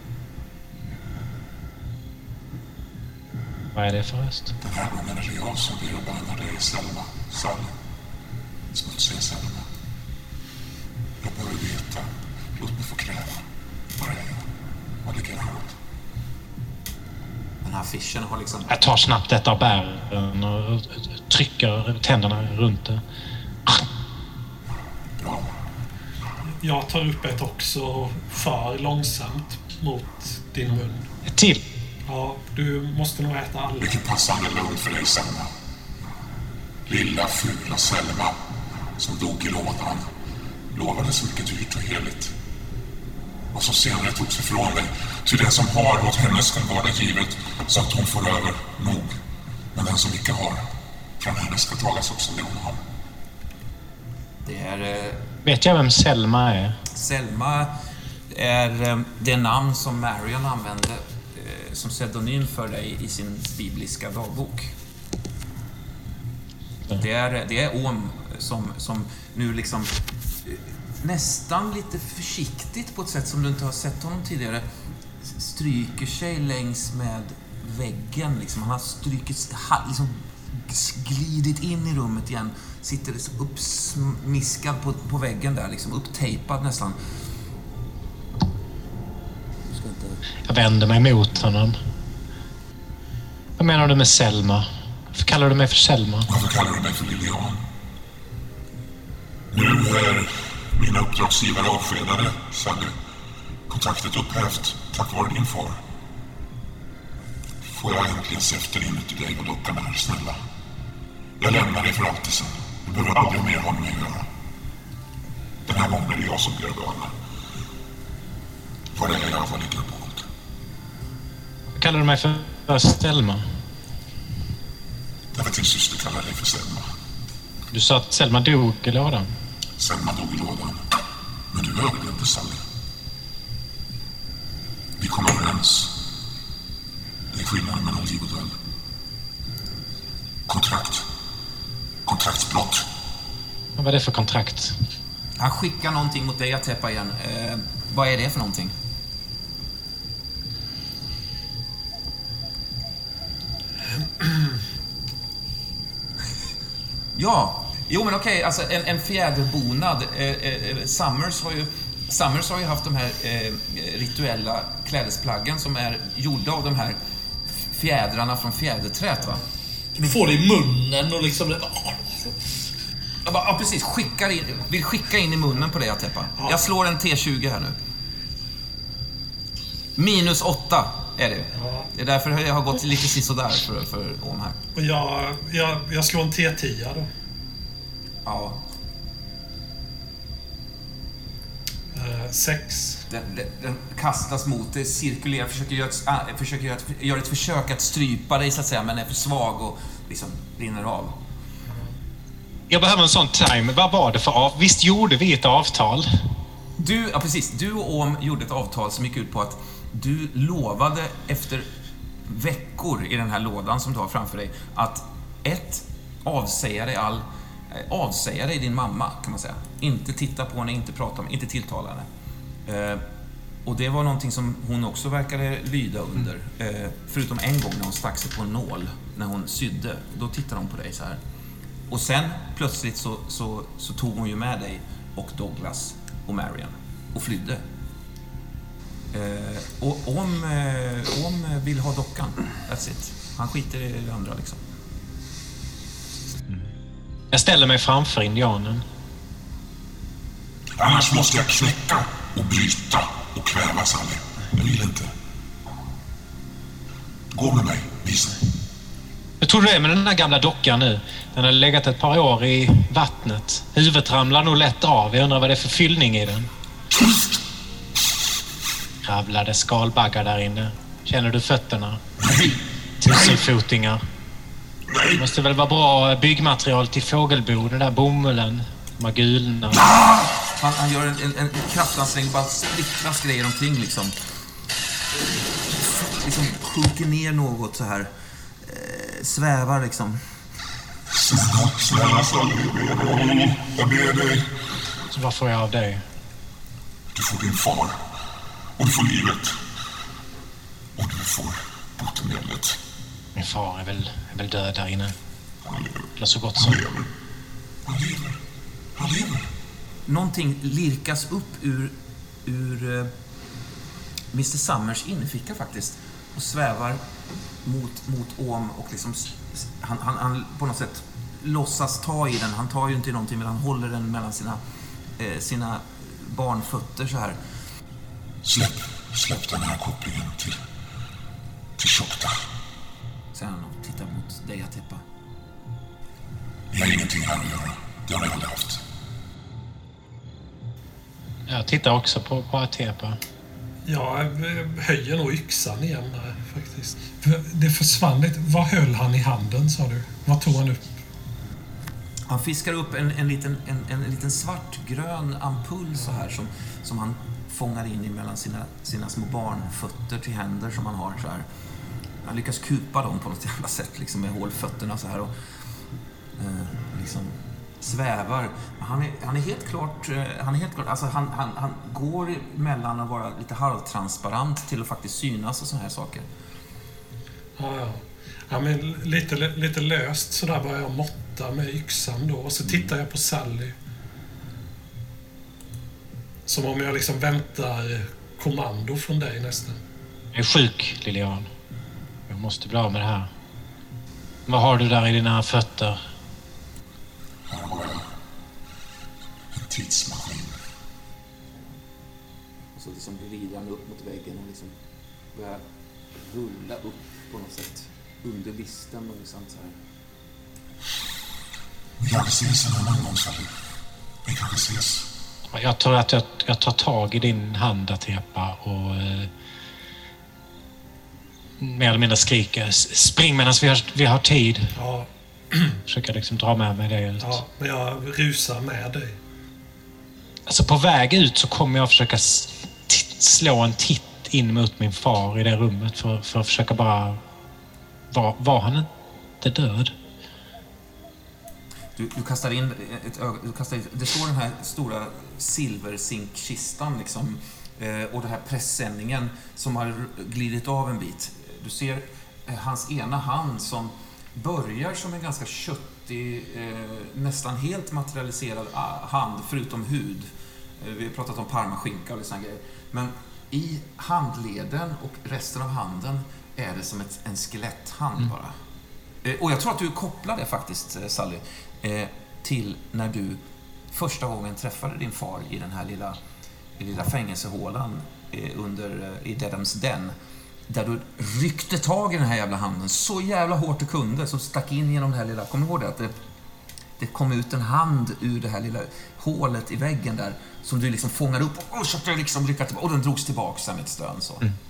Vad är det för röst? Den här gången är det jag som ber och bönar dig, Selma. Sally. Smutsiga Selma. Jag behöver veta. Låt mig få kräva. Var är jag? Vad ligger jag åt? Den här fischen har liksom... Jag tar snabbt ett av bären och trycker tänderna runt det. Bra. Jag tar upp ett också för långsamt mot din mun. Ett till? Ja, du måste nog äta alla. Vilket passande lugn för dig, Selma. Lilla fula Selma som dog i lådan. Lovade så mycket dyrt och heligt. Och så senare togs ifrån dig. Till den som har åt henne ska vara det givet, så att hon får över nog. Men den som icke har, från henne ska tagas också det hon har. Det är... Eh, Vet jag vem Selma är? Selma är eh, det namn som Marion använde eh, som pseudonym för dig i sin bibliska dagbok. Mm. Det är, det är Om som, som nu liksom eh, nästan lite försiktigt på ett sätt som du inte har sett honom tidigare stryker sig längs med väggen. Liksom. Han har strykit, liksom glidit in i rummet igen. Sitter liksom uppsmiskad på, på väggen där, liksom upptejpad nästan. Ska inte... Jag vänder mig mot honom. Vad menar du med Selma? Varför kallar du mig för Selma? Varför kallar du mig för Lilian? Nu är mina uppdragsgivare avskedade, Sally. Kontraktet upphävt tack vare din far. Får jag äntligen se efter inuti dig och luckan är, snälla. Jag lämnar dig för alltid sen. Du behöver aldrig mer ha med mig att göra. Den här gången är det jag som blir böna. Vad är jag? Vad ligger på? Vad kallar du mig för, för Selma? Därför din syster kallar dig för Selma. Du sa att Selma dog i lådan. Selma dog i lådan. Men du överlevde, Sally. Vi kom överens. Det är skillnaden mellan liv och död. Kontrakt. Kontraktsbrott. Vad är det för kontrakt? Han skickar någonting mot dig att täppa igen. Eh, vad är det för någonting? Ja, jo men okej, alltså en, en fjäderbonad. Eh, eh, Summers har ju Summers har ju haft de här eh, rituella klädesplaggen som är gjorda av de här fjädrarna från fjäderträt, va? Du får det i munnen och liksom... Jag bara, ja, precis. Skickar in, vill skicka in i munnen på det jag täppa. Ja. Jag slår en T tjugo här nu. Minus åtta är det. Ja. Det är därför jag har gått lite sisådär för, för Om här. Och jag, jag, jag slår en T tio då. Ja. Uh, sex. Den, den, den kastas mot dig, cirkulerar, försöker göra ett, äh, försöker göra ett, gör ett försök att strypa dig så att säga, men är för svag och liksom rinner av. Jag behöver en sån time. Vad var det för av? Visst gjorde vi ett avtal? Du, ja precis. Du och Om gjorde ett avtal som gick ut på att du lovade efter veckor i den här lådan som du har framför dig att ett, avsäga dig all avsäga dig din mamma, kan man säga. Inte titta på henne, inte prata om, inte tilltala henne. Eh, och det var någonting som hon också verkade lyda under. Eh, förutom en gång när hon stack sig på en nål, när hon sydde. Då tittade hon på dig så här. Och sen plötsligt så, så, så tog hon ju med dig och Douglas och Marion och flydde. Eh, och om, eh, om vill ha dockan, that's it. Han skiter i det andra liksom. Jag ställer mig framför indianen. Annars måste jag knäcka och bryta och kväva Sally. Jag vill inte. Gå med mig, visa. Jag tror det är med den där gamla dockan nu. Den har legat ett par år i vattnet. Huvudet ramlar nog lätt av. Jag undrar vad det är för fyllning i den. Tyst! Kravlade skalbaggar där inne. Känner du fötterna? Nej! Tusenfotingar. Nej! Det måste väl vara bra byggmaterial till fågelbo. Den där bomullen. De här gulna. Han, han gör en, en, en kraftansträngning, bara splittras grejer omkring liksom. Liksom sjunker ner något så här. Eh, svävar liksom. Snälla, snälla Sally. Jag ber dig. Så vad får jag av dig? Du får din far. Och du får livet. Och du får botemedlet. Min far är väl, är väl död där inne. Han lever. Eller så gott Han som. lever. Han lever. Han lever. Någonting lirkas upp ur, ur uh, mister Summers inficka faktiskt. Och svävar mot, mot Om och liksom han, han, han på något sätt låtsas ta i den. Han tar ju inte i någonting, men han håller den mellan sina, eh, sina barnfötter så här. Släpp, släpp den här kopplingen till, till Chokta. Säger han och tittar mot dig, Atepa. Vi har ingenting här att göra. Det har jag aldrig haft. Jag tittar också på, på Atepa. Jag höjer nog yxan igen där, faktiskt. Det försvann lite. Vad höll han i handen, sa du? Vad tog han upp? Han fiskar upp en, en, liten, en, en liten svartgrön ampull så här som, som han fångar in mellan sina, sina små barnfötter till händer som han har så här. Han lyckas kupa dem på något jävla sätt liksom med hålfötterna så här och eh, liksom svävar. Han är, han är helt klart, eh, han är helt klart, alltså han, han, han går mellan att vara lite halvtransparent till att faktiskt synas och såna här saker. Ja, ja. Ja, men lite, lite löst så där börjar jag måtta med yxan då. Och så tittar jag på Sally. Som om jag liksom väntar kommando från dig nästan. Jag är sjuk, Lilian. Jag måste bli av med det här. Vad har du där i dina fötter? Här har jag en tidsmaskin. Och så liksom vrider han upp mot väggen och liksom börjar rulla upp på något sätt under listen och sånt så här. Vi kanske ses en annan gång, Sally. Vi kanske ses. Jag tror att jag, jag tar tag i din hand, Atepa, och eh, mer eller mindre skriker. Spring medan vi har, vi har tid. Ja. Försöker liksom dra med mig det ut. Ja, men jag rusar med dig. Alltså på väg ut så kommer jag försöka slå en titt in mot min far i det rummet för, för att försöka bara... Var, var han inte död? Du, du kastar in ett öga, du kastar in, det står den här stora silverzinkkistan liksom, eh, och den här pressändningen som har glidit av en bit. Du ser eh, hans ena hand som börjar som en ganska köttig, eh, nästan helt materialiserad hand förutom hud. Eh, vi har pratat om parmaskinka och såna grejer. Men i handleden och resten av handen är det som ett, en skeletthand mm. bara. Eh, och jag tror att du kopplar det faktiskt, Sally, eh, till när du första gången träffade din far i den här lilla, i lilla fängelsehålan eh, under, eh, i Dedham's Den. Där du ryckte tag i den här jävla handen så jävla hårt du kunde, som stack in genom det här lilla... Kommer du ihåg det? Att det, det kom ut en hand ur det här lilla hålet i väggen där som du liksom fångade upp och, och så liksom ryckade tillbaka. Och den drogs tillbaka med ett stön så. Mm.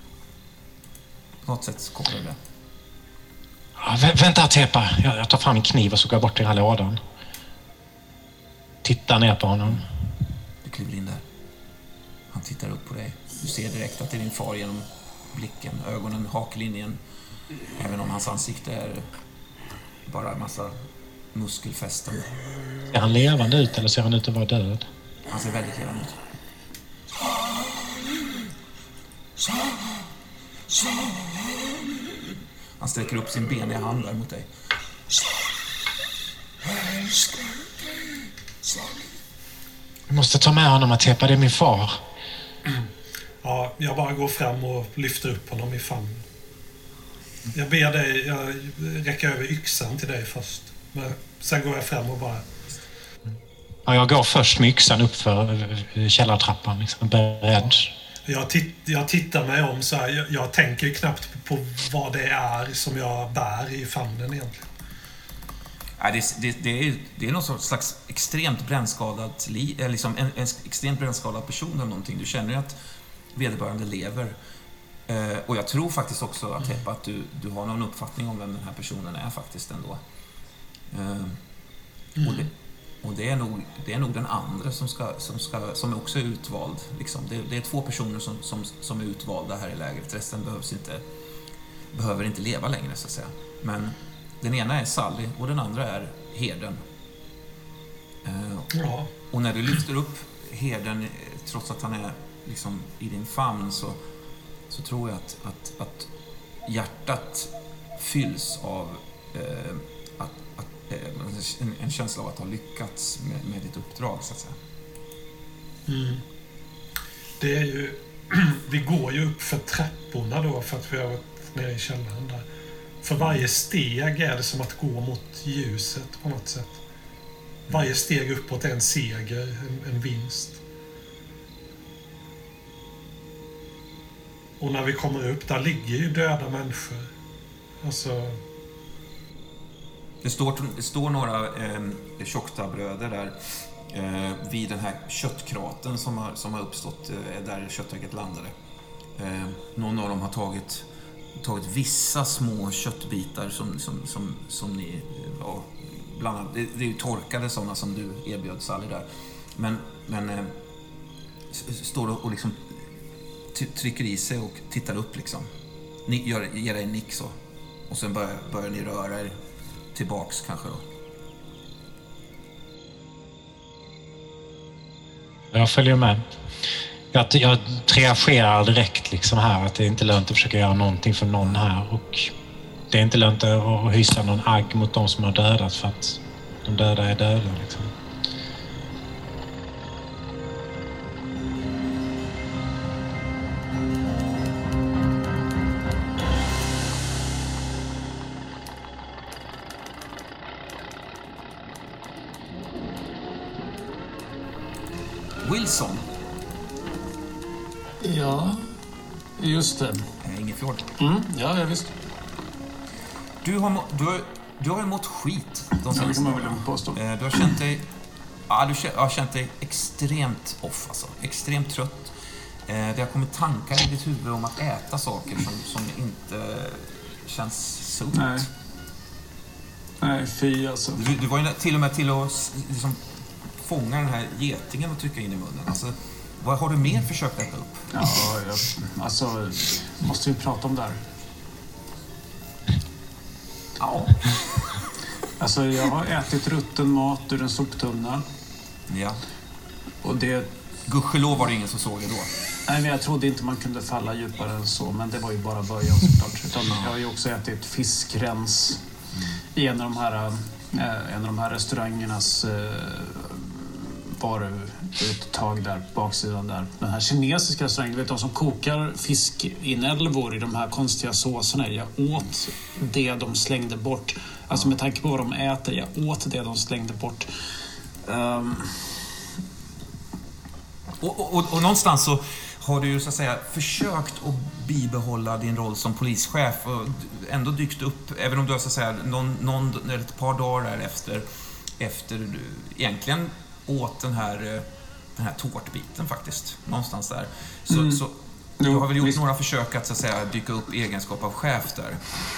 På något sätt kopplar det. Ja, vä- vänta, Atepa. Jag, jag tar fram en kniv och så går jag bort till den här lådan. Tittar ner på honom. Du kliver in där. Han tittar upp på dig. Du ser direkt att det är din far genom blicken, ögonen, haklinjen. Även om hans ansikte är bara en massa muskelfästen. Ser han levande ut eller ser han ut att vara död? Han ser väldigt levande ut. Han sträcker upp sin beniga hand där mot dig. Vi måste ta med honom, Atepa. Det är min far. Ja, jag bara går fram och lyfter upp honom i famn. Jag ber dig, jag räcker över yxan till dig först. Men sen går jag fram och bara... Ja, jag går först med yxan upp för källartrappan, liksom, beredd. Jag, titt, jag tittar mig om så här, jag, jag tänker ju knappt på vad det är som jag bär i famnen egentligen. Ja, det, det, det, är, det är någon slags extremt brännskadad, liksom en, en extremt brännskadad person eller någonting. Du känner ju att vederbörande lever. Eh, och jag tror faktiskt också att, mm. att du, du har någon uppfattning om vem den här personen är faktiskt ändå. Eh, mm. och, det, och det är nog det är nog den andra som ska som ska som också är utvald liksom. det, det är två personer som, som som är utvalda här i lägret. Resten behövs inte behöver inte leva längre så att säga. Men den ena är Sally och den andra är herden. Eh, ja. Och när du lyfter upp herden trots att han är liksom i din famn så så tror jag att att att hjärtat fylls av eh, att En, en känsla av att ha lyckats med, med ditt uppdrag så att säga. Mm. Det är ju vi går ju upp för trapporna då för att vi har varit nere i källaren där. För varje steg är det som att gå mot ljuset på något sätt. Varje steg uppåt är en seger, en, en vinst. Och när vi kommer upp där ligger ju döda människor. Alltså Det står, det står några eh, tjocktabröder där eh, vid den här köttkraten som har, som har uppstått eh, där köttägget landade. Eh, någon av dem har tagit, tagit vissa små köttbitar som, som, som, som ni... Ja, bland annat, det, det är ju torkade sådana som du erbjöd Sally där. Men, men eh, står och, och liksom trycker i sig och tittar upp liksom. Ni gör, ger dig en nick så. Och sen börjar, börjar ni röra er tillbaks kanske då. Jag följer med. Jag, jag triagerar direkt liksom här att det är inte lönt att försöka göra någonting för någon här och det är inte lönt att hysa någon agg mot de som har dödat för att de döda är döda liksom. Wilson. Ja, just det. Ingefjord. Mm, ja, ja, visst. Du har, du har, du har mått skit de ja, det kan man väl påstå. Du har känt dig, ja, du har känt dig extremt off, alltså. Extremt trött. Det har kommit tankar i ditt huvud om att äta saker som, som inte känns sunt. Nej. Nej, fy alltså. Du, du var ju till och med till att liksom, fånga den här getingen och trycka in i munnen. Alltså, vad har du mer försökt äta upp? Ja, jag, alltså, måste vi prata om det här? Ja. Alltså, jag har ätit rutten mat ur en soptunna. Ja. Och det... Gudskelov var det ingen som såg det då. Nej, men jag trodde inte man kunde falla djupare än så. Men det var ju bara början såklart. Utan jag har ju också ätit fiskrens mm. i en av de här, äh, en av de här restaurangernas äh, varuuttag där, baksidan där. Den här kinesiska restaurangen, du vet de som kokar fiskinälvor i de här konstiga såserna. Jag åt det de slängde bort. Alltså med tanke på vad de äter, jag åt det de slängde bort. Um... Och, och, och, och någonstans så har du ju så att säga försökt att bibehålla din roll som polischef och ändå dykt upp, även om du har så att säga någon, någon eller ett par dagar där efter, efter du egentligen åt den här, den här tårtbiten faktiskt, någonstans där. Så, mm. så du har väl gjort visst. några försök att så att säga dyka upp i egenskap av chef där.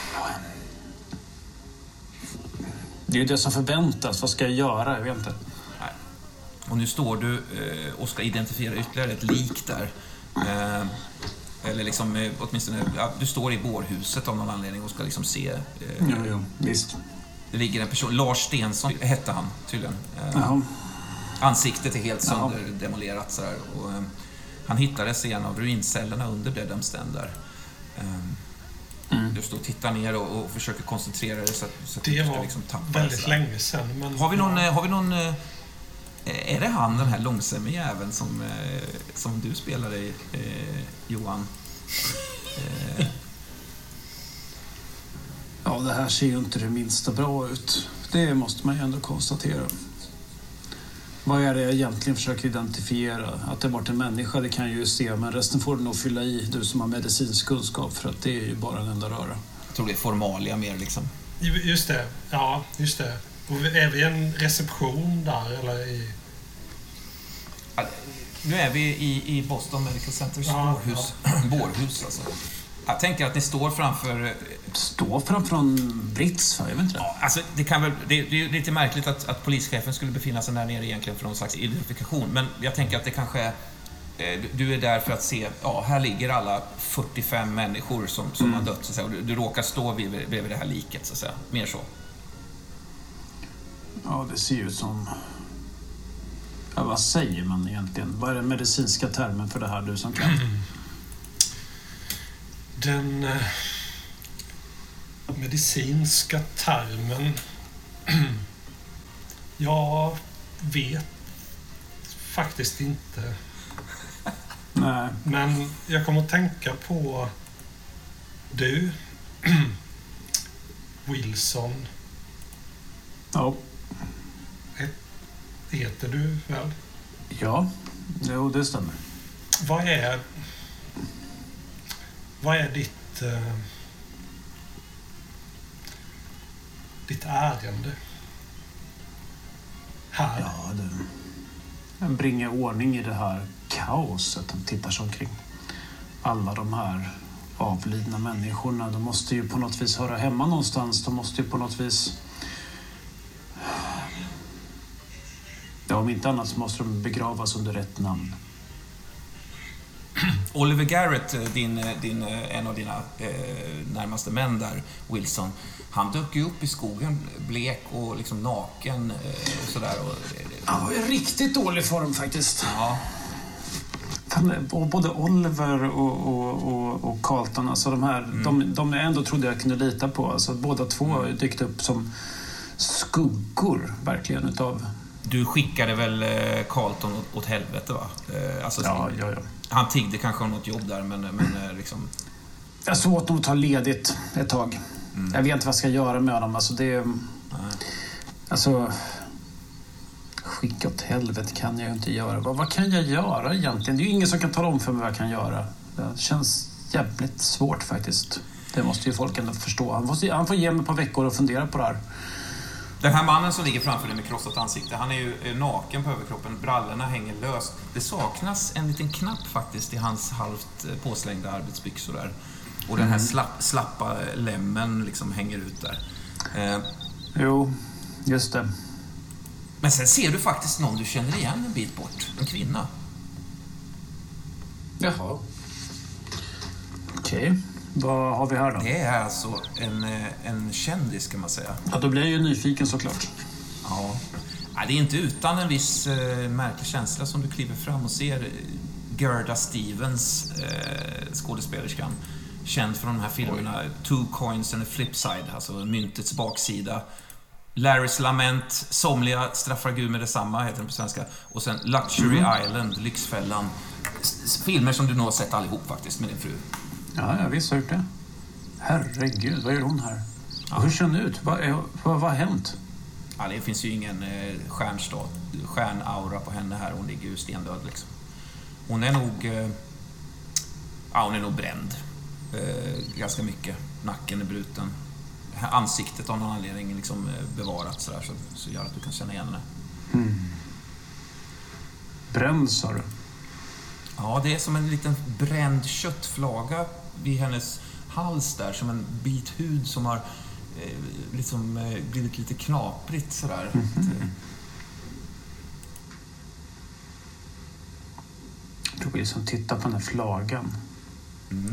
Det är ju det som förväntas, vad ska jag göra, jag vet inte. Nej. Och nu står du eh, och ska identifiera ytterligare ett lik där. Eh, eller liksom, eh, åtminstone, ja, du står i bårhuset av någon anledning och ska liksom se... Eh, jo, jo, visst. Det ligger en person, Lars Stensson hette han tydligen. Eh, ansiktet är helt sönderdemolerat sådär. Och, eh, han hittades i en av ruincellerna under Dedham's Den där. Eh, mm. Du står och tittar ner och, och försöker koncentrera dig så att, så att det du ska var liksom tappa väldigt länge sedan. Men har vi någon... Ja. Har vi någon Är det han, den här långsamme jäveln som, som du spelar i, eh, Johan? Eh. Ja, det här ser ju inte det minsta bra ut. Det måste man ju ändå konstatera. Vad är det jag egentligen försöker identifiera? Att det varit en människa, det kan jag ju se. Men resten får du nog fylla i, du som har medicinsk kunskap. För att det är ju bara en enda röra. Jag tror det är formalia mer liksom. Just det, ja, just det. Och är vi en reception där, eller i... Ja, nu är vi i, i Boston Medical Centers ja, bårhus. Ja. bårhus alltså. Jag tänker att ni står framför... Står framför en brits, jag vet inte det. Ja, alltså, det, kan väl, det, det är lite märkligt att, att polischefen skulle befinna sig där nere egentligen för någon slags identifikation. Men jag tänker att det kanske är... Du är där för att se, ja, här ligger alla fyrtiofem människor som, som mm. har dött, så att säga, och du, du råkar stå vid, bredvid det här liket, så att säga. Mer så. Ja, det ser ut som... Ja, vad säger man egentligen? Vad är den medicinska termen för det här, du som kan? Mm. Den eh, medicinska termen... Jag vet faktiskt inte. Nej. Men jag kommer att tänka på du, Wilson. Ja. Heter du väl? Ja, jo, det stämmer. Vad är vad är ditt eh, ditt ärende här? Ja, du. Jag bringar ordning i det här kaoset. De tittar sig omkring. Alla de här avlidna människorna, de måste ju på något vis höra hemma någonstans. De måste ju på något vis... Ja, om inte annat så måste de begravas under rätt namn. Oliver Garrett, din, din, en av dina eh, närmaste män där, Wilson, han dök ju upp i skogen, blek och liksom naken eh, sådär. Och, han var i riktigt dålig form faktiskt. Ja. Och både Oliver och, och, och, och Carlton, alltså de här, mm. de, de jag ändå trodde jag kunde lita på. Alltså, båda två mm. dykt upp som skuggor, verkligen, utav... Du skickade väl Carlton åt, åt helvete, va? Alltså, ja, ja, ja. Han tiggde kanske om något jobb där, men, men liksom... Jag såg att de tar ledigt ett tag. Mm. Jag vet inte vad jag ska göra med dem. Alltså, det... Nej. Alltså... Skicka åt helvete kan jag ju inte göra. Vad, vad kan jag göra egentligen? Det är ju ingen som kan tala om för mig vad jag kan göra. Det känns jävligt svårt faktiskt. Det måste ju folk ändå förstå. Han får, han får ge mig ett par veckor och fundera på det här. Den här mannen som ligger framför dig med krossat ansikte, han är ju naken på överkroppen. Brallorna hänger löst. Det saknas en liten knapp faktiskt i hans halvt påslängda arbetsbyxor där. Och den här slapp, slappa lämmen liksom hänger ut där. Eh. Jo, just det. Men sen ser du faktiskt någon du känner igen en bit bort. En kvinna. Jaha. Okej. Okay. Vad har vi här då? Det är alltså en, en kändis, kan man säga. Ja, då blir jag ju nyfiken såklart. Ja. Ja, det är inte utan en viss eh, märklig känsla som du kliver fram och ser Gerda Stevens, eh, skådespelerskan. Känd från de här filmerna. Oj. Two Coins and a Flipside, alltså myntets baksida. Larry's Lament, Somliga straffar Gud med detsamma, heter den på svenska. Och sen Luxury mm. Island, Lyxfällan. Filmer som du nog har sett allihop faktiskt med din fru. Ja, jag visst har gjort det. Herregud, vad gör hon här? Ja. Hur ser hon ut? Vad, är, vad, vad har hänt? Ja, det finns ju ingen eh, stjärnstad, stjärnaura på henne här. Hon ligger ju stendöd liksom. Hon är nog... Eh, ja, hon är nog bränd. Eh, ganska mycket. Nacken är bruten. Ansiktet av någon anledning liksom bevarat sådär, så, så gör att du kan känna igen henne. Mm. Bränd, sa du? Ja, det är som en liten bränd köttflaga vid hennes hals där, som en bit hud som har eh, liksom eh, blivit lite knaprigt sådär. Mm-hmm. Jag vill liksom titta på den här flagan. Mm.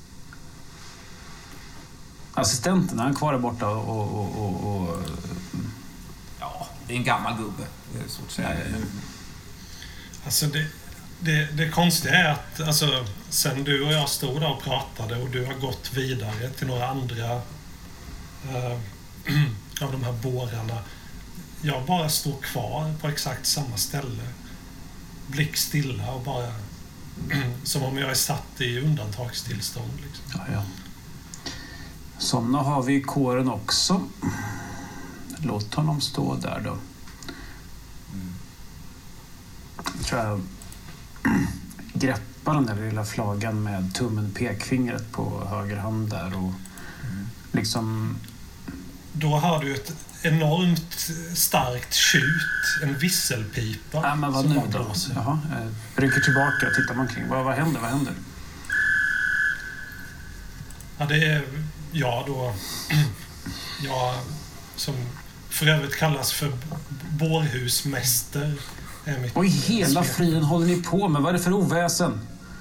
Assistenten, han är kvar där borta och, och, och, och... Ja, det är en gammal gubbe. Det är svårt att säga. Nej. Alltså det, det, det konstiga är att alltså, sen du och jag stod där och pratade och du har gått vidare till några andra eh, av de här bårarna. jag bara står kvar på exakt samma ställe. Blick stilla och bara som om jag är satt i undantagstillstånd. Liksom. Ja, ja. Sådana har vi i kåren också. Låt honom stå där då. Mm. Jag tror jag greppar den där lilla flaggan med tummen pekfingret på höger hand där och mm. liksom... Då har du ett enormt starkt tjut, en visselpipa. Ja, men vad nu då? Jaha, jag rycker tillbaka och tittar man kring. Vad, vad händer? Vad händer? Ja, det är jag då. Jag som för övrigt kallas för bårhusmäster. Är mitt Oj, hela friden håller ni på med? Vad är det för oväsen?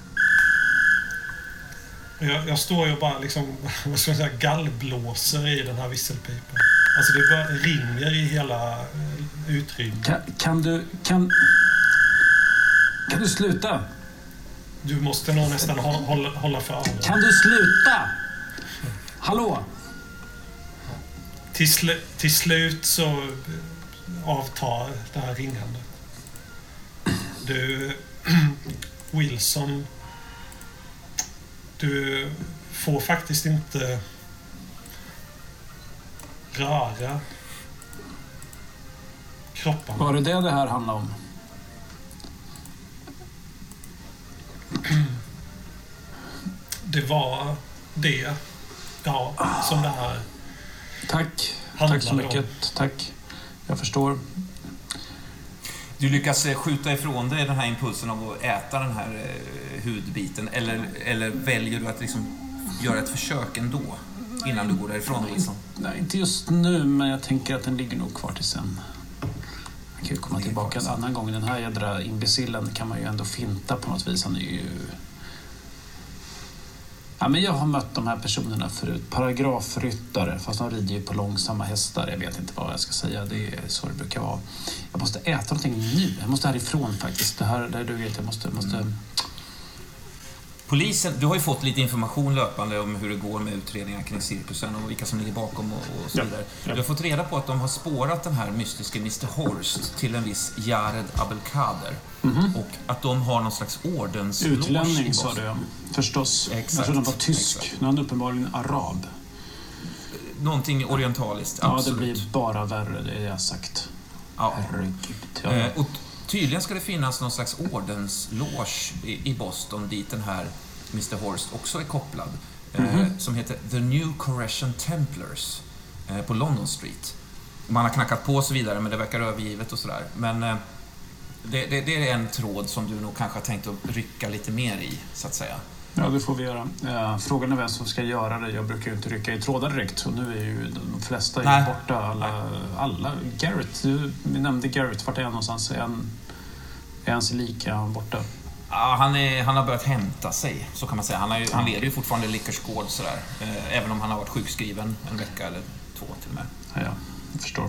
Jag, jag står ju och bara liksom, vad ska man säga, gallblåser i den här visselpipan. Alltså det bara ringer i hela utrymmet. Kan, kan du... Kan, kan du sluta? Du måste nog nästan hålla, hålla för öronen. Kan du sluta? Hallå? Till, sl, till slut så avtar det här ringandet. Du, Wilson, du får faktiskt inte röra kroppen. Var det det det här handlar om? Det var det, ja, som det här. Tack. Tack så mycket. Om. Tack. Jag förstår. Du lyckas skjuta ifrån dig den här impulsen av att äta den här eh, hudbiten eller, eller väljer du att liksom göra ett försök ändå innan du går därifrån? Liksom? Nej, inte just nu, men jag tänker att den ligger nog kvar till sen. Man kan ju komma tillbaka en annan gång. Den här jädra imbecillen kan man ju ändå finta på något vis. Han är ju... Ja, men jag har mött de här personerna förut. Paragrafryttare, fast de rider ju på långsamma hästar. Jag vet inte vad jag ska säga. Det är så det brukar vara. Jag måste äta någonting nu. Jag måste härifrån faktiskt. Det här, det du vet, jag måste... måste... Mm. Polisen, du har ju fått lite information löpande om hur det går med utredningar kring cirkusen och vilka som ligger bakom och, och så vidare. Ja, ja. Du har fått reda på att de har spårat den här mystiska mister Horst till en viss Jared Abelkader. Mm-hmm. Och att de har någon slags ordenslås. Utlänning sa du, förstås. Exakt. Jag tror de var tysk. Exakt. Nu är han uppenbarligen arab. Någonting orientaliskt, ja, absolut. Ja, det blir bara värre, det är jag sagt. Ja. Herregud. Ja. Eh, och tydligen ska det finnas någon slags ordensloge i, i Boston dit den här mister Horst också är kopplad. Mm-hmm. eh, som heter The New Correction Templars eh, på London Street. Man har knackat på och så vidare, men det verkar övergivet och sådär. Men eh, det, det, det är en tråd som du nog kanske har tänkt att rycka lite mer i, så att säga. Ja, det får vi göra. Ja, frågan är vem som ska göra det. Jag brukar ju inte rycka i trådar direkt. Så nu är ju de flesta är borta. Alla, alla. Garrett, du nämnde Garrett. Vart är han någonstans? Är han, är han sig lika? Är han borta? Ja, han, är, han har börjat hämta sig, så kan man säga. Han, har ju, han leder ju fortfarande Lickersgård sådär. Eh, även om han har varit sjukskriven en vecka eller två till och med. Ja, ja, jag förstår.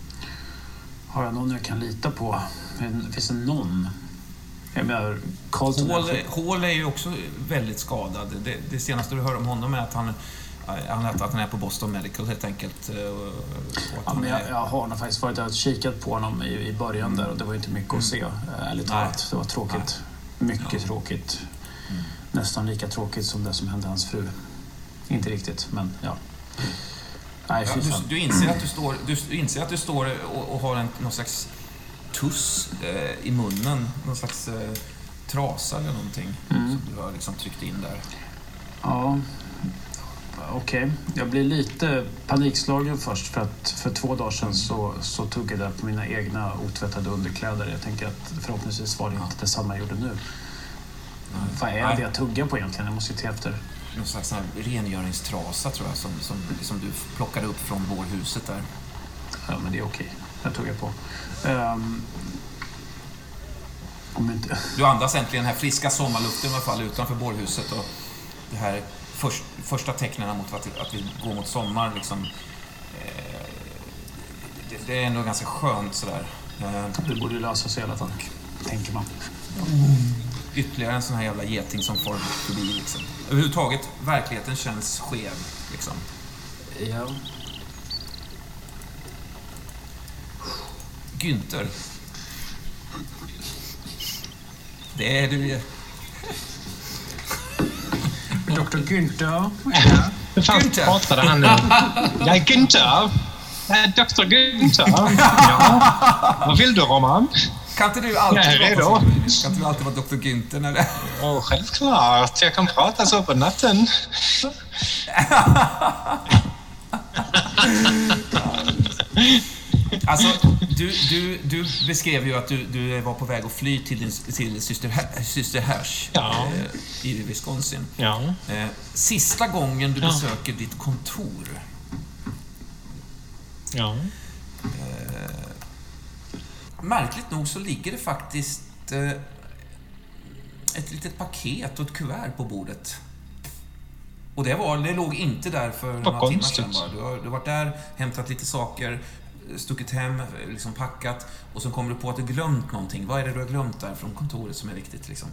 Har jag någon jag kan lita på? Finns det någon? Jag menar, Hall, Hall är ju också väldigt skadad. Det, det senaste du hör om honom är att han, han, att han är på Boston Medical helt enkelt. Och ja, men jag, jag har faktiskt varit där och kikat på honom i, i början mm. där och det var inte mycket att se. Ärligt talat, det var tråkigt. Nej. Mycket ja. tråkigt. Mm. Nästan lika tråkigt som det som hände hans fru. Inte riktigt, men ja. Nej, ja, du, du inser att du står, du inser att du står och, och har en, någon slags tuss eh, i munnen, någon slags eh, trasa eller någonting mm. som du har liksom tryckt in där. Ja, okej. Okay. Jag blir lite panikslagen först för att för två dagar sedan så, så tog jag där på mina egna otvättade underkläder. Jag tänker att förhoppningsvis var det inte detsamma jag gjorde nu. Mm. Vad är det jag tuggar på egentligen? Jag måste ju ta efter. Någon slags sån här rengöringstrasa tror jag som, som, som du plockade upp från bårhuset där. Ja, men det är okej. Jag tog jag på. Um, om inte... Du andas äntligen den här friska sommarluften i alla fall utanför bårhuset och det här först, första tecknen mot att, att vi går mot sommar liksom, eh, det, det är ändå ganska skönt sådär. Eh, det borde lösa sig i alla fall, tänker man. Mm. Ytterligare en sån här jävla geting som får förbi liksom. Överhuvudtaget, verkligheten känns skev liksom. Ja. Günther. Det är du ju. doktor Günther. Hur fan Günther. pratade han nu? Jag är Günther. Jag är doktor Günther. Ja. Vad vill du, Roman? Kan inte du alltid, Jag är redo. vara, kan inte du alltid vara doktor Günther när det... Åh, självklart. Jag kan prata så på natten. Alltså, du, du, du beskrev ju att du, du var på väg att fly till din till syster, syster Hersh Ja. eh, i Wisconsin. Ja. Eh, sista gången du Ja. besöker ditt kontor. Ja. Märkligt nog så ligger det faktiskt eh, ett litet paket och ett kuvert på bordet. Och det, var, det låg inte där för Vad några timmar sedan konstigt. bara. Du har, du har varit där, hämtat lite saker, stuckit hem, liksom packat och så kommer du på att du glömt någonting. Vad är det du har glömt där från kontoret som är viktigt liksom?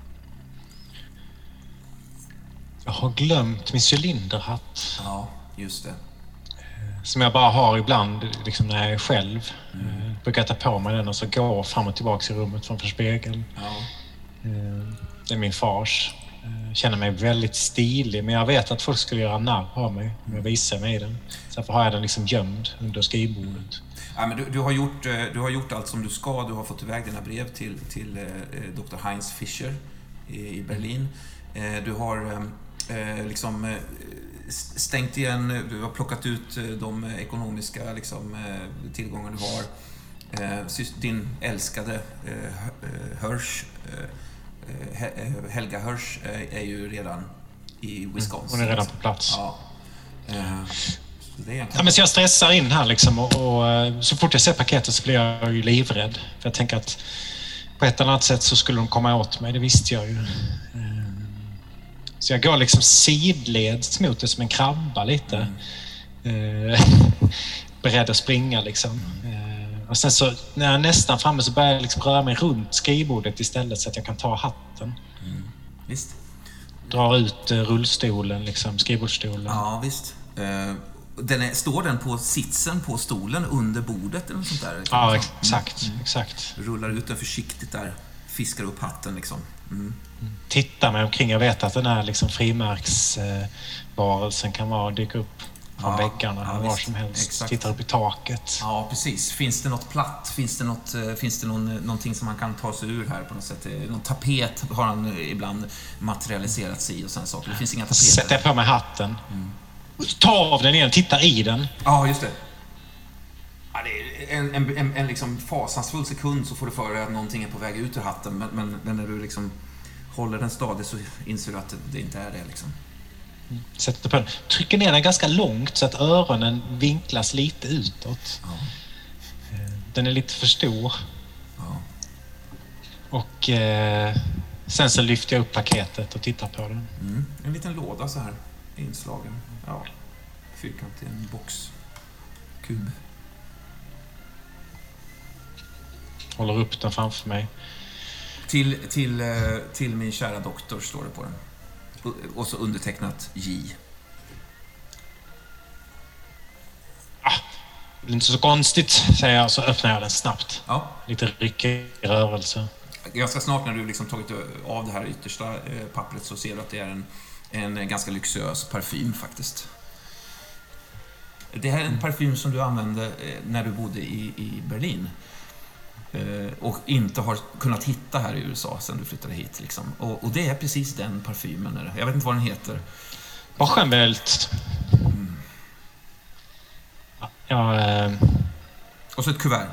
Jag har glömt min cylinderhatt. Ja, just det. Som jag bara har ibland liksom när jag är själv. Mm. Jag brukar ta på mig den och så gå fram och tillbaka i rummet framför spegeln. Ja. Det är min fars. Jag känner mig väldigt stilig, men jag vet att folk skulle göra narr av mig om jag visar mig den. Så därför har jag den liksom gömd under skrivbordet. Ja, men du, du, har gjort, eh, du har gjort allt som du ska. Du har fått iväg dina brev till, till eh, doktor Heinz Fischer i, i Berlin. Eh, du har eh, liksom eh, stängt igen, du har plockat ut eh, de ekonomiska liksom, eh, tillgångar du har. Eh, din älskade eh, Hirsch, eh, Helga Hirsch, eh, är ju redan i Wisconsin. Hon är redan på plats. Ja. Eh, Det är ja, men så jag stressar in här liksom och, och så fort jag ser paketet så blir jag ju livrädd. För jag tänker att på ett eller annat sätt så skulle de komma åt mig, det visste jag ju. Så jag går liksom sidleds mot det som en krabba lite. Mm. Beredd att springa liksom. Och sen så när jag är nästan framme så börjar jag liksom röra mig runt skrivbordet istället så att jag kan ta hatten. Mm. Visst. Drar ut rullstolen, liksom, skrivbordsstolen. Ja, visst. Den är, står den på sitsen på stolen under bordet eller något sånt där? Ja, exakt. Mm. exakt. Rullar ut den försiktigt där. Fiskar upp hatten liksom. Mm. Tittar mig omkring. Jag vet att den här liksom frimärksvarelsen kan vara dyka upp från ja, väggarna ja, var som helst. Exakt. Tittar upp i taket. Ja, precis. Finns det något platt? Finns det, något, finns det någon, någonting som man kan ta sig ur här på något sätt? Någon tapet har han ibland materialiserat sig i och sådana saker. Det finns inga tapeter. Sätter jag på mig hatten. Mm. Ta av den igen, titta i den. Ja, just det. Ja, det är en, en, en, en liksom fasansfull sekund så får du för dig att någonting är på väg ut ur hatten. Men, men, men när du liksom håller den stadig så inser du att det inte är det. Liksom. Mm. Sätter på den. Trycker ner den ganska långt så att öronen vinklas lite utåt. Ja. Den är lite för stor. Ja. Och eh, sen så lyfter jag upp paketet och tittar på den. Mm. En liten låda så här. Inslagen. Ja. Fyrkantig, en box. Kub. Håller upp den framför mig. Till, till, till min kära doktor står det på den. Och så undertecknat J. Ah, det är inte så konstigt, säger jag, så öppnar jag den snabbt. Ja. Lite ryckig rörelse. Ganska snart när du liksom tagit av det här yttersta pappret så ser du att det är en En ganska lyxös parfym faktiskt. Det här är en parfym som du använde när du bodde i, i Berlin. Och inte har kunnat hitta här i U S A sedan du flyttade hit. Liksom. Och, och det är precis den parfymen. Jag vet inte vad den heter. Bochenwelt. Mm. Ja, eh... Och så ett kuvert.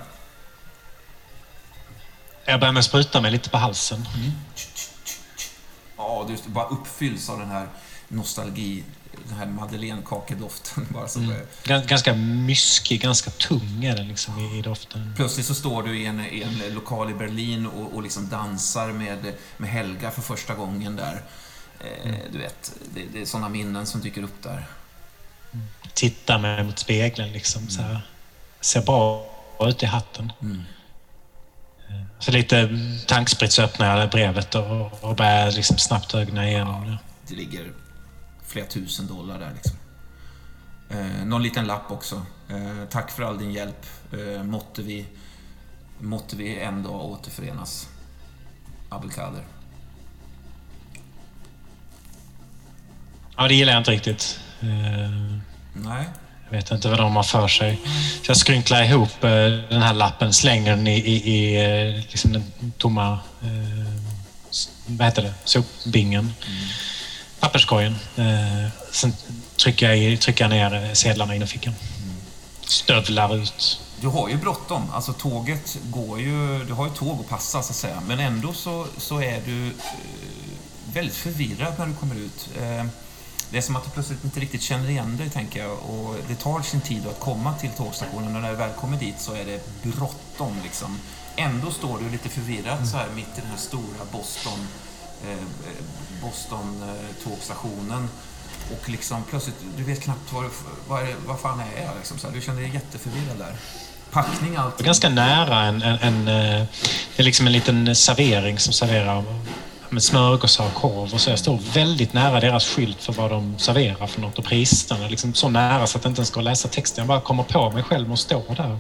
Jag börjar med att spruta mig lite på halsen. Mm. Ja, du bara uppfylls av den här nostalgi, den här madeleinekakedoften bara som mm. Gans, ganska myskig, ganska tung är den liksom i, i doften. Plötsligt så står du i en, i en lokal i Berlin och, och liksom dansar med, med Helga för första gången där. Eh, mm. Du vet, det, det är sådana minnen som dyker upp där. Mm. Tittar mig mot spegeln liksom mm. så här. Ser bra ut i hatten. Mm. Så lite tanksprit så öppnar jag brevet och, och börjar liksom snabbt ögna igenom det. Det ligger flera tusen dollar där liksom. Eh, någon liten lapp också. Eh, tack för all din hjälp. Eh, måtte vi måtte vi en dag återförenas. Abdelkader. Ja, det gillar jag inte riktigt. Uh... Nej. Jag vet inte vad de har för sig. Så jag skrynklar ihop eh, den här lappen, slänger den i, i, i eh, liksom den tomma eh, vad heter det? Sopbingen. Mm. Papperskorgen. Eh, sen trycker jag, trycker jag ner sedlarna in i fickan. Mm. Stövlar ut. Du har ju bråttom. Alltså tåget går ju... Du har ju tåg att passa så att säga. Men ändå så, så är du eh, väldigt förvirrad när du kommer ut. Eh, Det är som att du plötsligt inte riktigt känner igen dig, tänker jag. Och det tar sin tid att komma till tågstationen. Och när du väl kommer dit så är det bråttom liksom. Ändå står du lite förvirrad mm. så här mitt i den här stora Boston eh, Boston eh, tågstationen. Och liksom plötsligt, du vet knappt vad, vad, är, vad fan är jag liksom. Så här, du känner dig jätteförvirrad där. Packning, allt. Ganska nära en, en, en, det är liksom en liten servering som serverar med smörgåsar och korv och så. Jag står väldigt nära deras skylt för vad de serverar för något och priserna. Liksom så nära så att jag inte ens ska läsa texten. Jag bara kommer på mig själv och står där.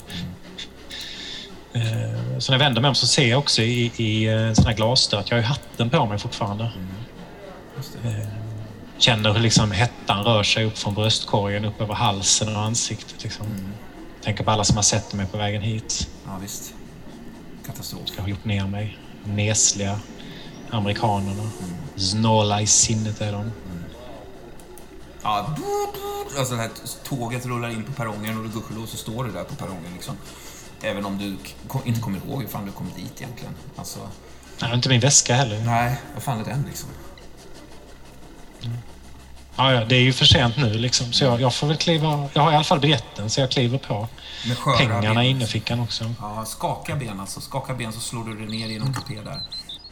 Mm. Så när jag vänder mig om så ser jag också i, i en sån här glasdörr att jag har ju hatten på mig fortfarande. Mm. Just det. Känner hur liksom hettan rör sig upp från bröstkorgen upp över halsen och ansiktet. Liksom. Mm. Tänker på alla som har sett mig på vägen hit. Ja, visst. Katastrof. Jag har gjort ner mig. Nesliga amerikanerna. Mm. Snåla i sinnet är de. Mm. Ja, alltså det här tåget rullar in på perrongen och du gudskelov så står du där på perrongen liksom. Även om du inte kommer ihåg hur fan du kom dit egentligen. Alltså... Nej, inte min väska heller. Nej, vad fan är den liksom? Mm. Ja, ja, det är ju för sent nu liksom. Så jag, jag får väl kliva... Jag har i alla fall biljetten så jag kliver på. Med pengarna ben. inne i fickan också. Ja, skaka ben alltså. Skaka ben så slår du dig ner i någon mm. kupé där.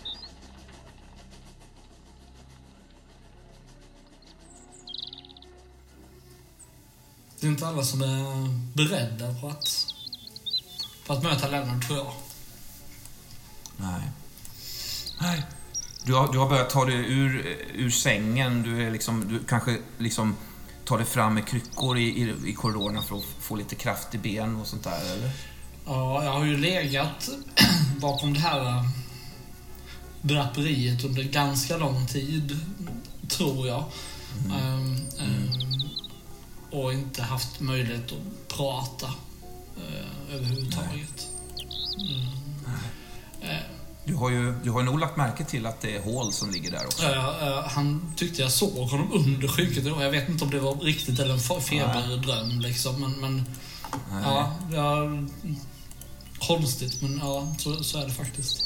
Det är inte alla som är beredda på att, på att möta Lennart, tror jag. Nej. Nej. Du har, du har börjat ta dig ur, ur sängen. Du, är liksom, du kanske liksom tar dig fram med kryckor i, i, i korridorerna för att få lite kraft i ben och sånt där, eller? Ja, jag har ju legat bakom det här draperiet under ganska lång tid, tror jag. Mm. Um, um, och inte haft möjlighet att prata uh, överhuvudtaget. Mm. Uh, Du har ju du har ju nog lagt märke till att det är hål som ligger där också. Uh, uh, han tyckte jag såg honom under skynket. Jag vet inte om det var riktigt eller en feberdröm liksom, men, men ja, ja, konstigt, men ja, så, så är det faktiskt.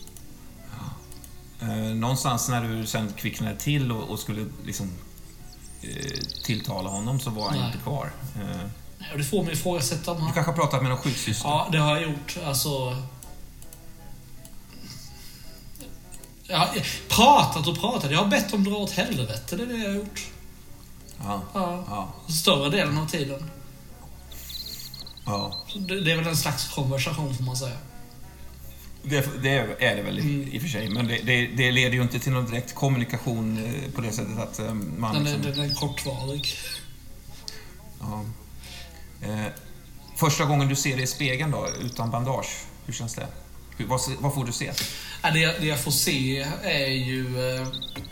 Ja. Uh, någonstans när du sen kvicknade till och, och skulle liksom uh, tilltala honom så var han Nej. inte kvar. Uh, Nej, och det får mig ifrågasätta om han... Du kanske har pratat med någon sjuksyster? Ja, det har jag gjort. Alltså... Jag har pratat och pratat. Jag har bett om dra åt helvete. Det är det jag har gjort. Ja. Ja. ja. Större delen av tiden. Ja. Det, det är väl en slags konversation, får man säga. Det, det är det väl mm. i och för sig. Men det, det, det leder ju inte till någon direkt kommunikation på det sättet att man... Den, liksom... den är kortvarig. Ja. Eh, första gången du ser det i spegeln då, utan bandage, hur känns det? Hur, vad, vad får du se? Ja, det, det jag får se är ju... Eh,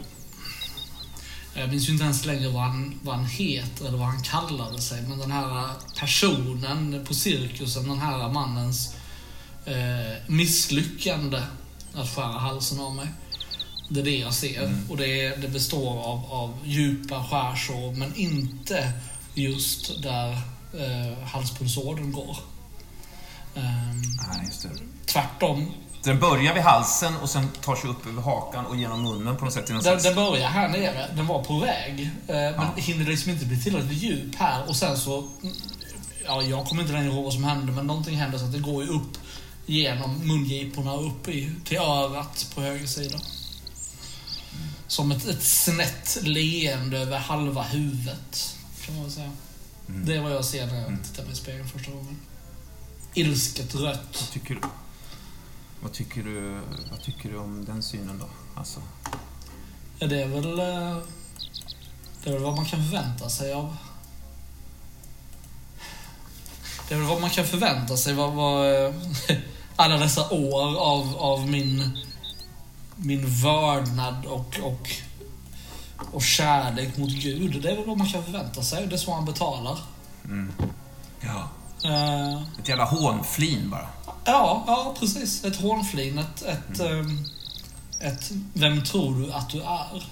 jag minns ju inte ens längre vad han, vad han heter eller vad han kallade sig. Men den här personen på cirkusen, den här mannens eh, misslyckande att skära halsen av mig. Det är det jag ser. Mm. Och det, det består av, av djupa skärsår, men inte just där eh, halspulsådern går. Um, Nej, just det. Tvärtom. Den börjar vid halsen och sen tar sig upp över hakan och genom munnen på något sätt. Den, den börjar här nere. Den var på väg. Eh, men ja. hinner liksom inte bli tillräckligt djup här. Och sen så... Ja, jag kommer inte längre ihåg vad som hände, men någonting hände så att det går ju upp genom mungiporna upp i, till örat på höger sida. Mm. Som ett, ett snett leende över halva huvudet, kan man säga. Mm. Det är vad jag ser när jag mm. tittar mig i spegeln första gången. Ilsket rött. Vad tycker du? Vad tycker du, vad tycker du om den synen då? Alltså. Ja, det är väl det är väl vad man kan förvänta sig av. Det är väl vad man kan förvänta sig vad, vad alla dessa år av, av min, min vördnad och, och, och kärlek mot Gud. Det är väl vad man kan förvänta sig. Det är så han betalar. Mm. Ja. Uh, Ett jävla hånflin bara. Ja, ja, precis. Ett hånflin. Ett, ett, mm. um, ett vem tror du att du är?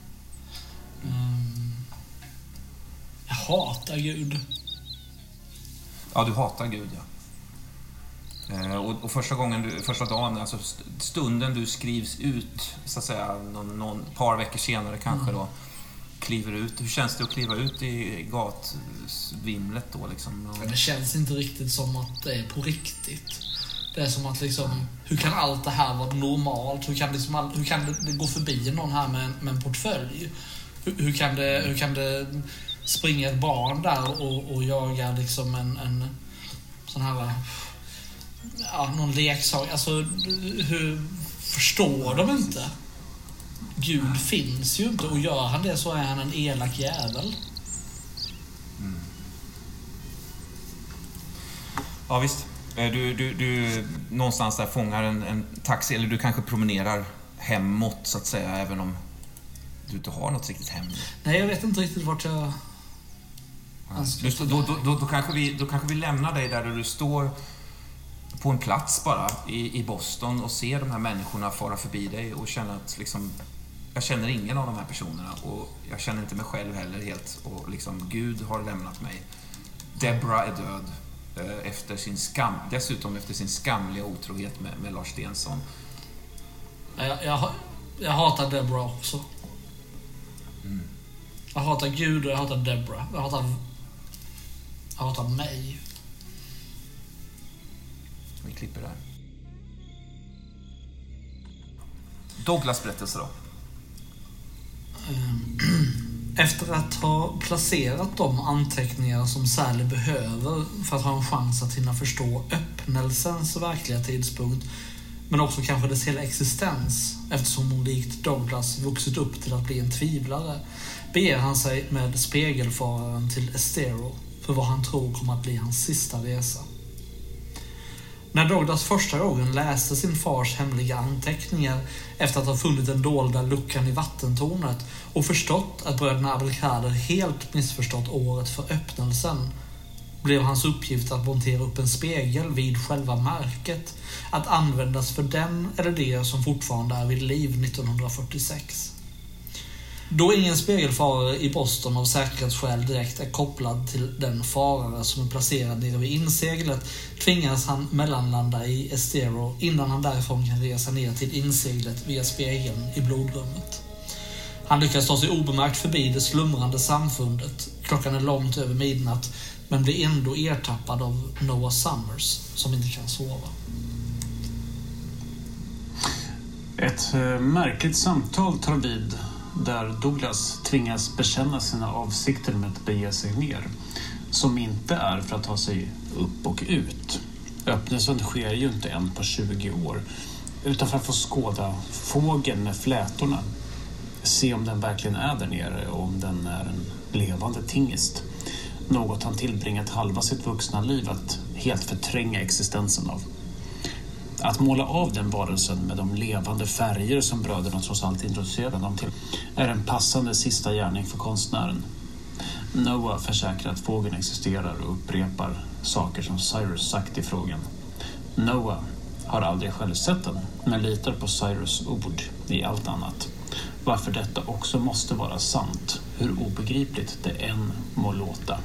Um, jag hatar Gud. Ja, du hatar Gud, ja. Eh, och, och första gången, du, första dagen, alltså stunden du skrivs ut, så att säga, någon, någon par veckor senare kanske mm. då, kliver ut. Hur känns det att kliva ut i gatvimlet då liksom? Och... Det känns inte riktigt som att det är på riktigt. Det är som att liksom, hur kan allt det här vara normalt? Hur kan, liksom all, hur kan det, det gå förbi någon här med en, med en portfölj? Hur, hur, kan det, hur kan det springa ett barn där och, och jaga liksom en, en sån här, ja, någon leksak? Alltså, hur förstår de inte? Gud finns ju inte, och gör han det så är han en elak jävel. Mm. Ja, visst. Du, du, du någonstans där fångar en, en taxi, eller du kanske promenerar hemåt så att säga, även om du inte har något riktigt hem. Nej, jag vet inte riktigt vart jag... Ja. Då, då, då, då, kanske vi, då kanske vi lämnar dig där du står på en plats bara i, i Boston och ser de här människorna fara förbi dig och känner att liksom, jag känner ingen av de här personerna och jag känner inte mig själv heller helt, och liksom Gud har lämnat mig. Deborah är död eh, efter sin skam, dessutom efter sin skamliga otrohet med, med Lars Stensson. Jag, jag, jag hatar Deborah också. Mm. Jag hatar Gud och jag hatar Deborah. Jag hatar, jag hatar mig. Vi klipper där. Douglas berättelse då. Efter att ha placerat de anteckningar som Sally behöver för att ha en chans att hinna förstå öppnelsens verkliga tidspunkt, men också kanske dess hela existens, eftersom hon likt Douglas vuxit upp till att bli en tvivlare, beger han sig med spegelfararen till Estero för vad han tror kommer att bli hans sista resa. När Douglas första gången läste sin fars hemliga anteckningar efter att ha funnit den dolda luckan i vattentornet och förstått att bröderna Abelkader helt missförstått året för öppnelsen, blev hans uppgift att montera upp en spegel vid själva märket, att användas för den eller det som fortfarande är vid liv nittonhundrafyrtiosex. Då ingen spegelfarare i Boston av säkerhetsskäl direkt är kopplad till den farare som är placerad nere vid inseglet, tvingas han mellanlanda i Estero innan han därifrån kan resa ner till inseglet via spegeln i blodrummet. Han lyckas ta sig obemärkt förbi det slumrande samfundet. Klockan är långt över midnatt, men blir ändå ertappad av Noah Summers som inte kan sova. Ett eh, märkligt samtal tar vid där Douglas tvingas bekänna sina avsikter med att bege sig ner, som inte är för att ta sig upp och ut. Öppnelsen sker ju inte än på tjugo år, utan för att få skåda fågeln med flätorna. Se om den verkligen är där nere och om den är en levande tingest. Något han tillbringat halva sitt vuxna liv att helt förtränga existensen av. Att måla av den varelsen med de levande färger som bröderna trots allt introducerade dem till är en passande sista gärning för konstnären. Noah försäkrar att fågeln existerar och upprepar saker som Cyrus sagt i frågan. Noah har aldrig själv sett den, men litar på Cyrus ord i allt annat. Varför detta också måste vara sant, hur obegripligt det än må låta.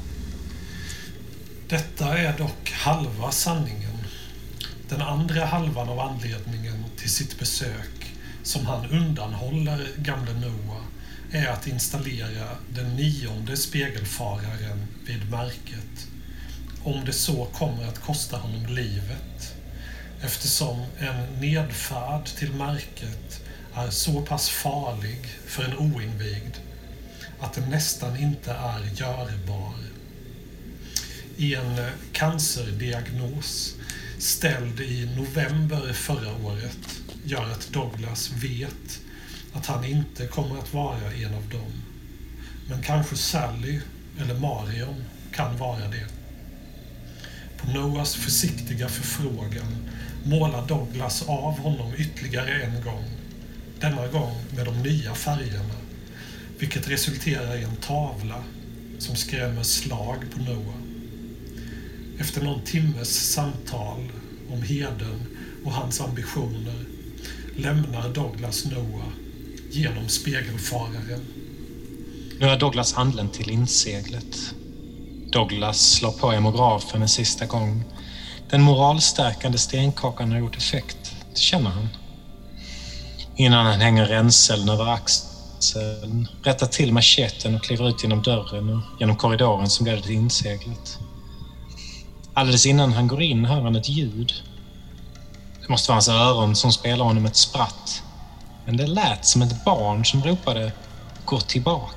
Detta är dock halva sanningen. Den andra halvan av anledningen till sitt besök, som han undanhåller gamle Noah, är att installera den nionde spegelfararen vid märket. Om det så kommer att kosta honom livet. Eftersom en nedfärd till märket är så pass farlig för en oinvigd att den nästan inte är görbar. I en cancerdiagnos ställd i november förra året gör att Douglas vet att han inte kommer att vara en av dem. Men kanske Sally eller Marion kan vara det. På Noahs försiktiga förfrågan målar Douglas av honom ytterligare en gång. Denna gång med de nya färgerna, vilket resulterar i en tavla som skrämmer slag på Noah. Efter någon timmes samtal om heden och hans ambitioner lämnar Douglas Noah genom spegelfararen. Nu är Douglas anlänt till inseglet. Douglas slår på hemografen en sista gång. Den moralstärkande stenkakan har gjort effekt, det känner han. Innan han hänger ränseln över axeln, rättar till macheten och kliver ut genom dörren och genom korridoren som leder till inseglet. Alldeles innan han går in hör han ett ljud. Det måste vara hans öron som spelar honom ett spratt. Men det lät som ett barn som ropade "Gå tillbaka".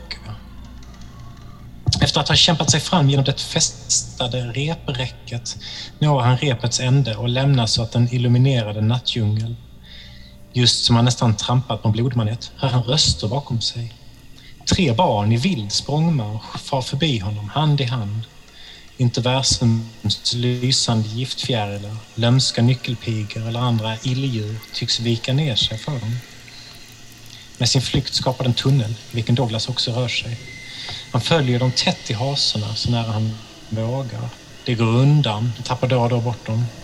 Efter att ha kämpat sig fram genom det fästade repräcket når han repets ände och lämnar så att den illuminerade nattdjungel. Just som han nästan trampat på en blodmanet hör han röster bakom sig. Tre barn i vild språngmarsch far förbi honom hand i hand. Interversums lysande giftfjärilar, lömska nyckelpigor eller andra illdjur tycks vika ner sig för dem. Med sin flykt skapar en tunnel i vilken Douglas också rör sig. Han följer dem tätt i hasorna så nära han vågar. Det går undan, det tappar då och då bort dem.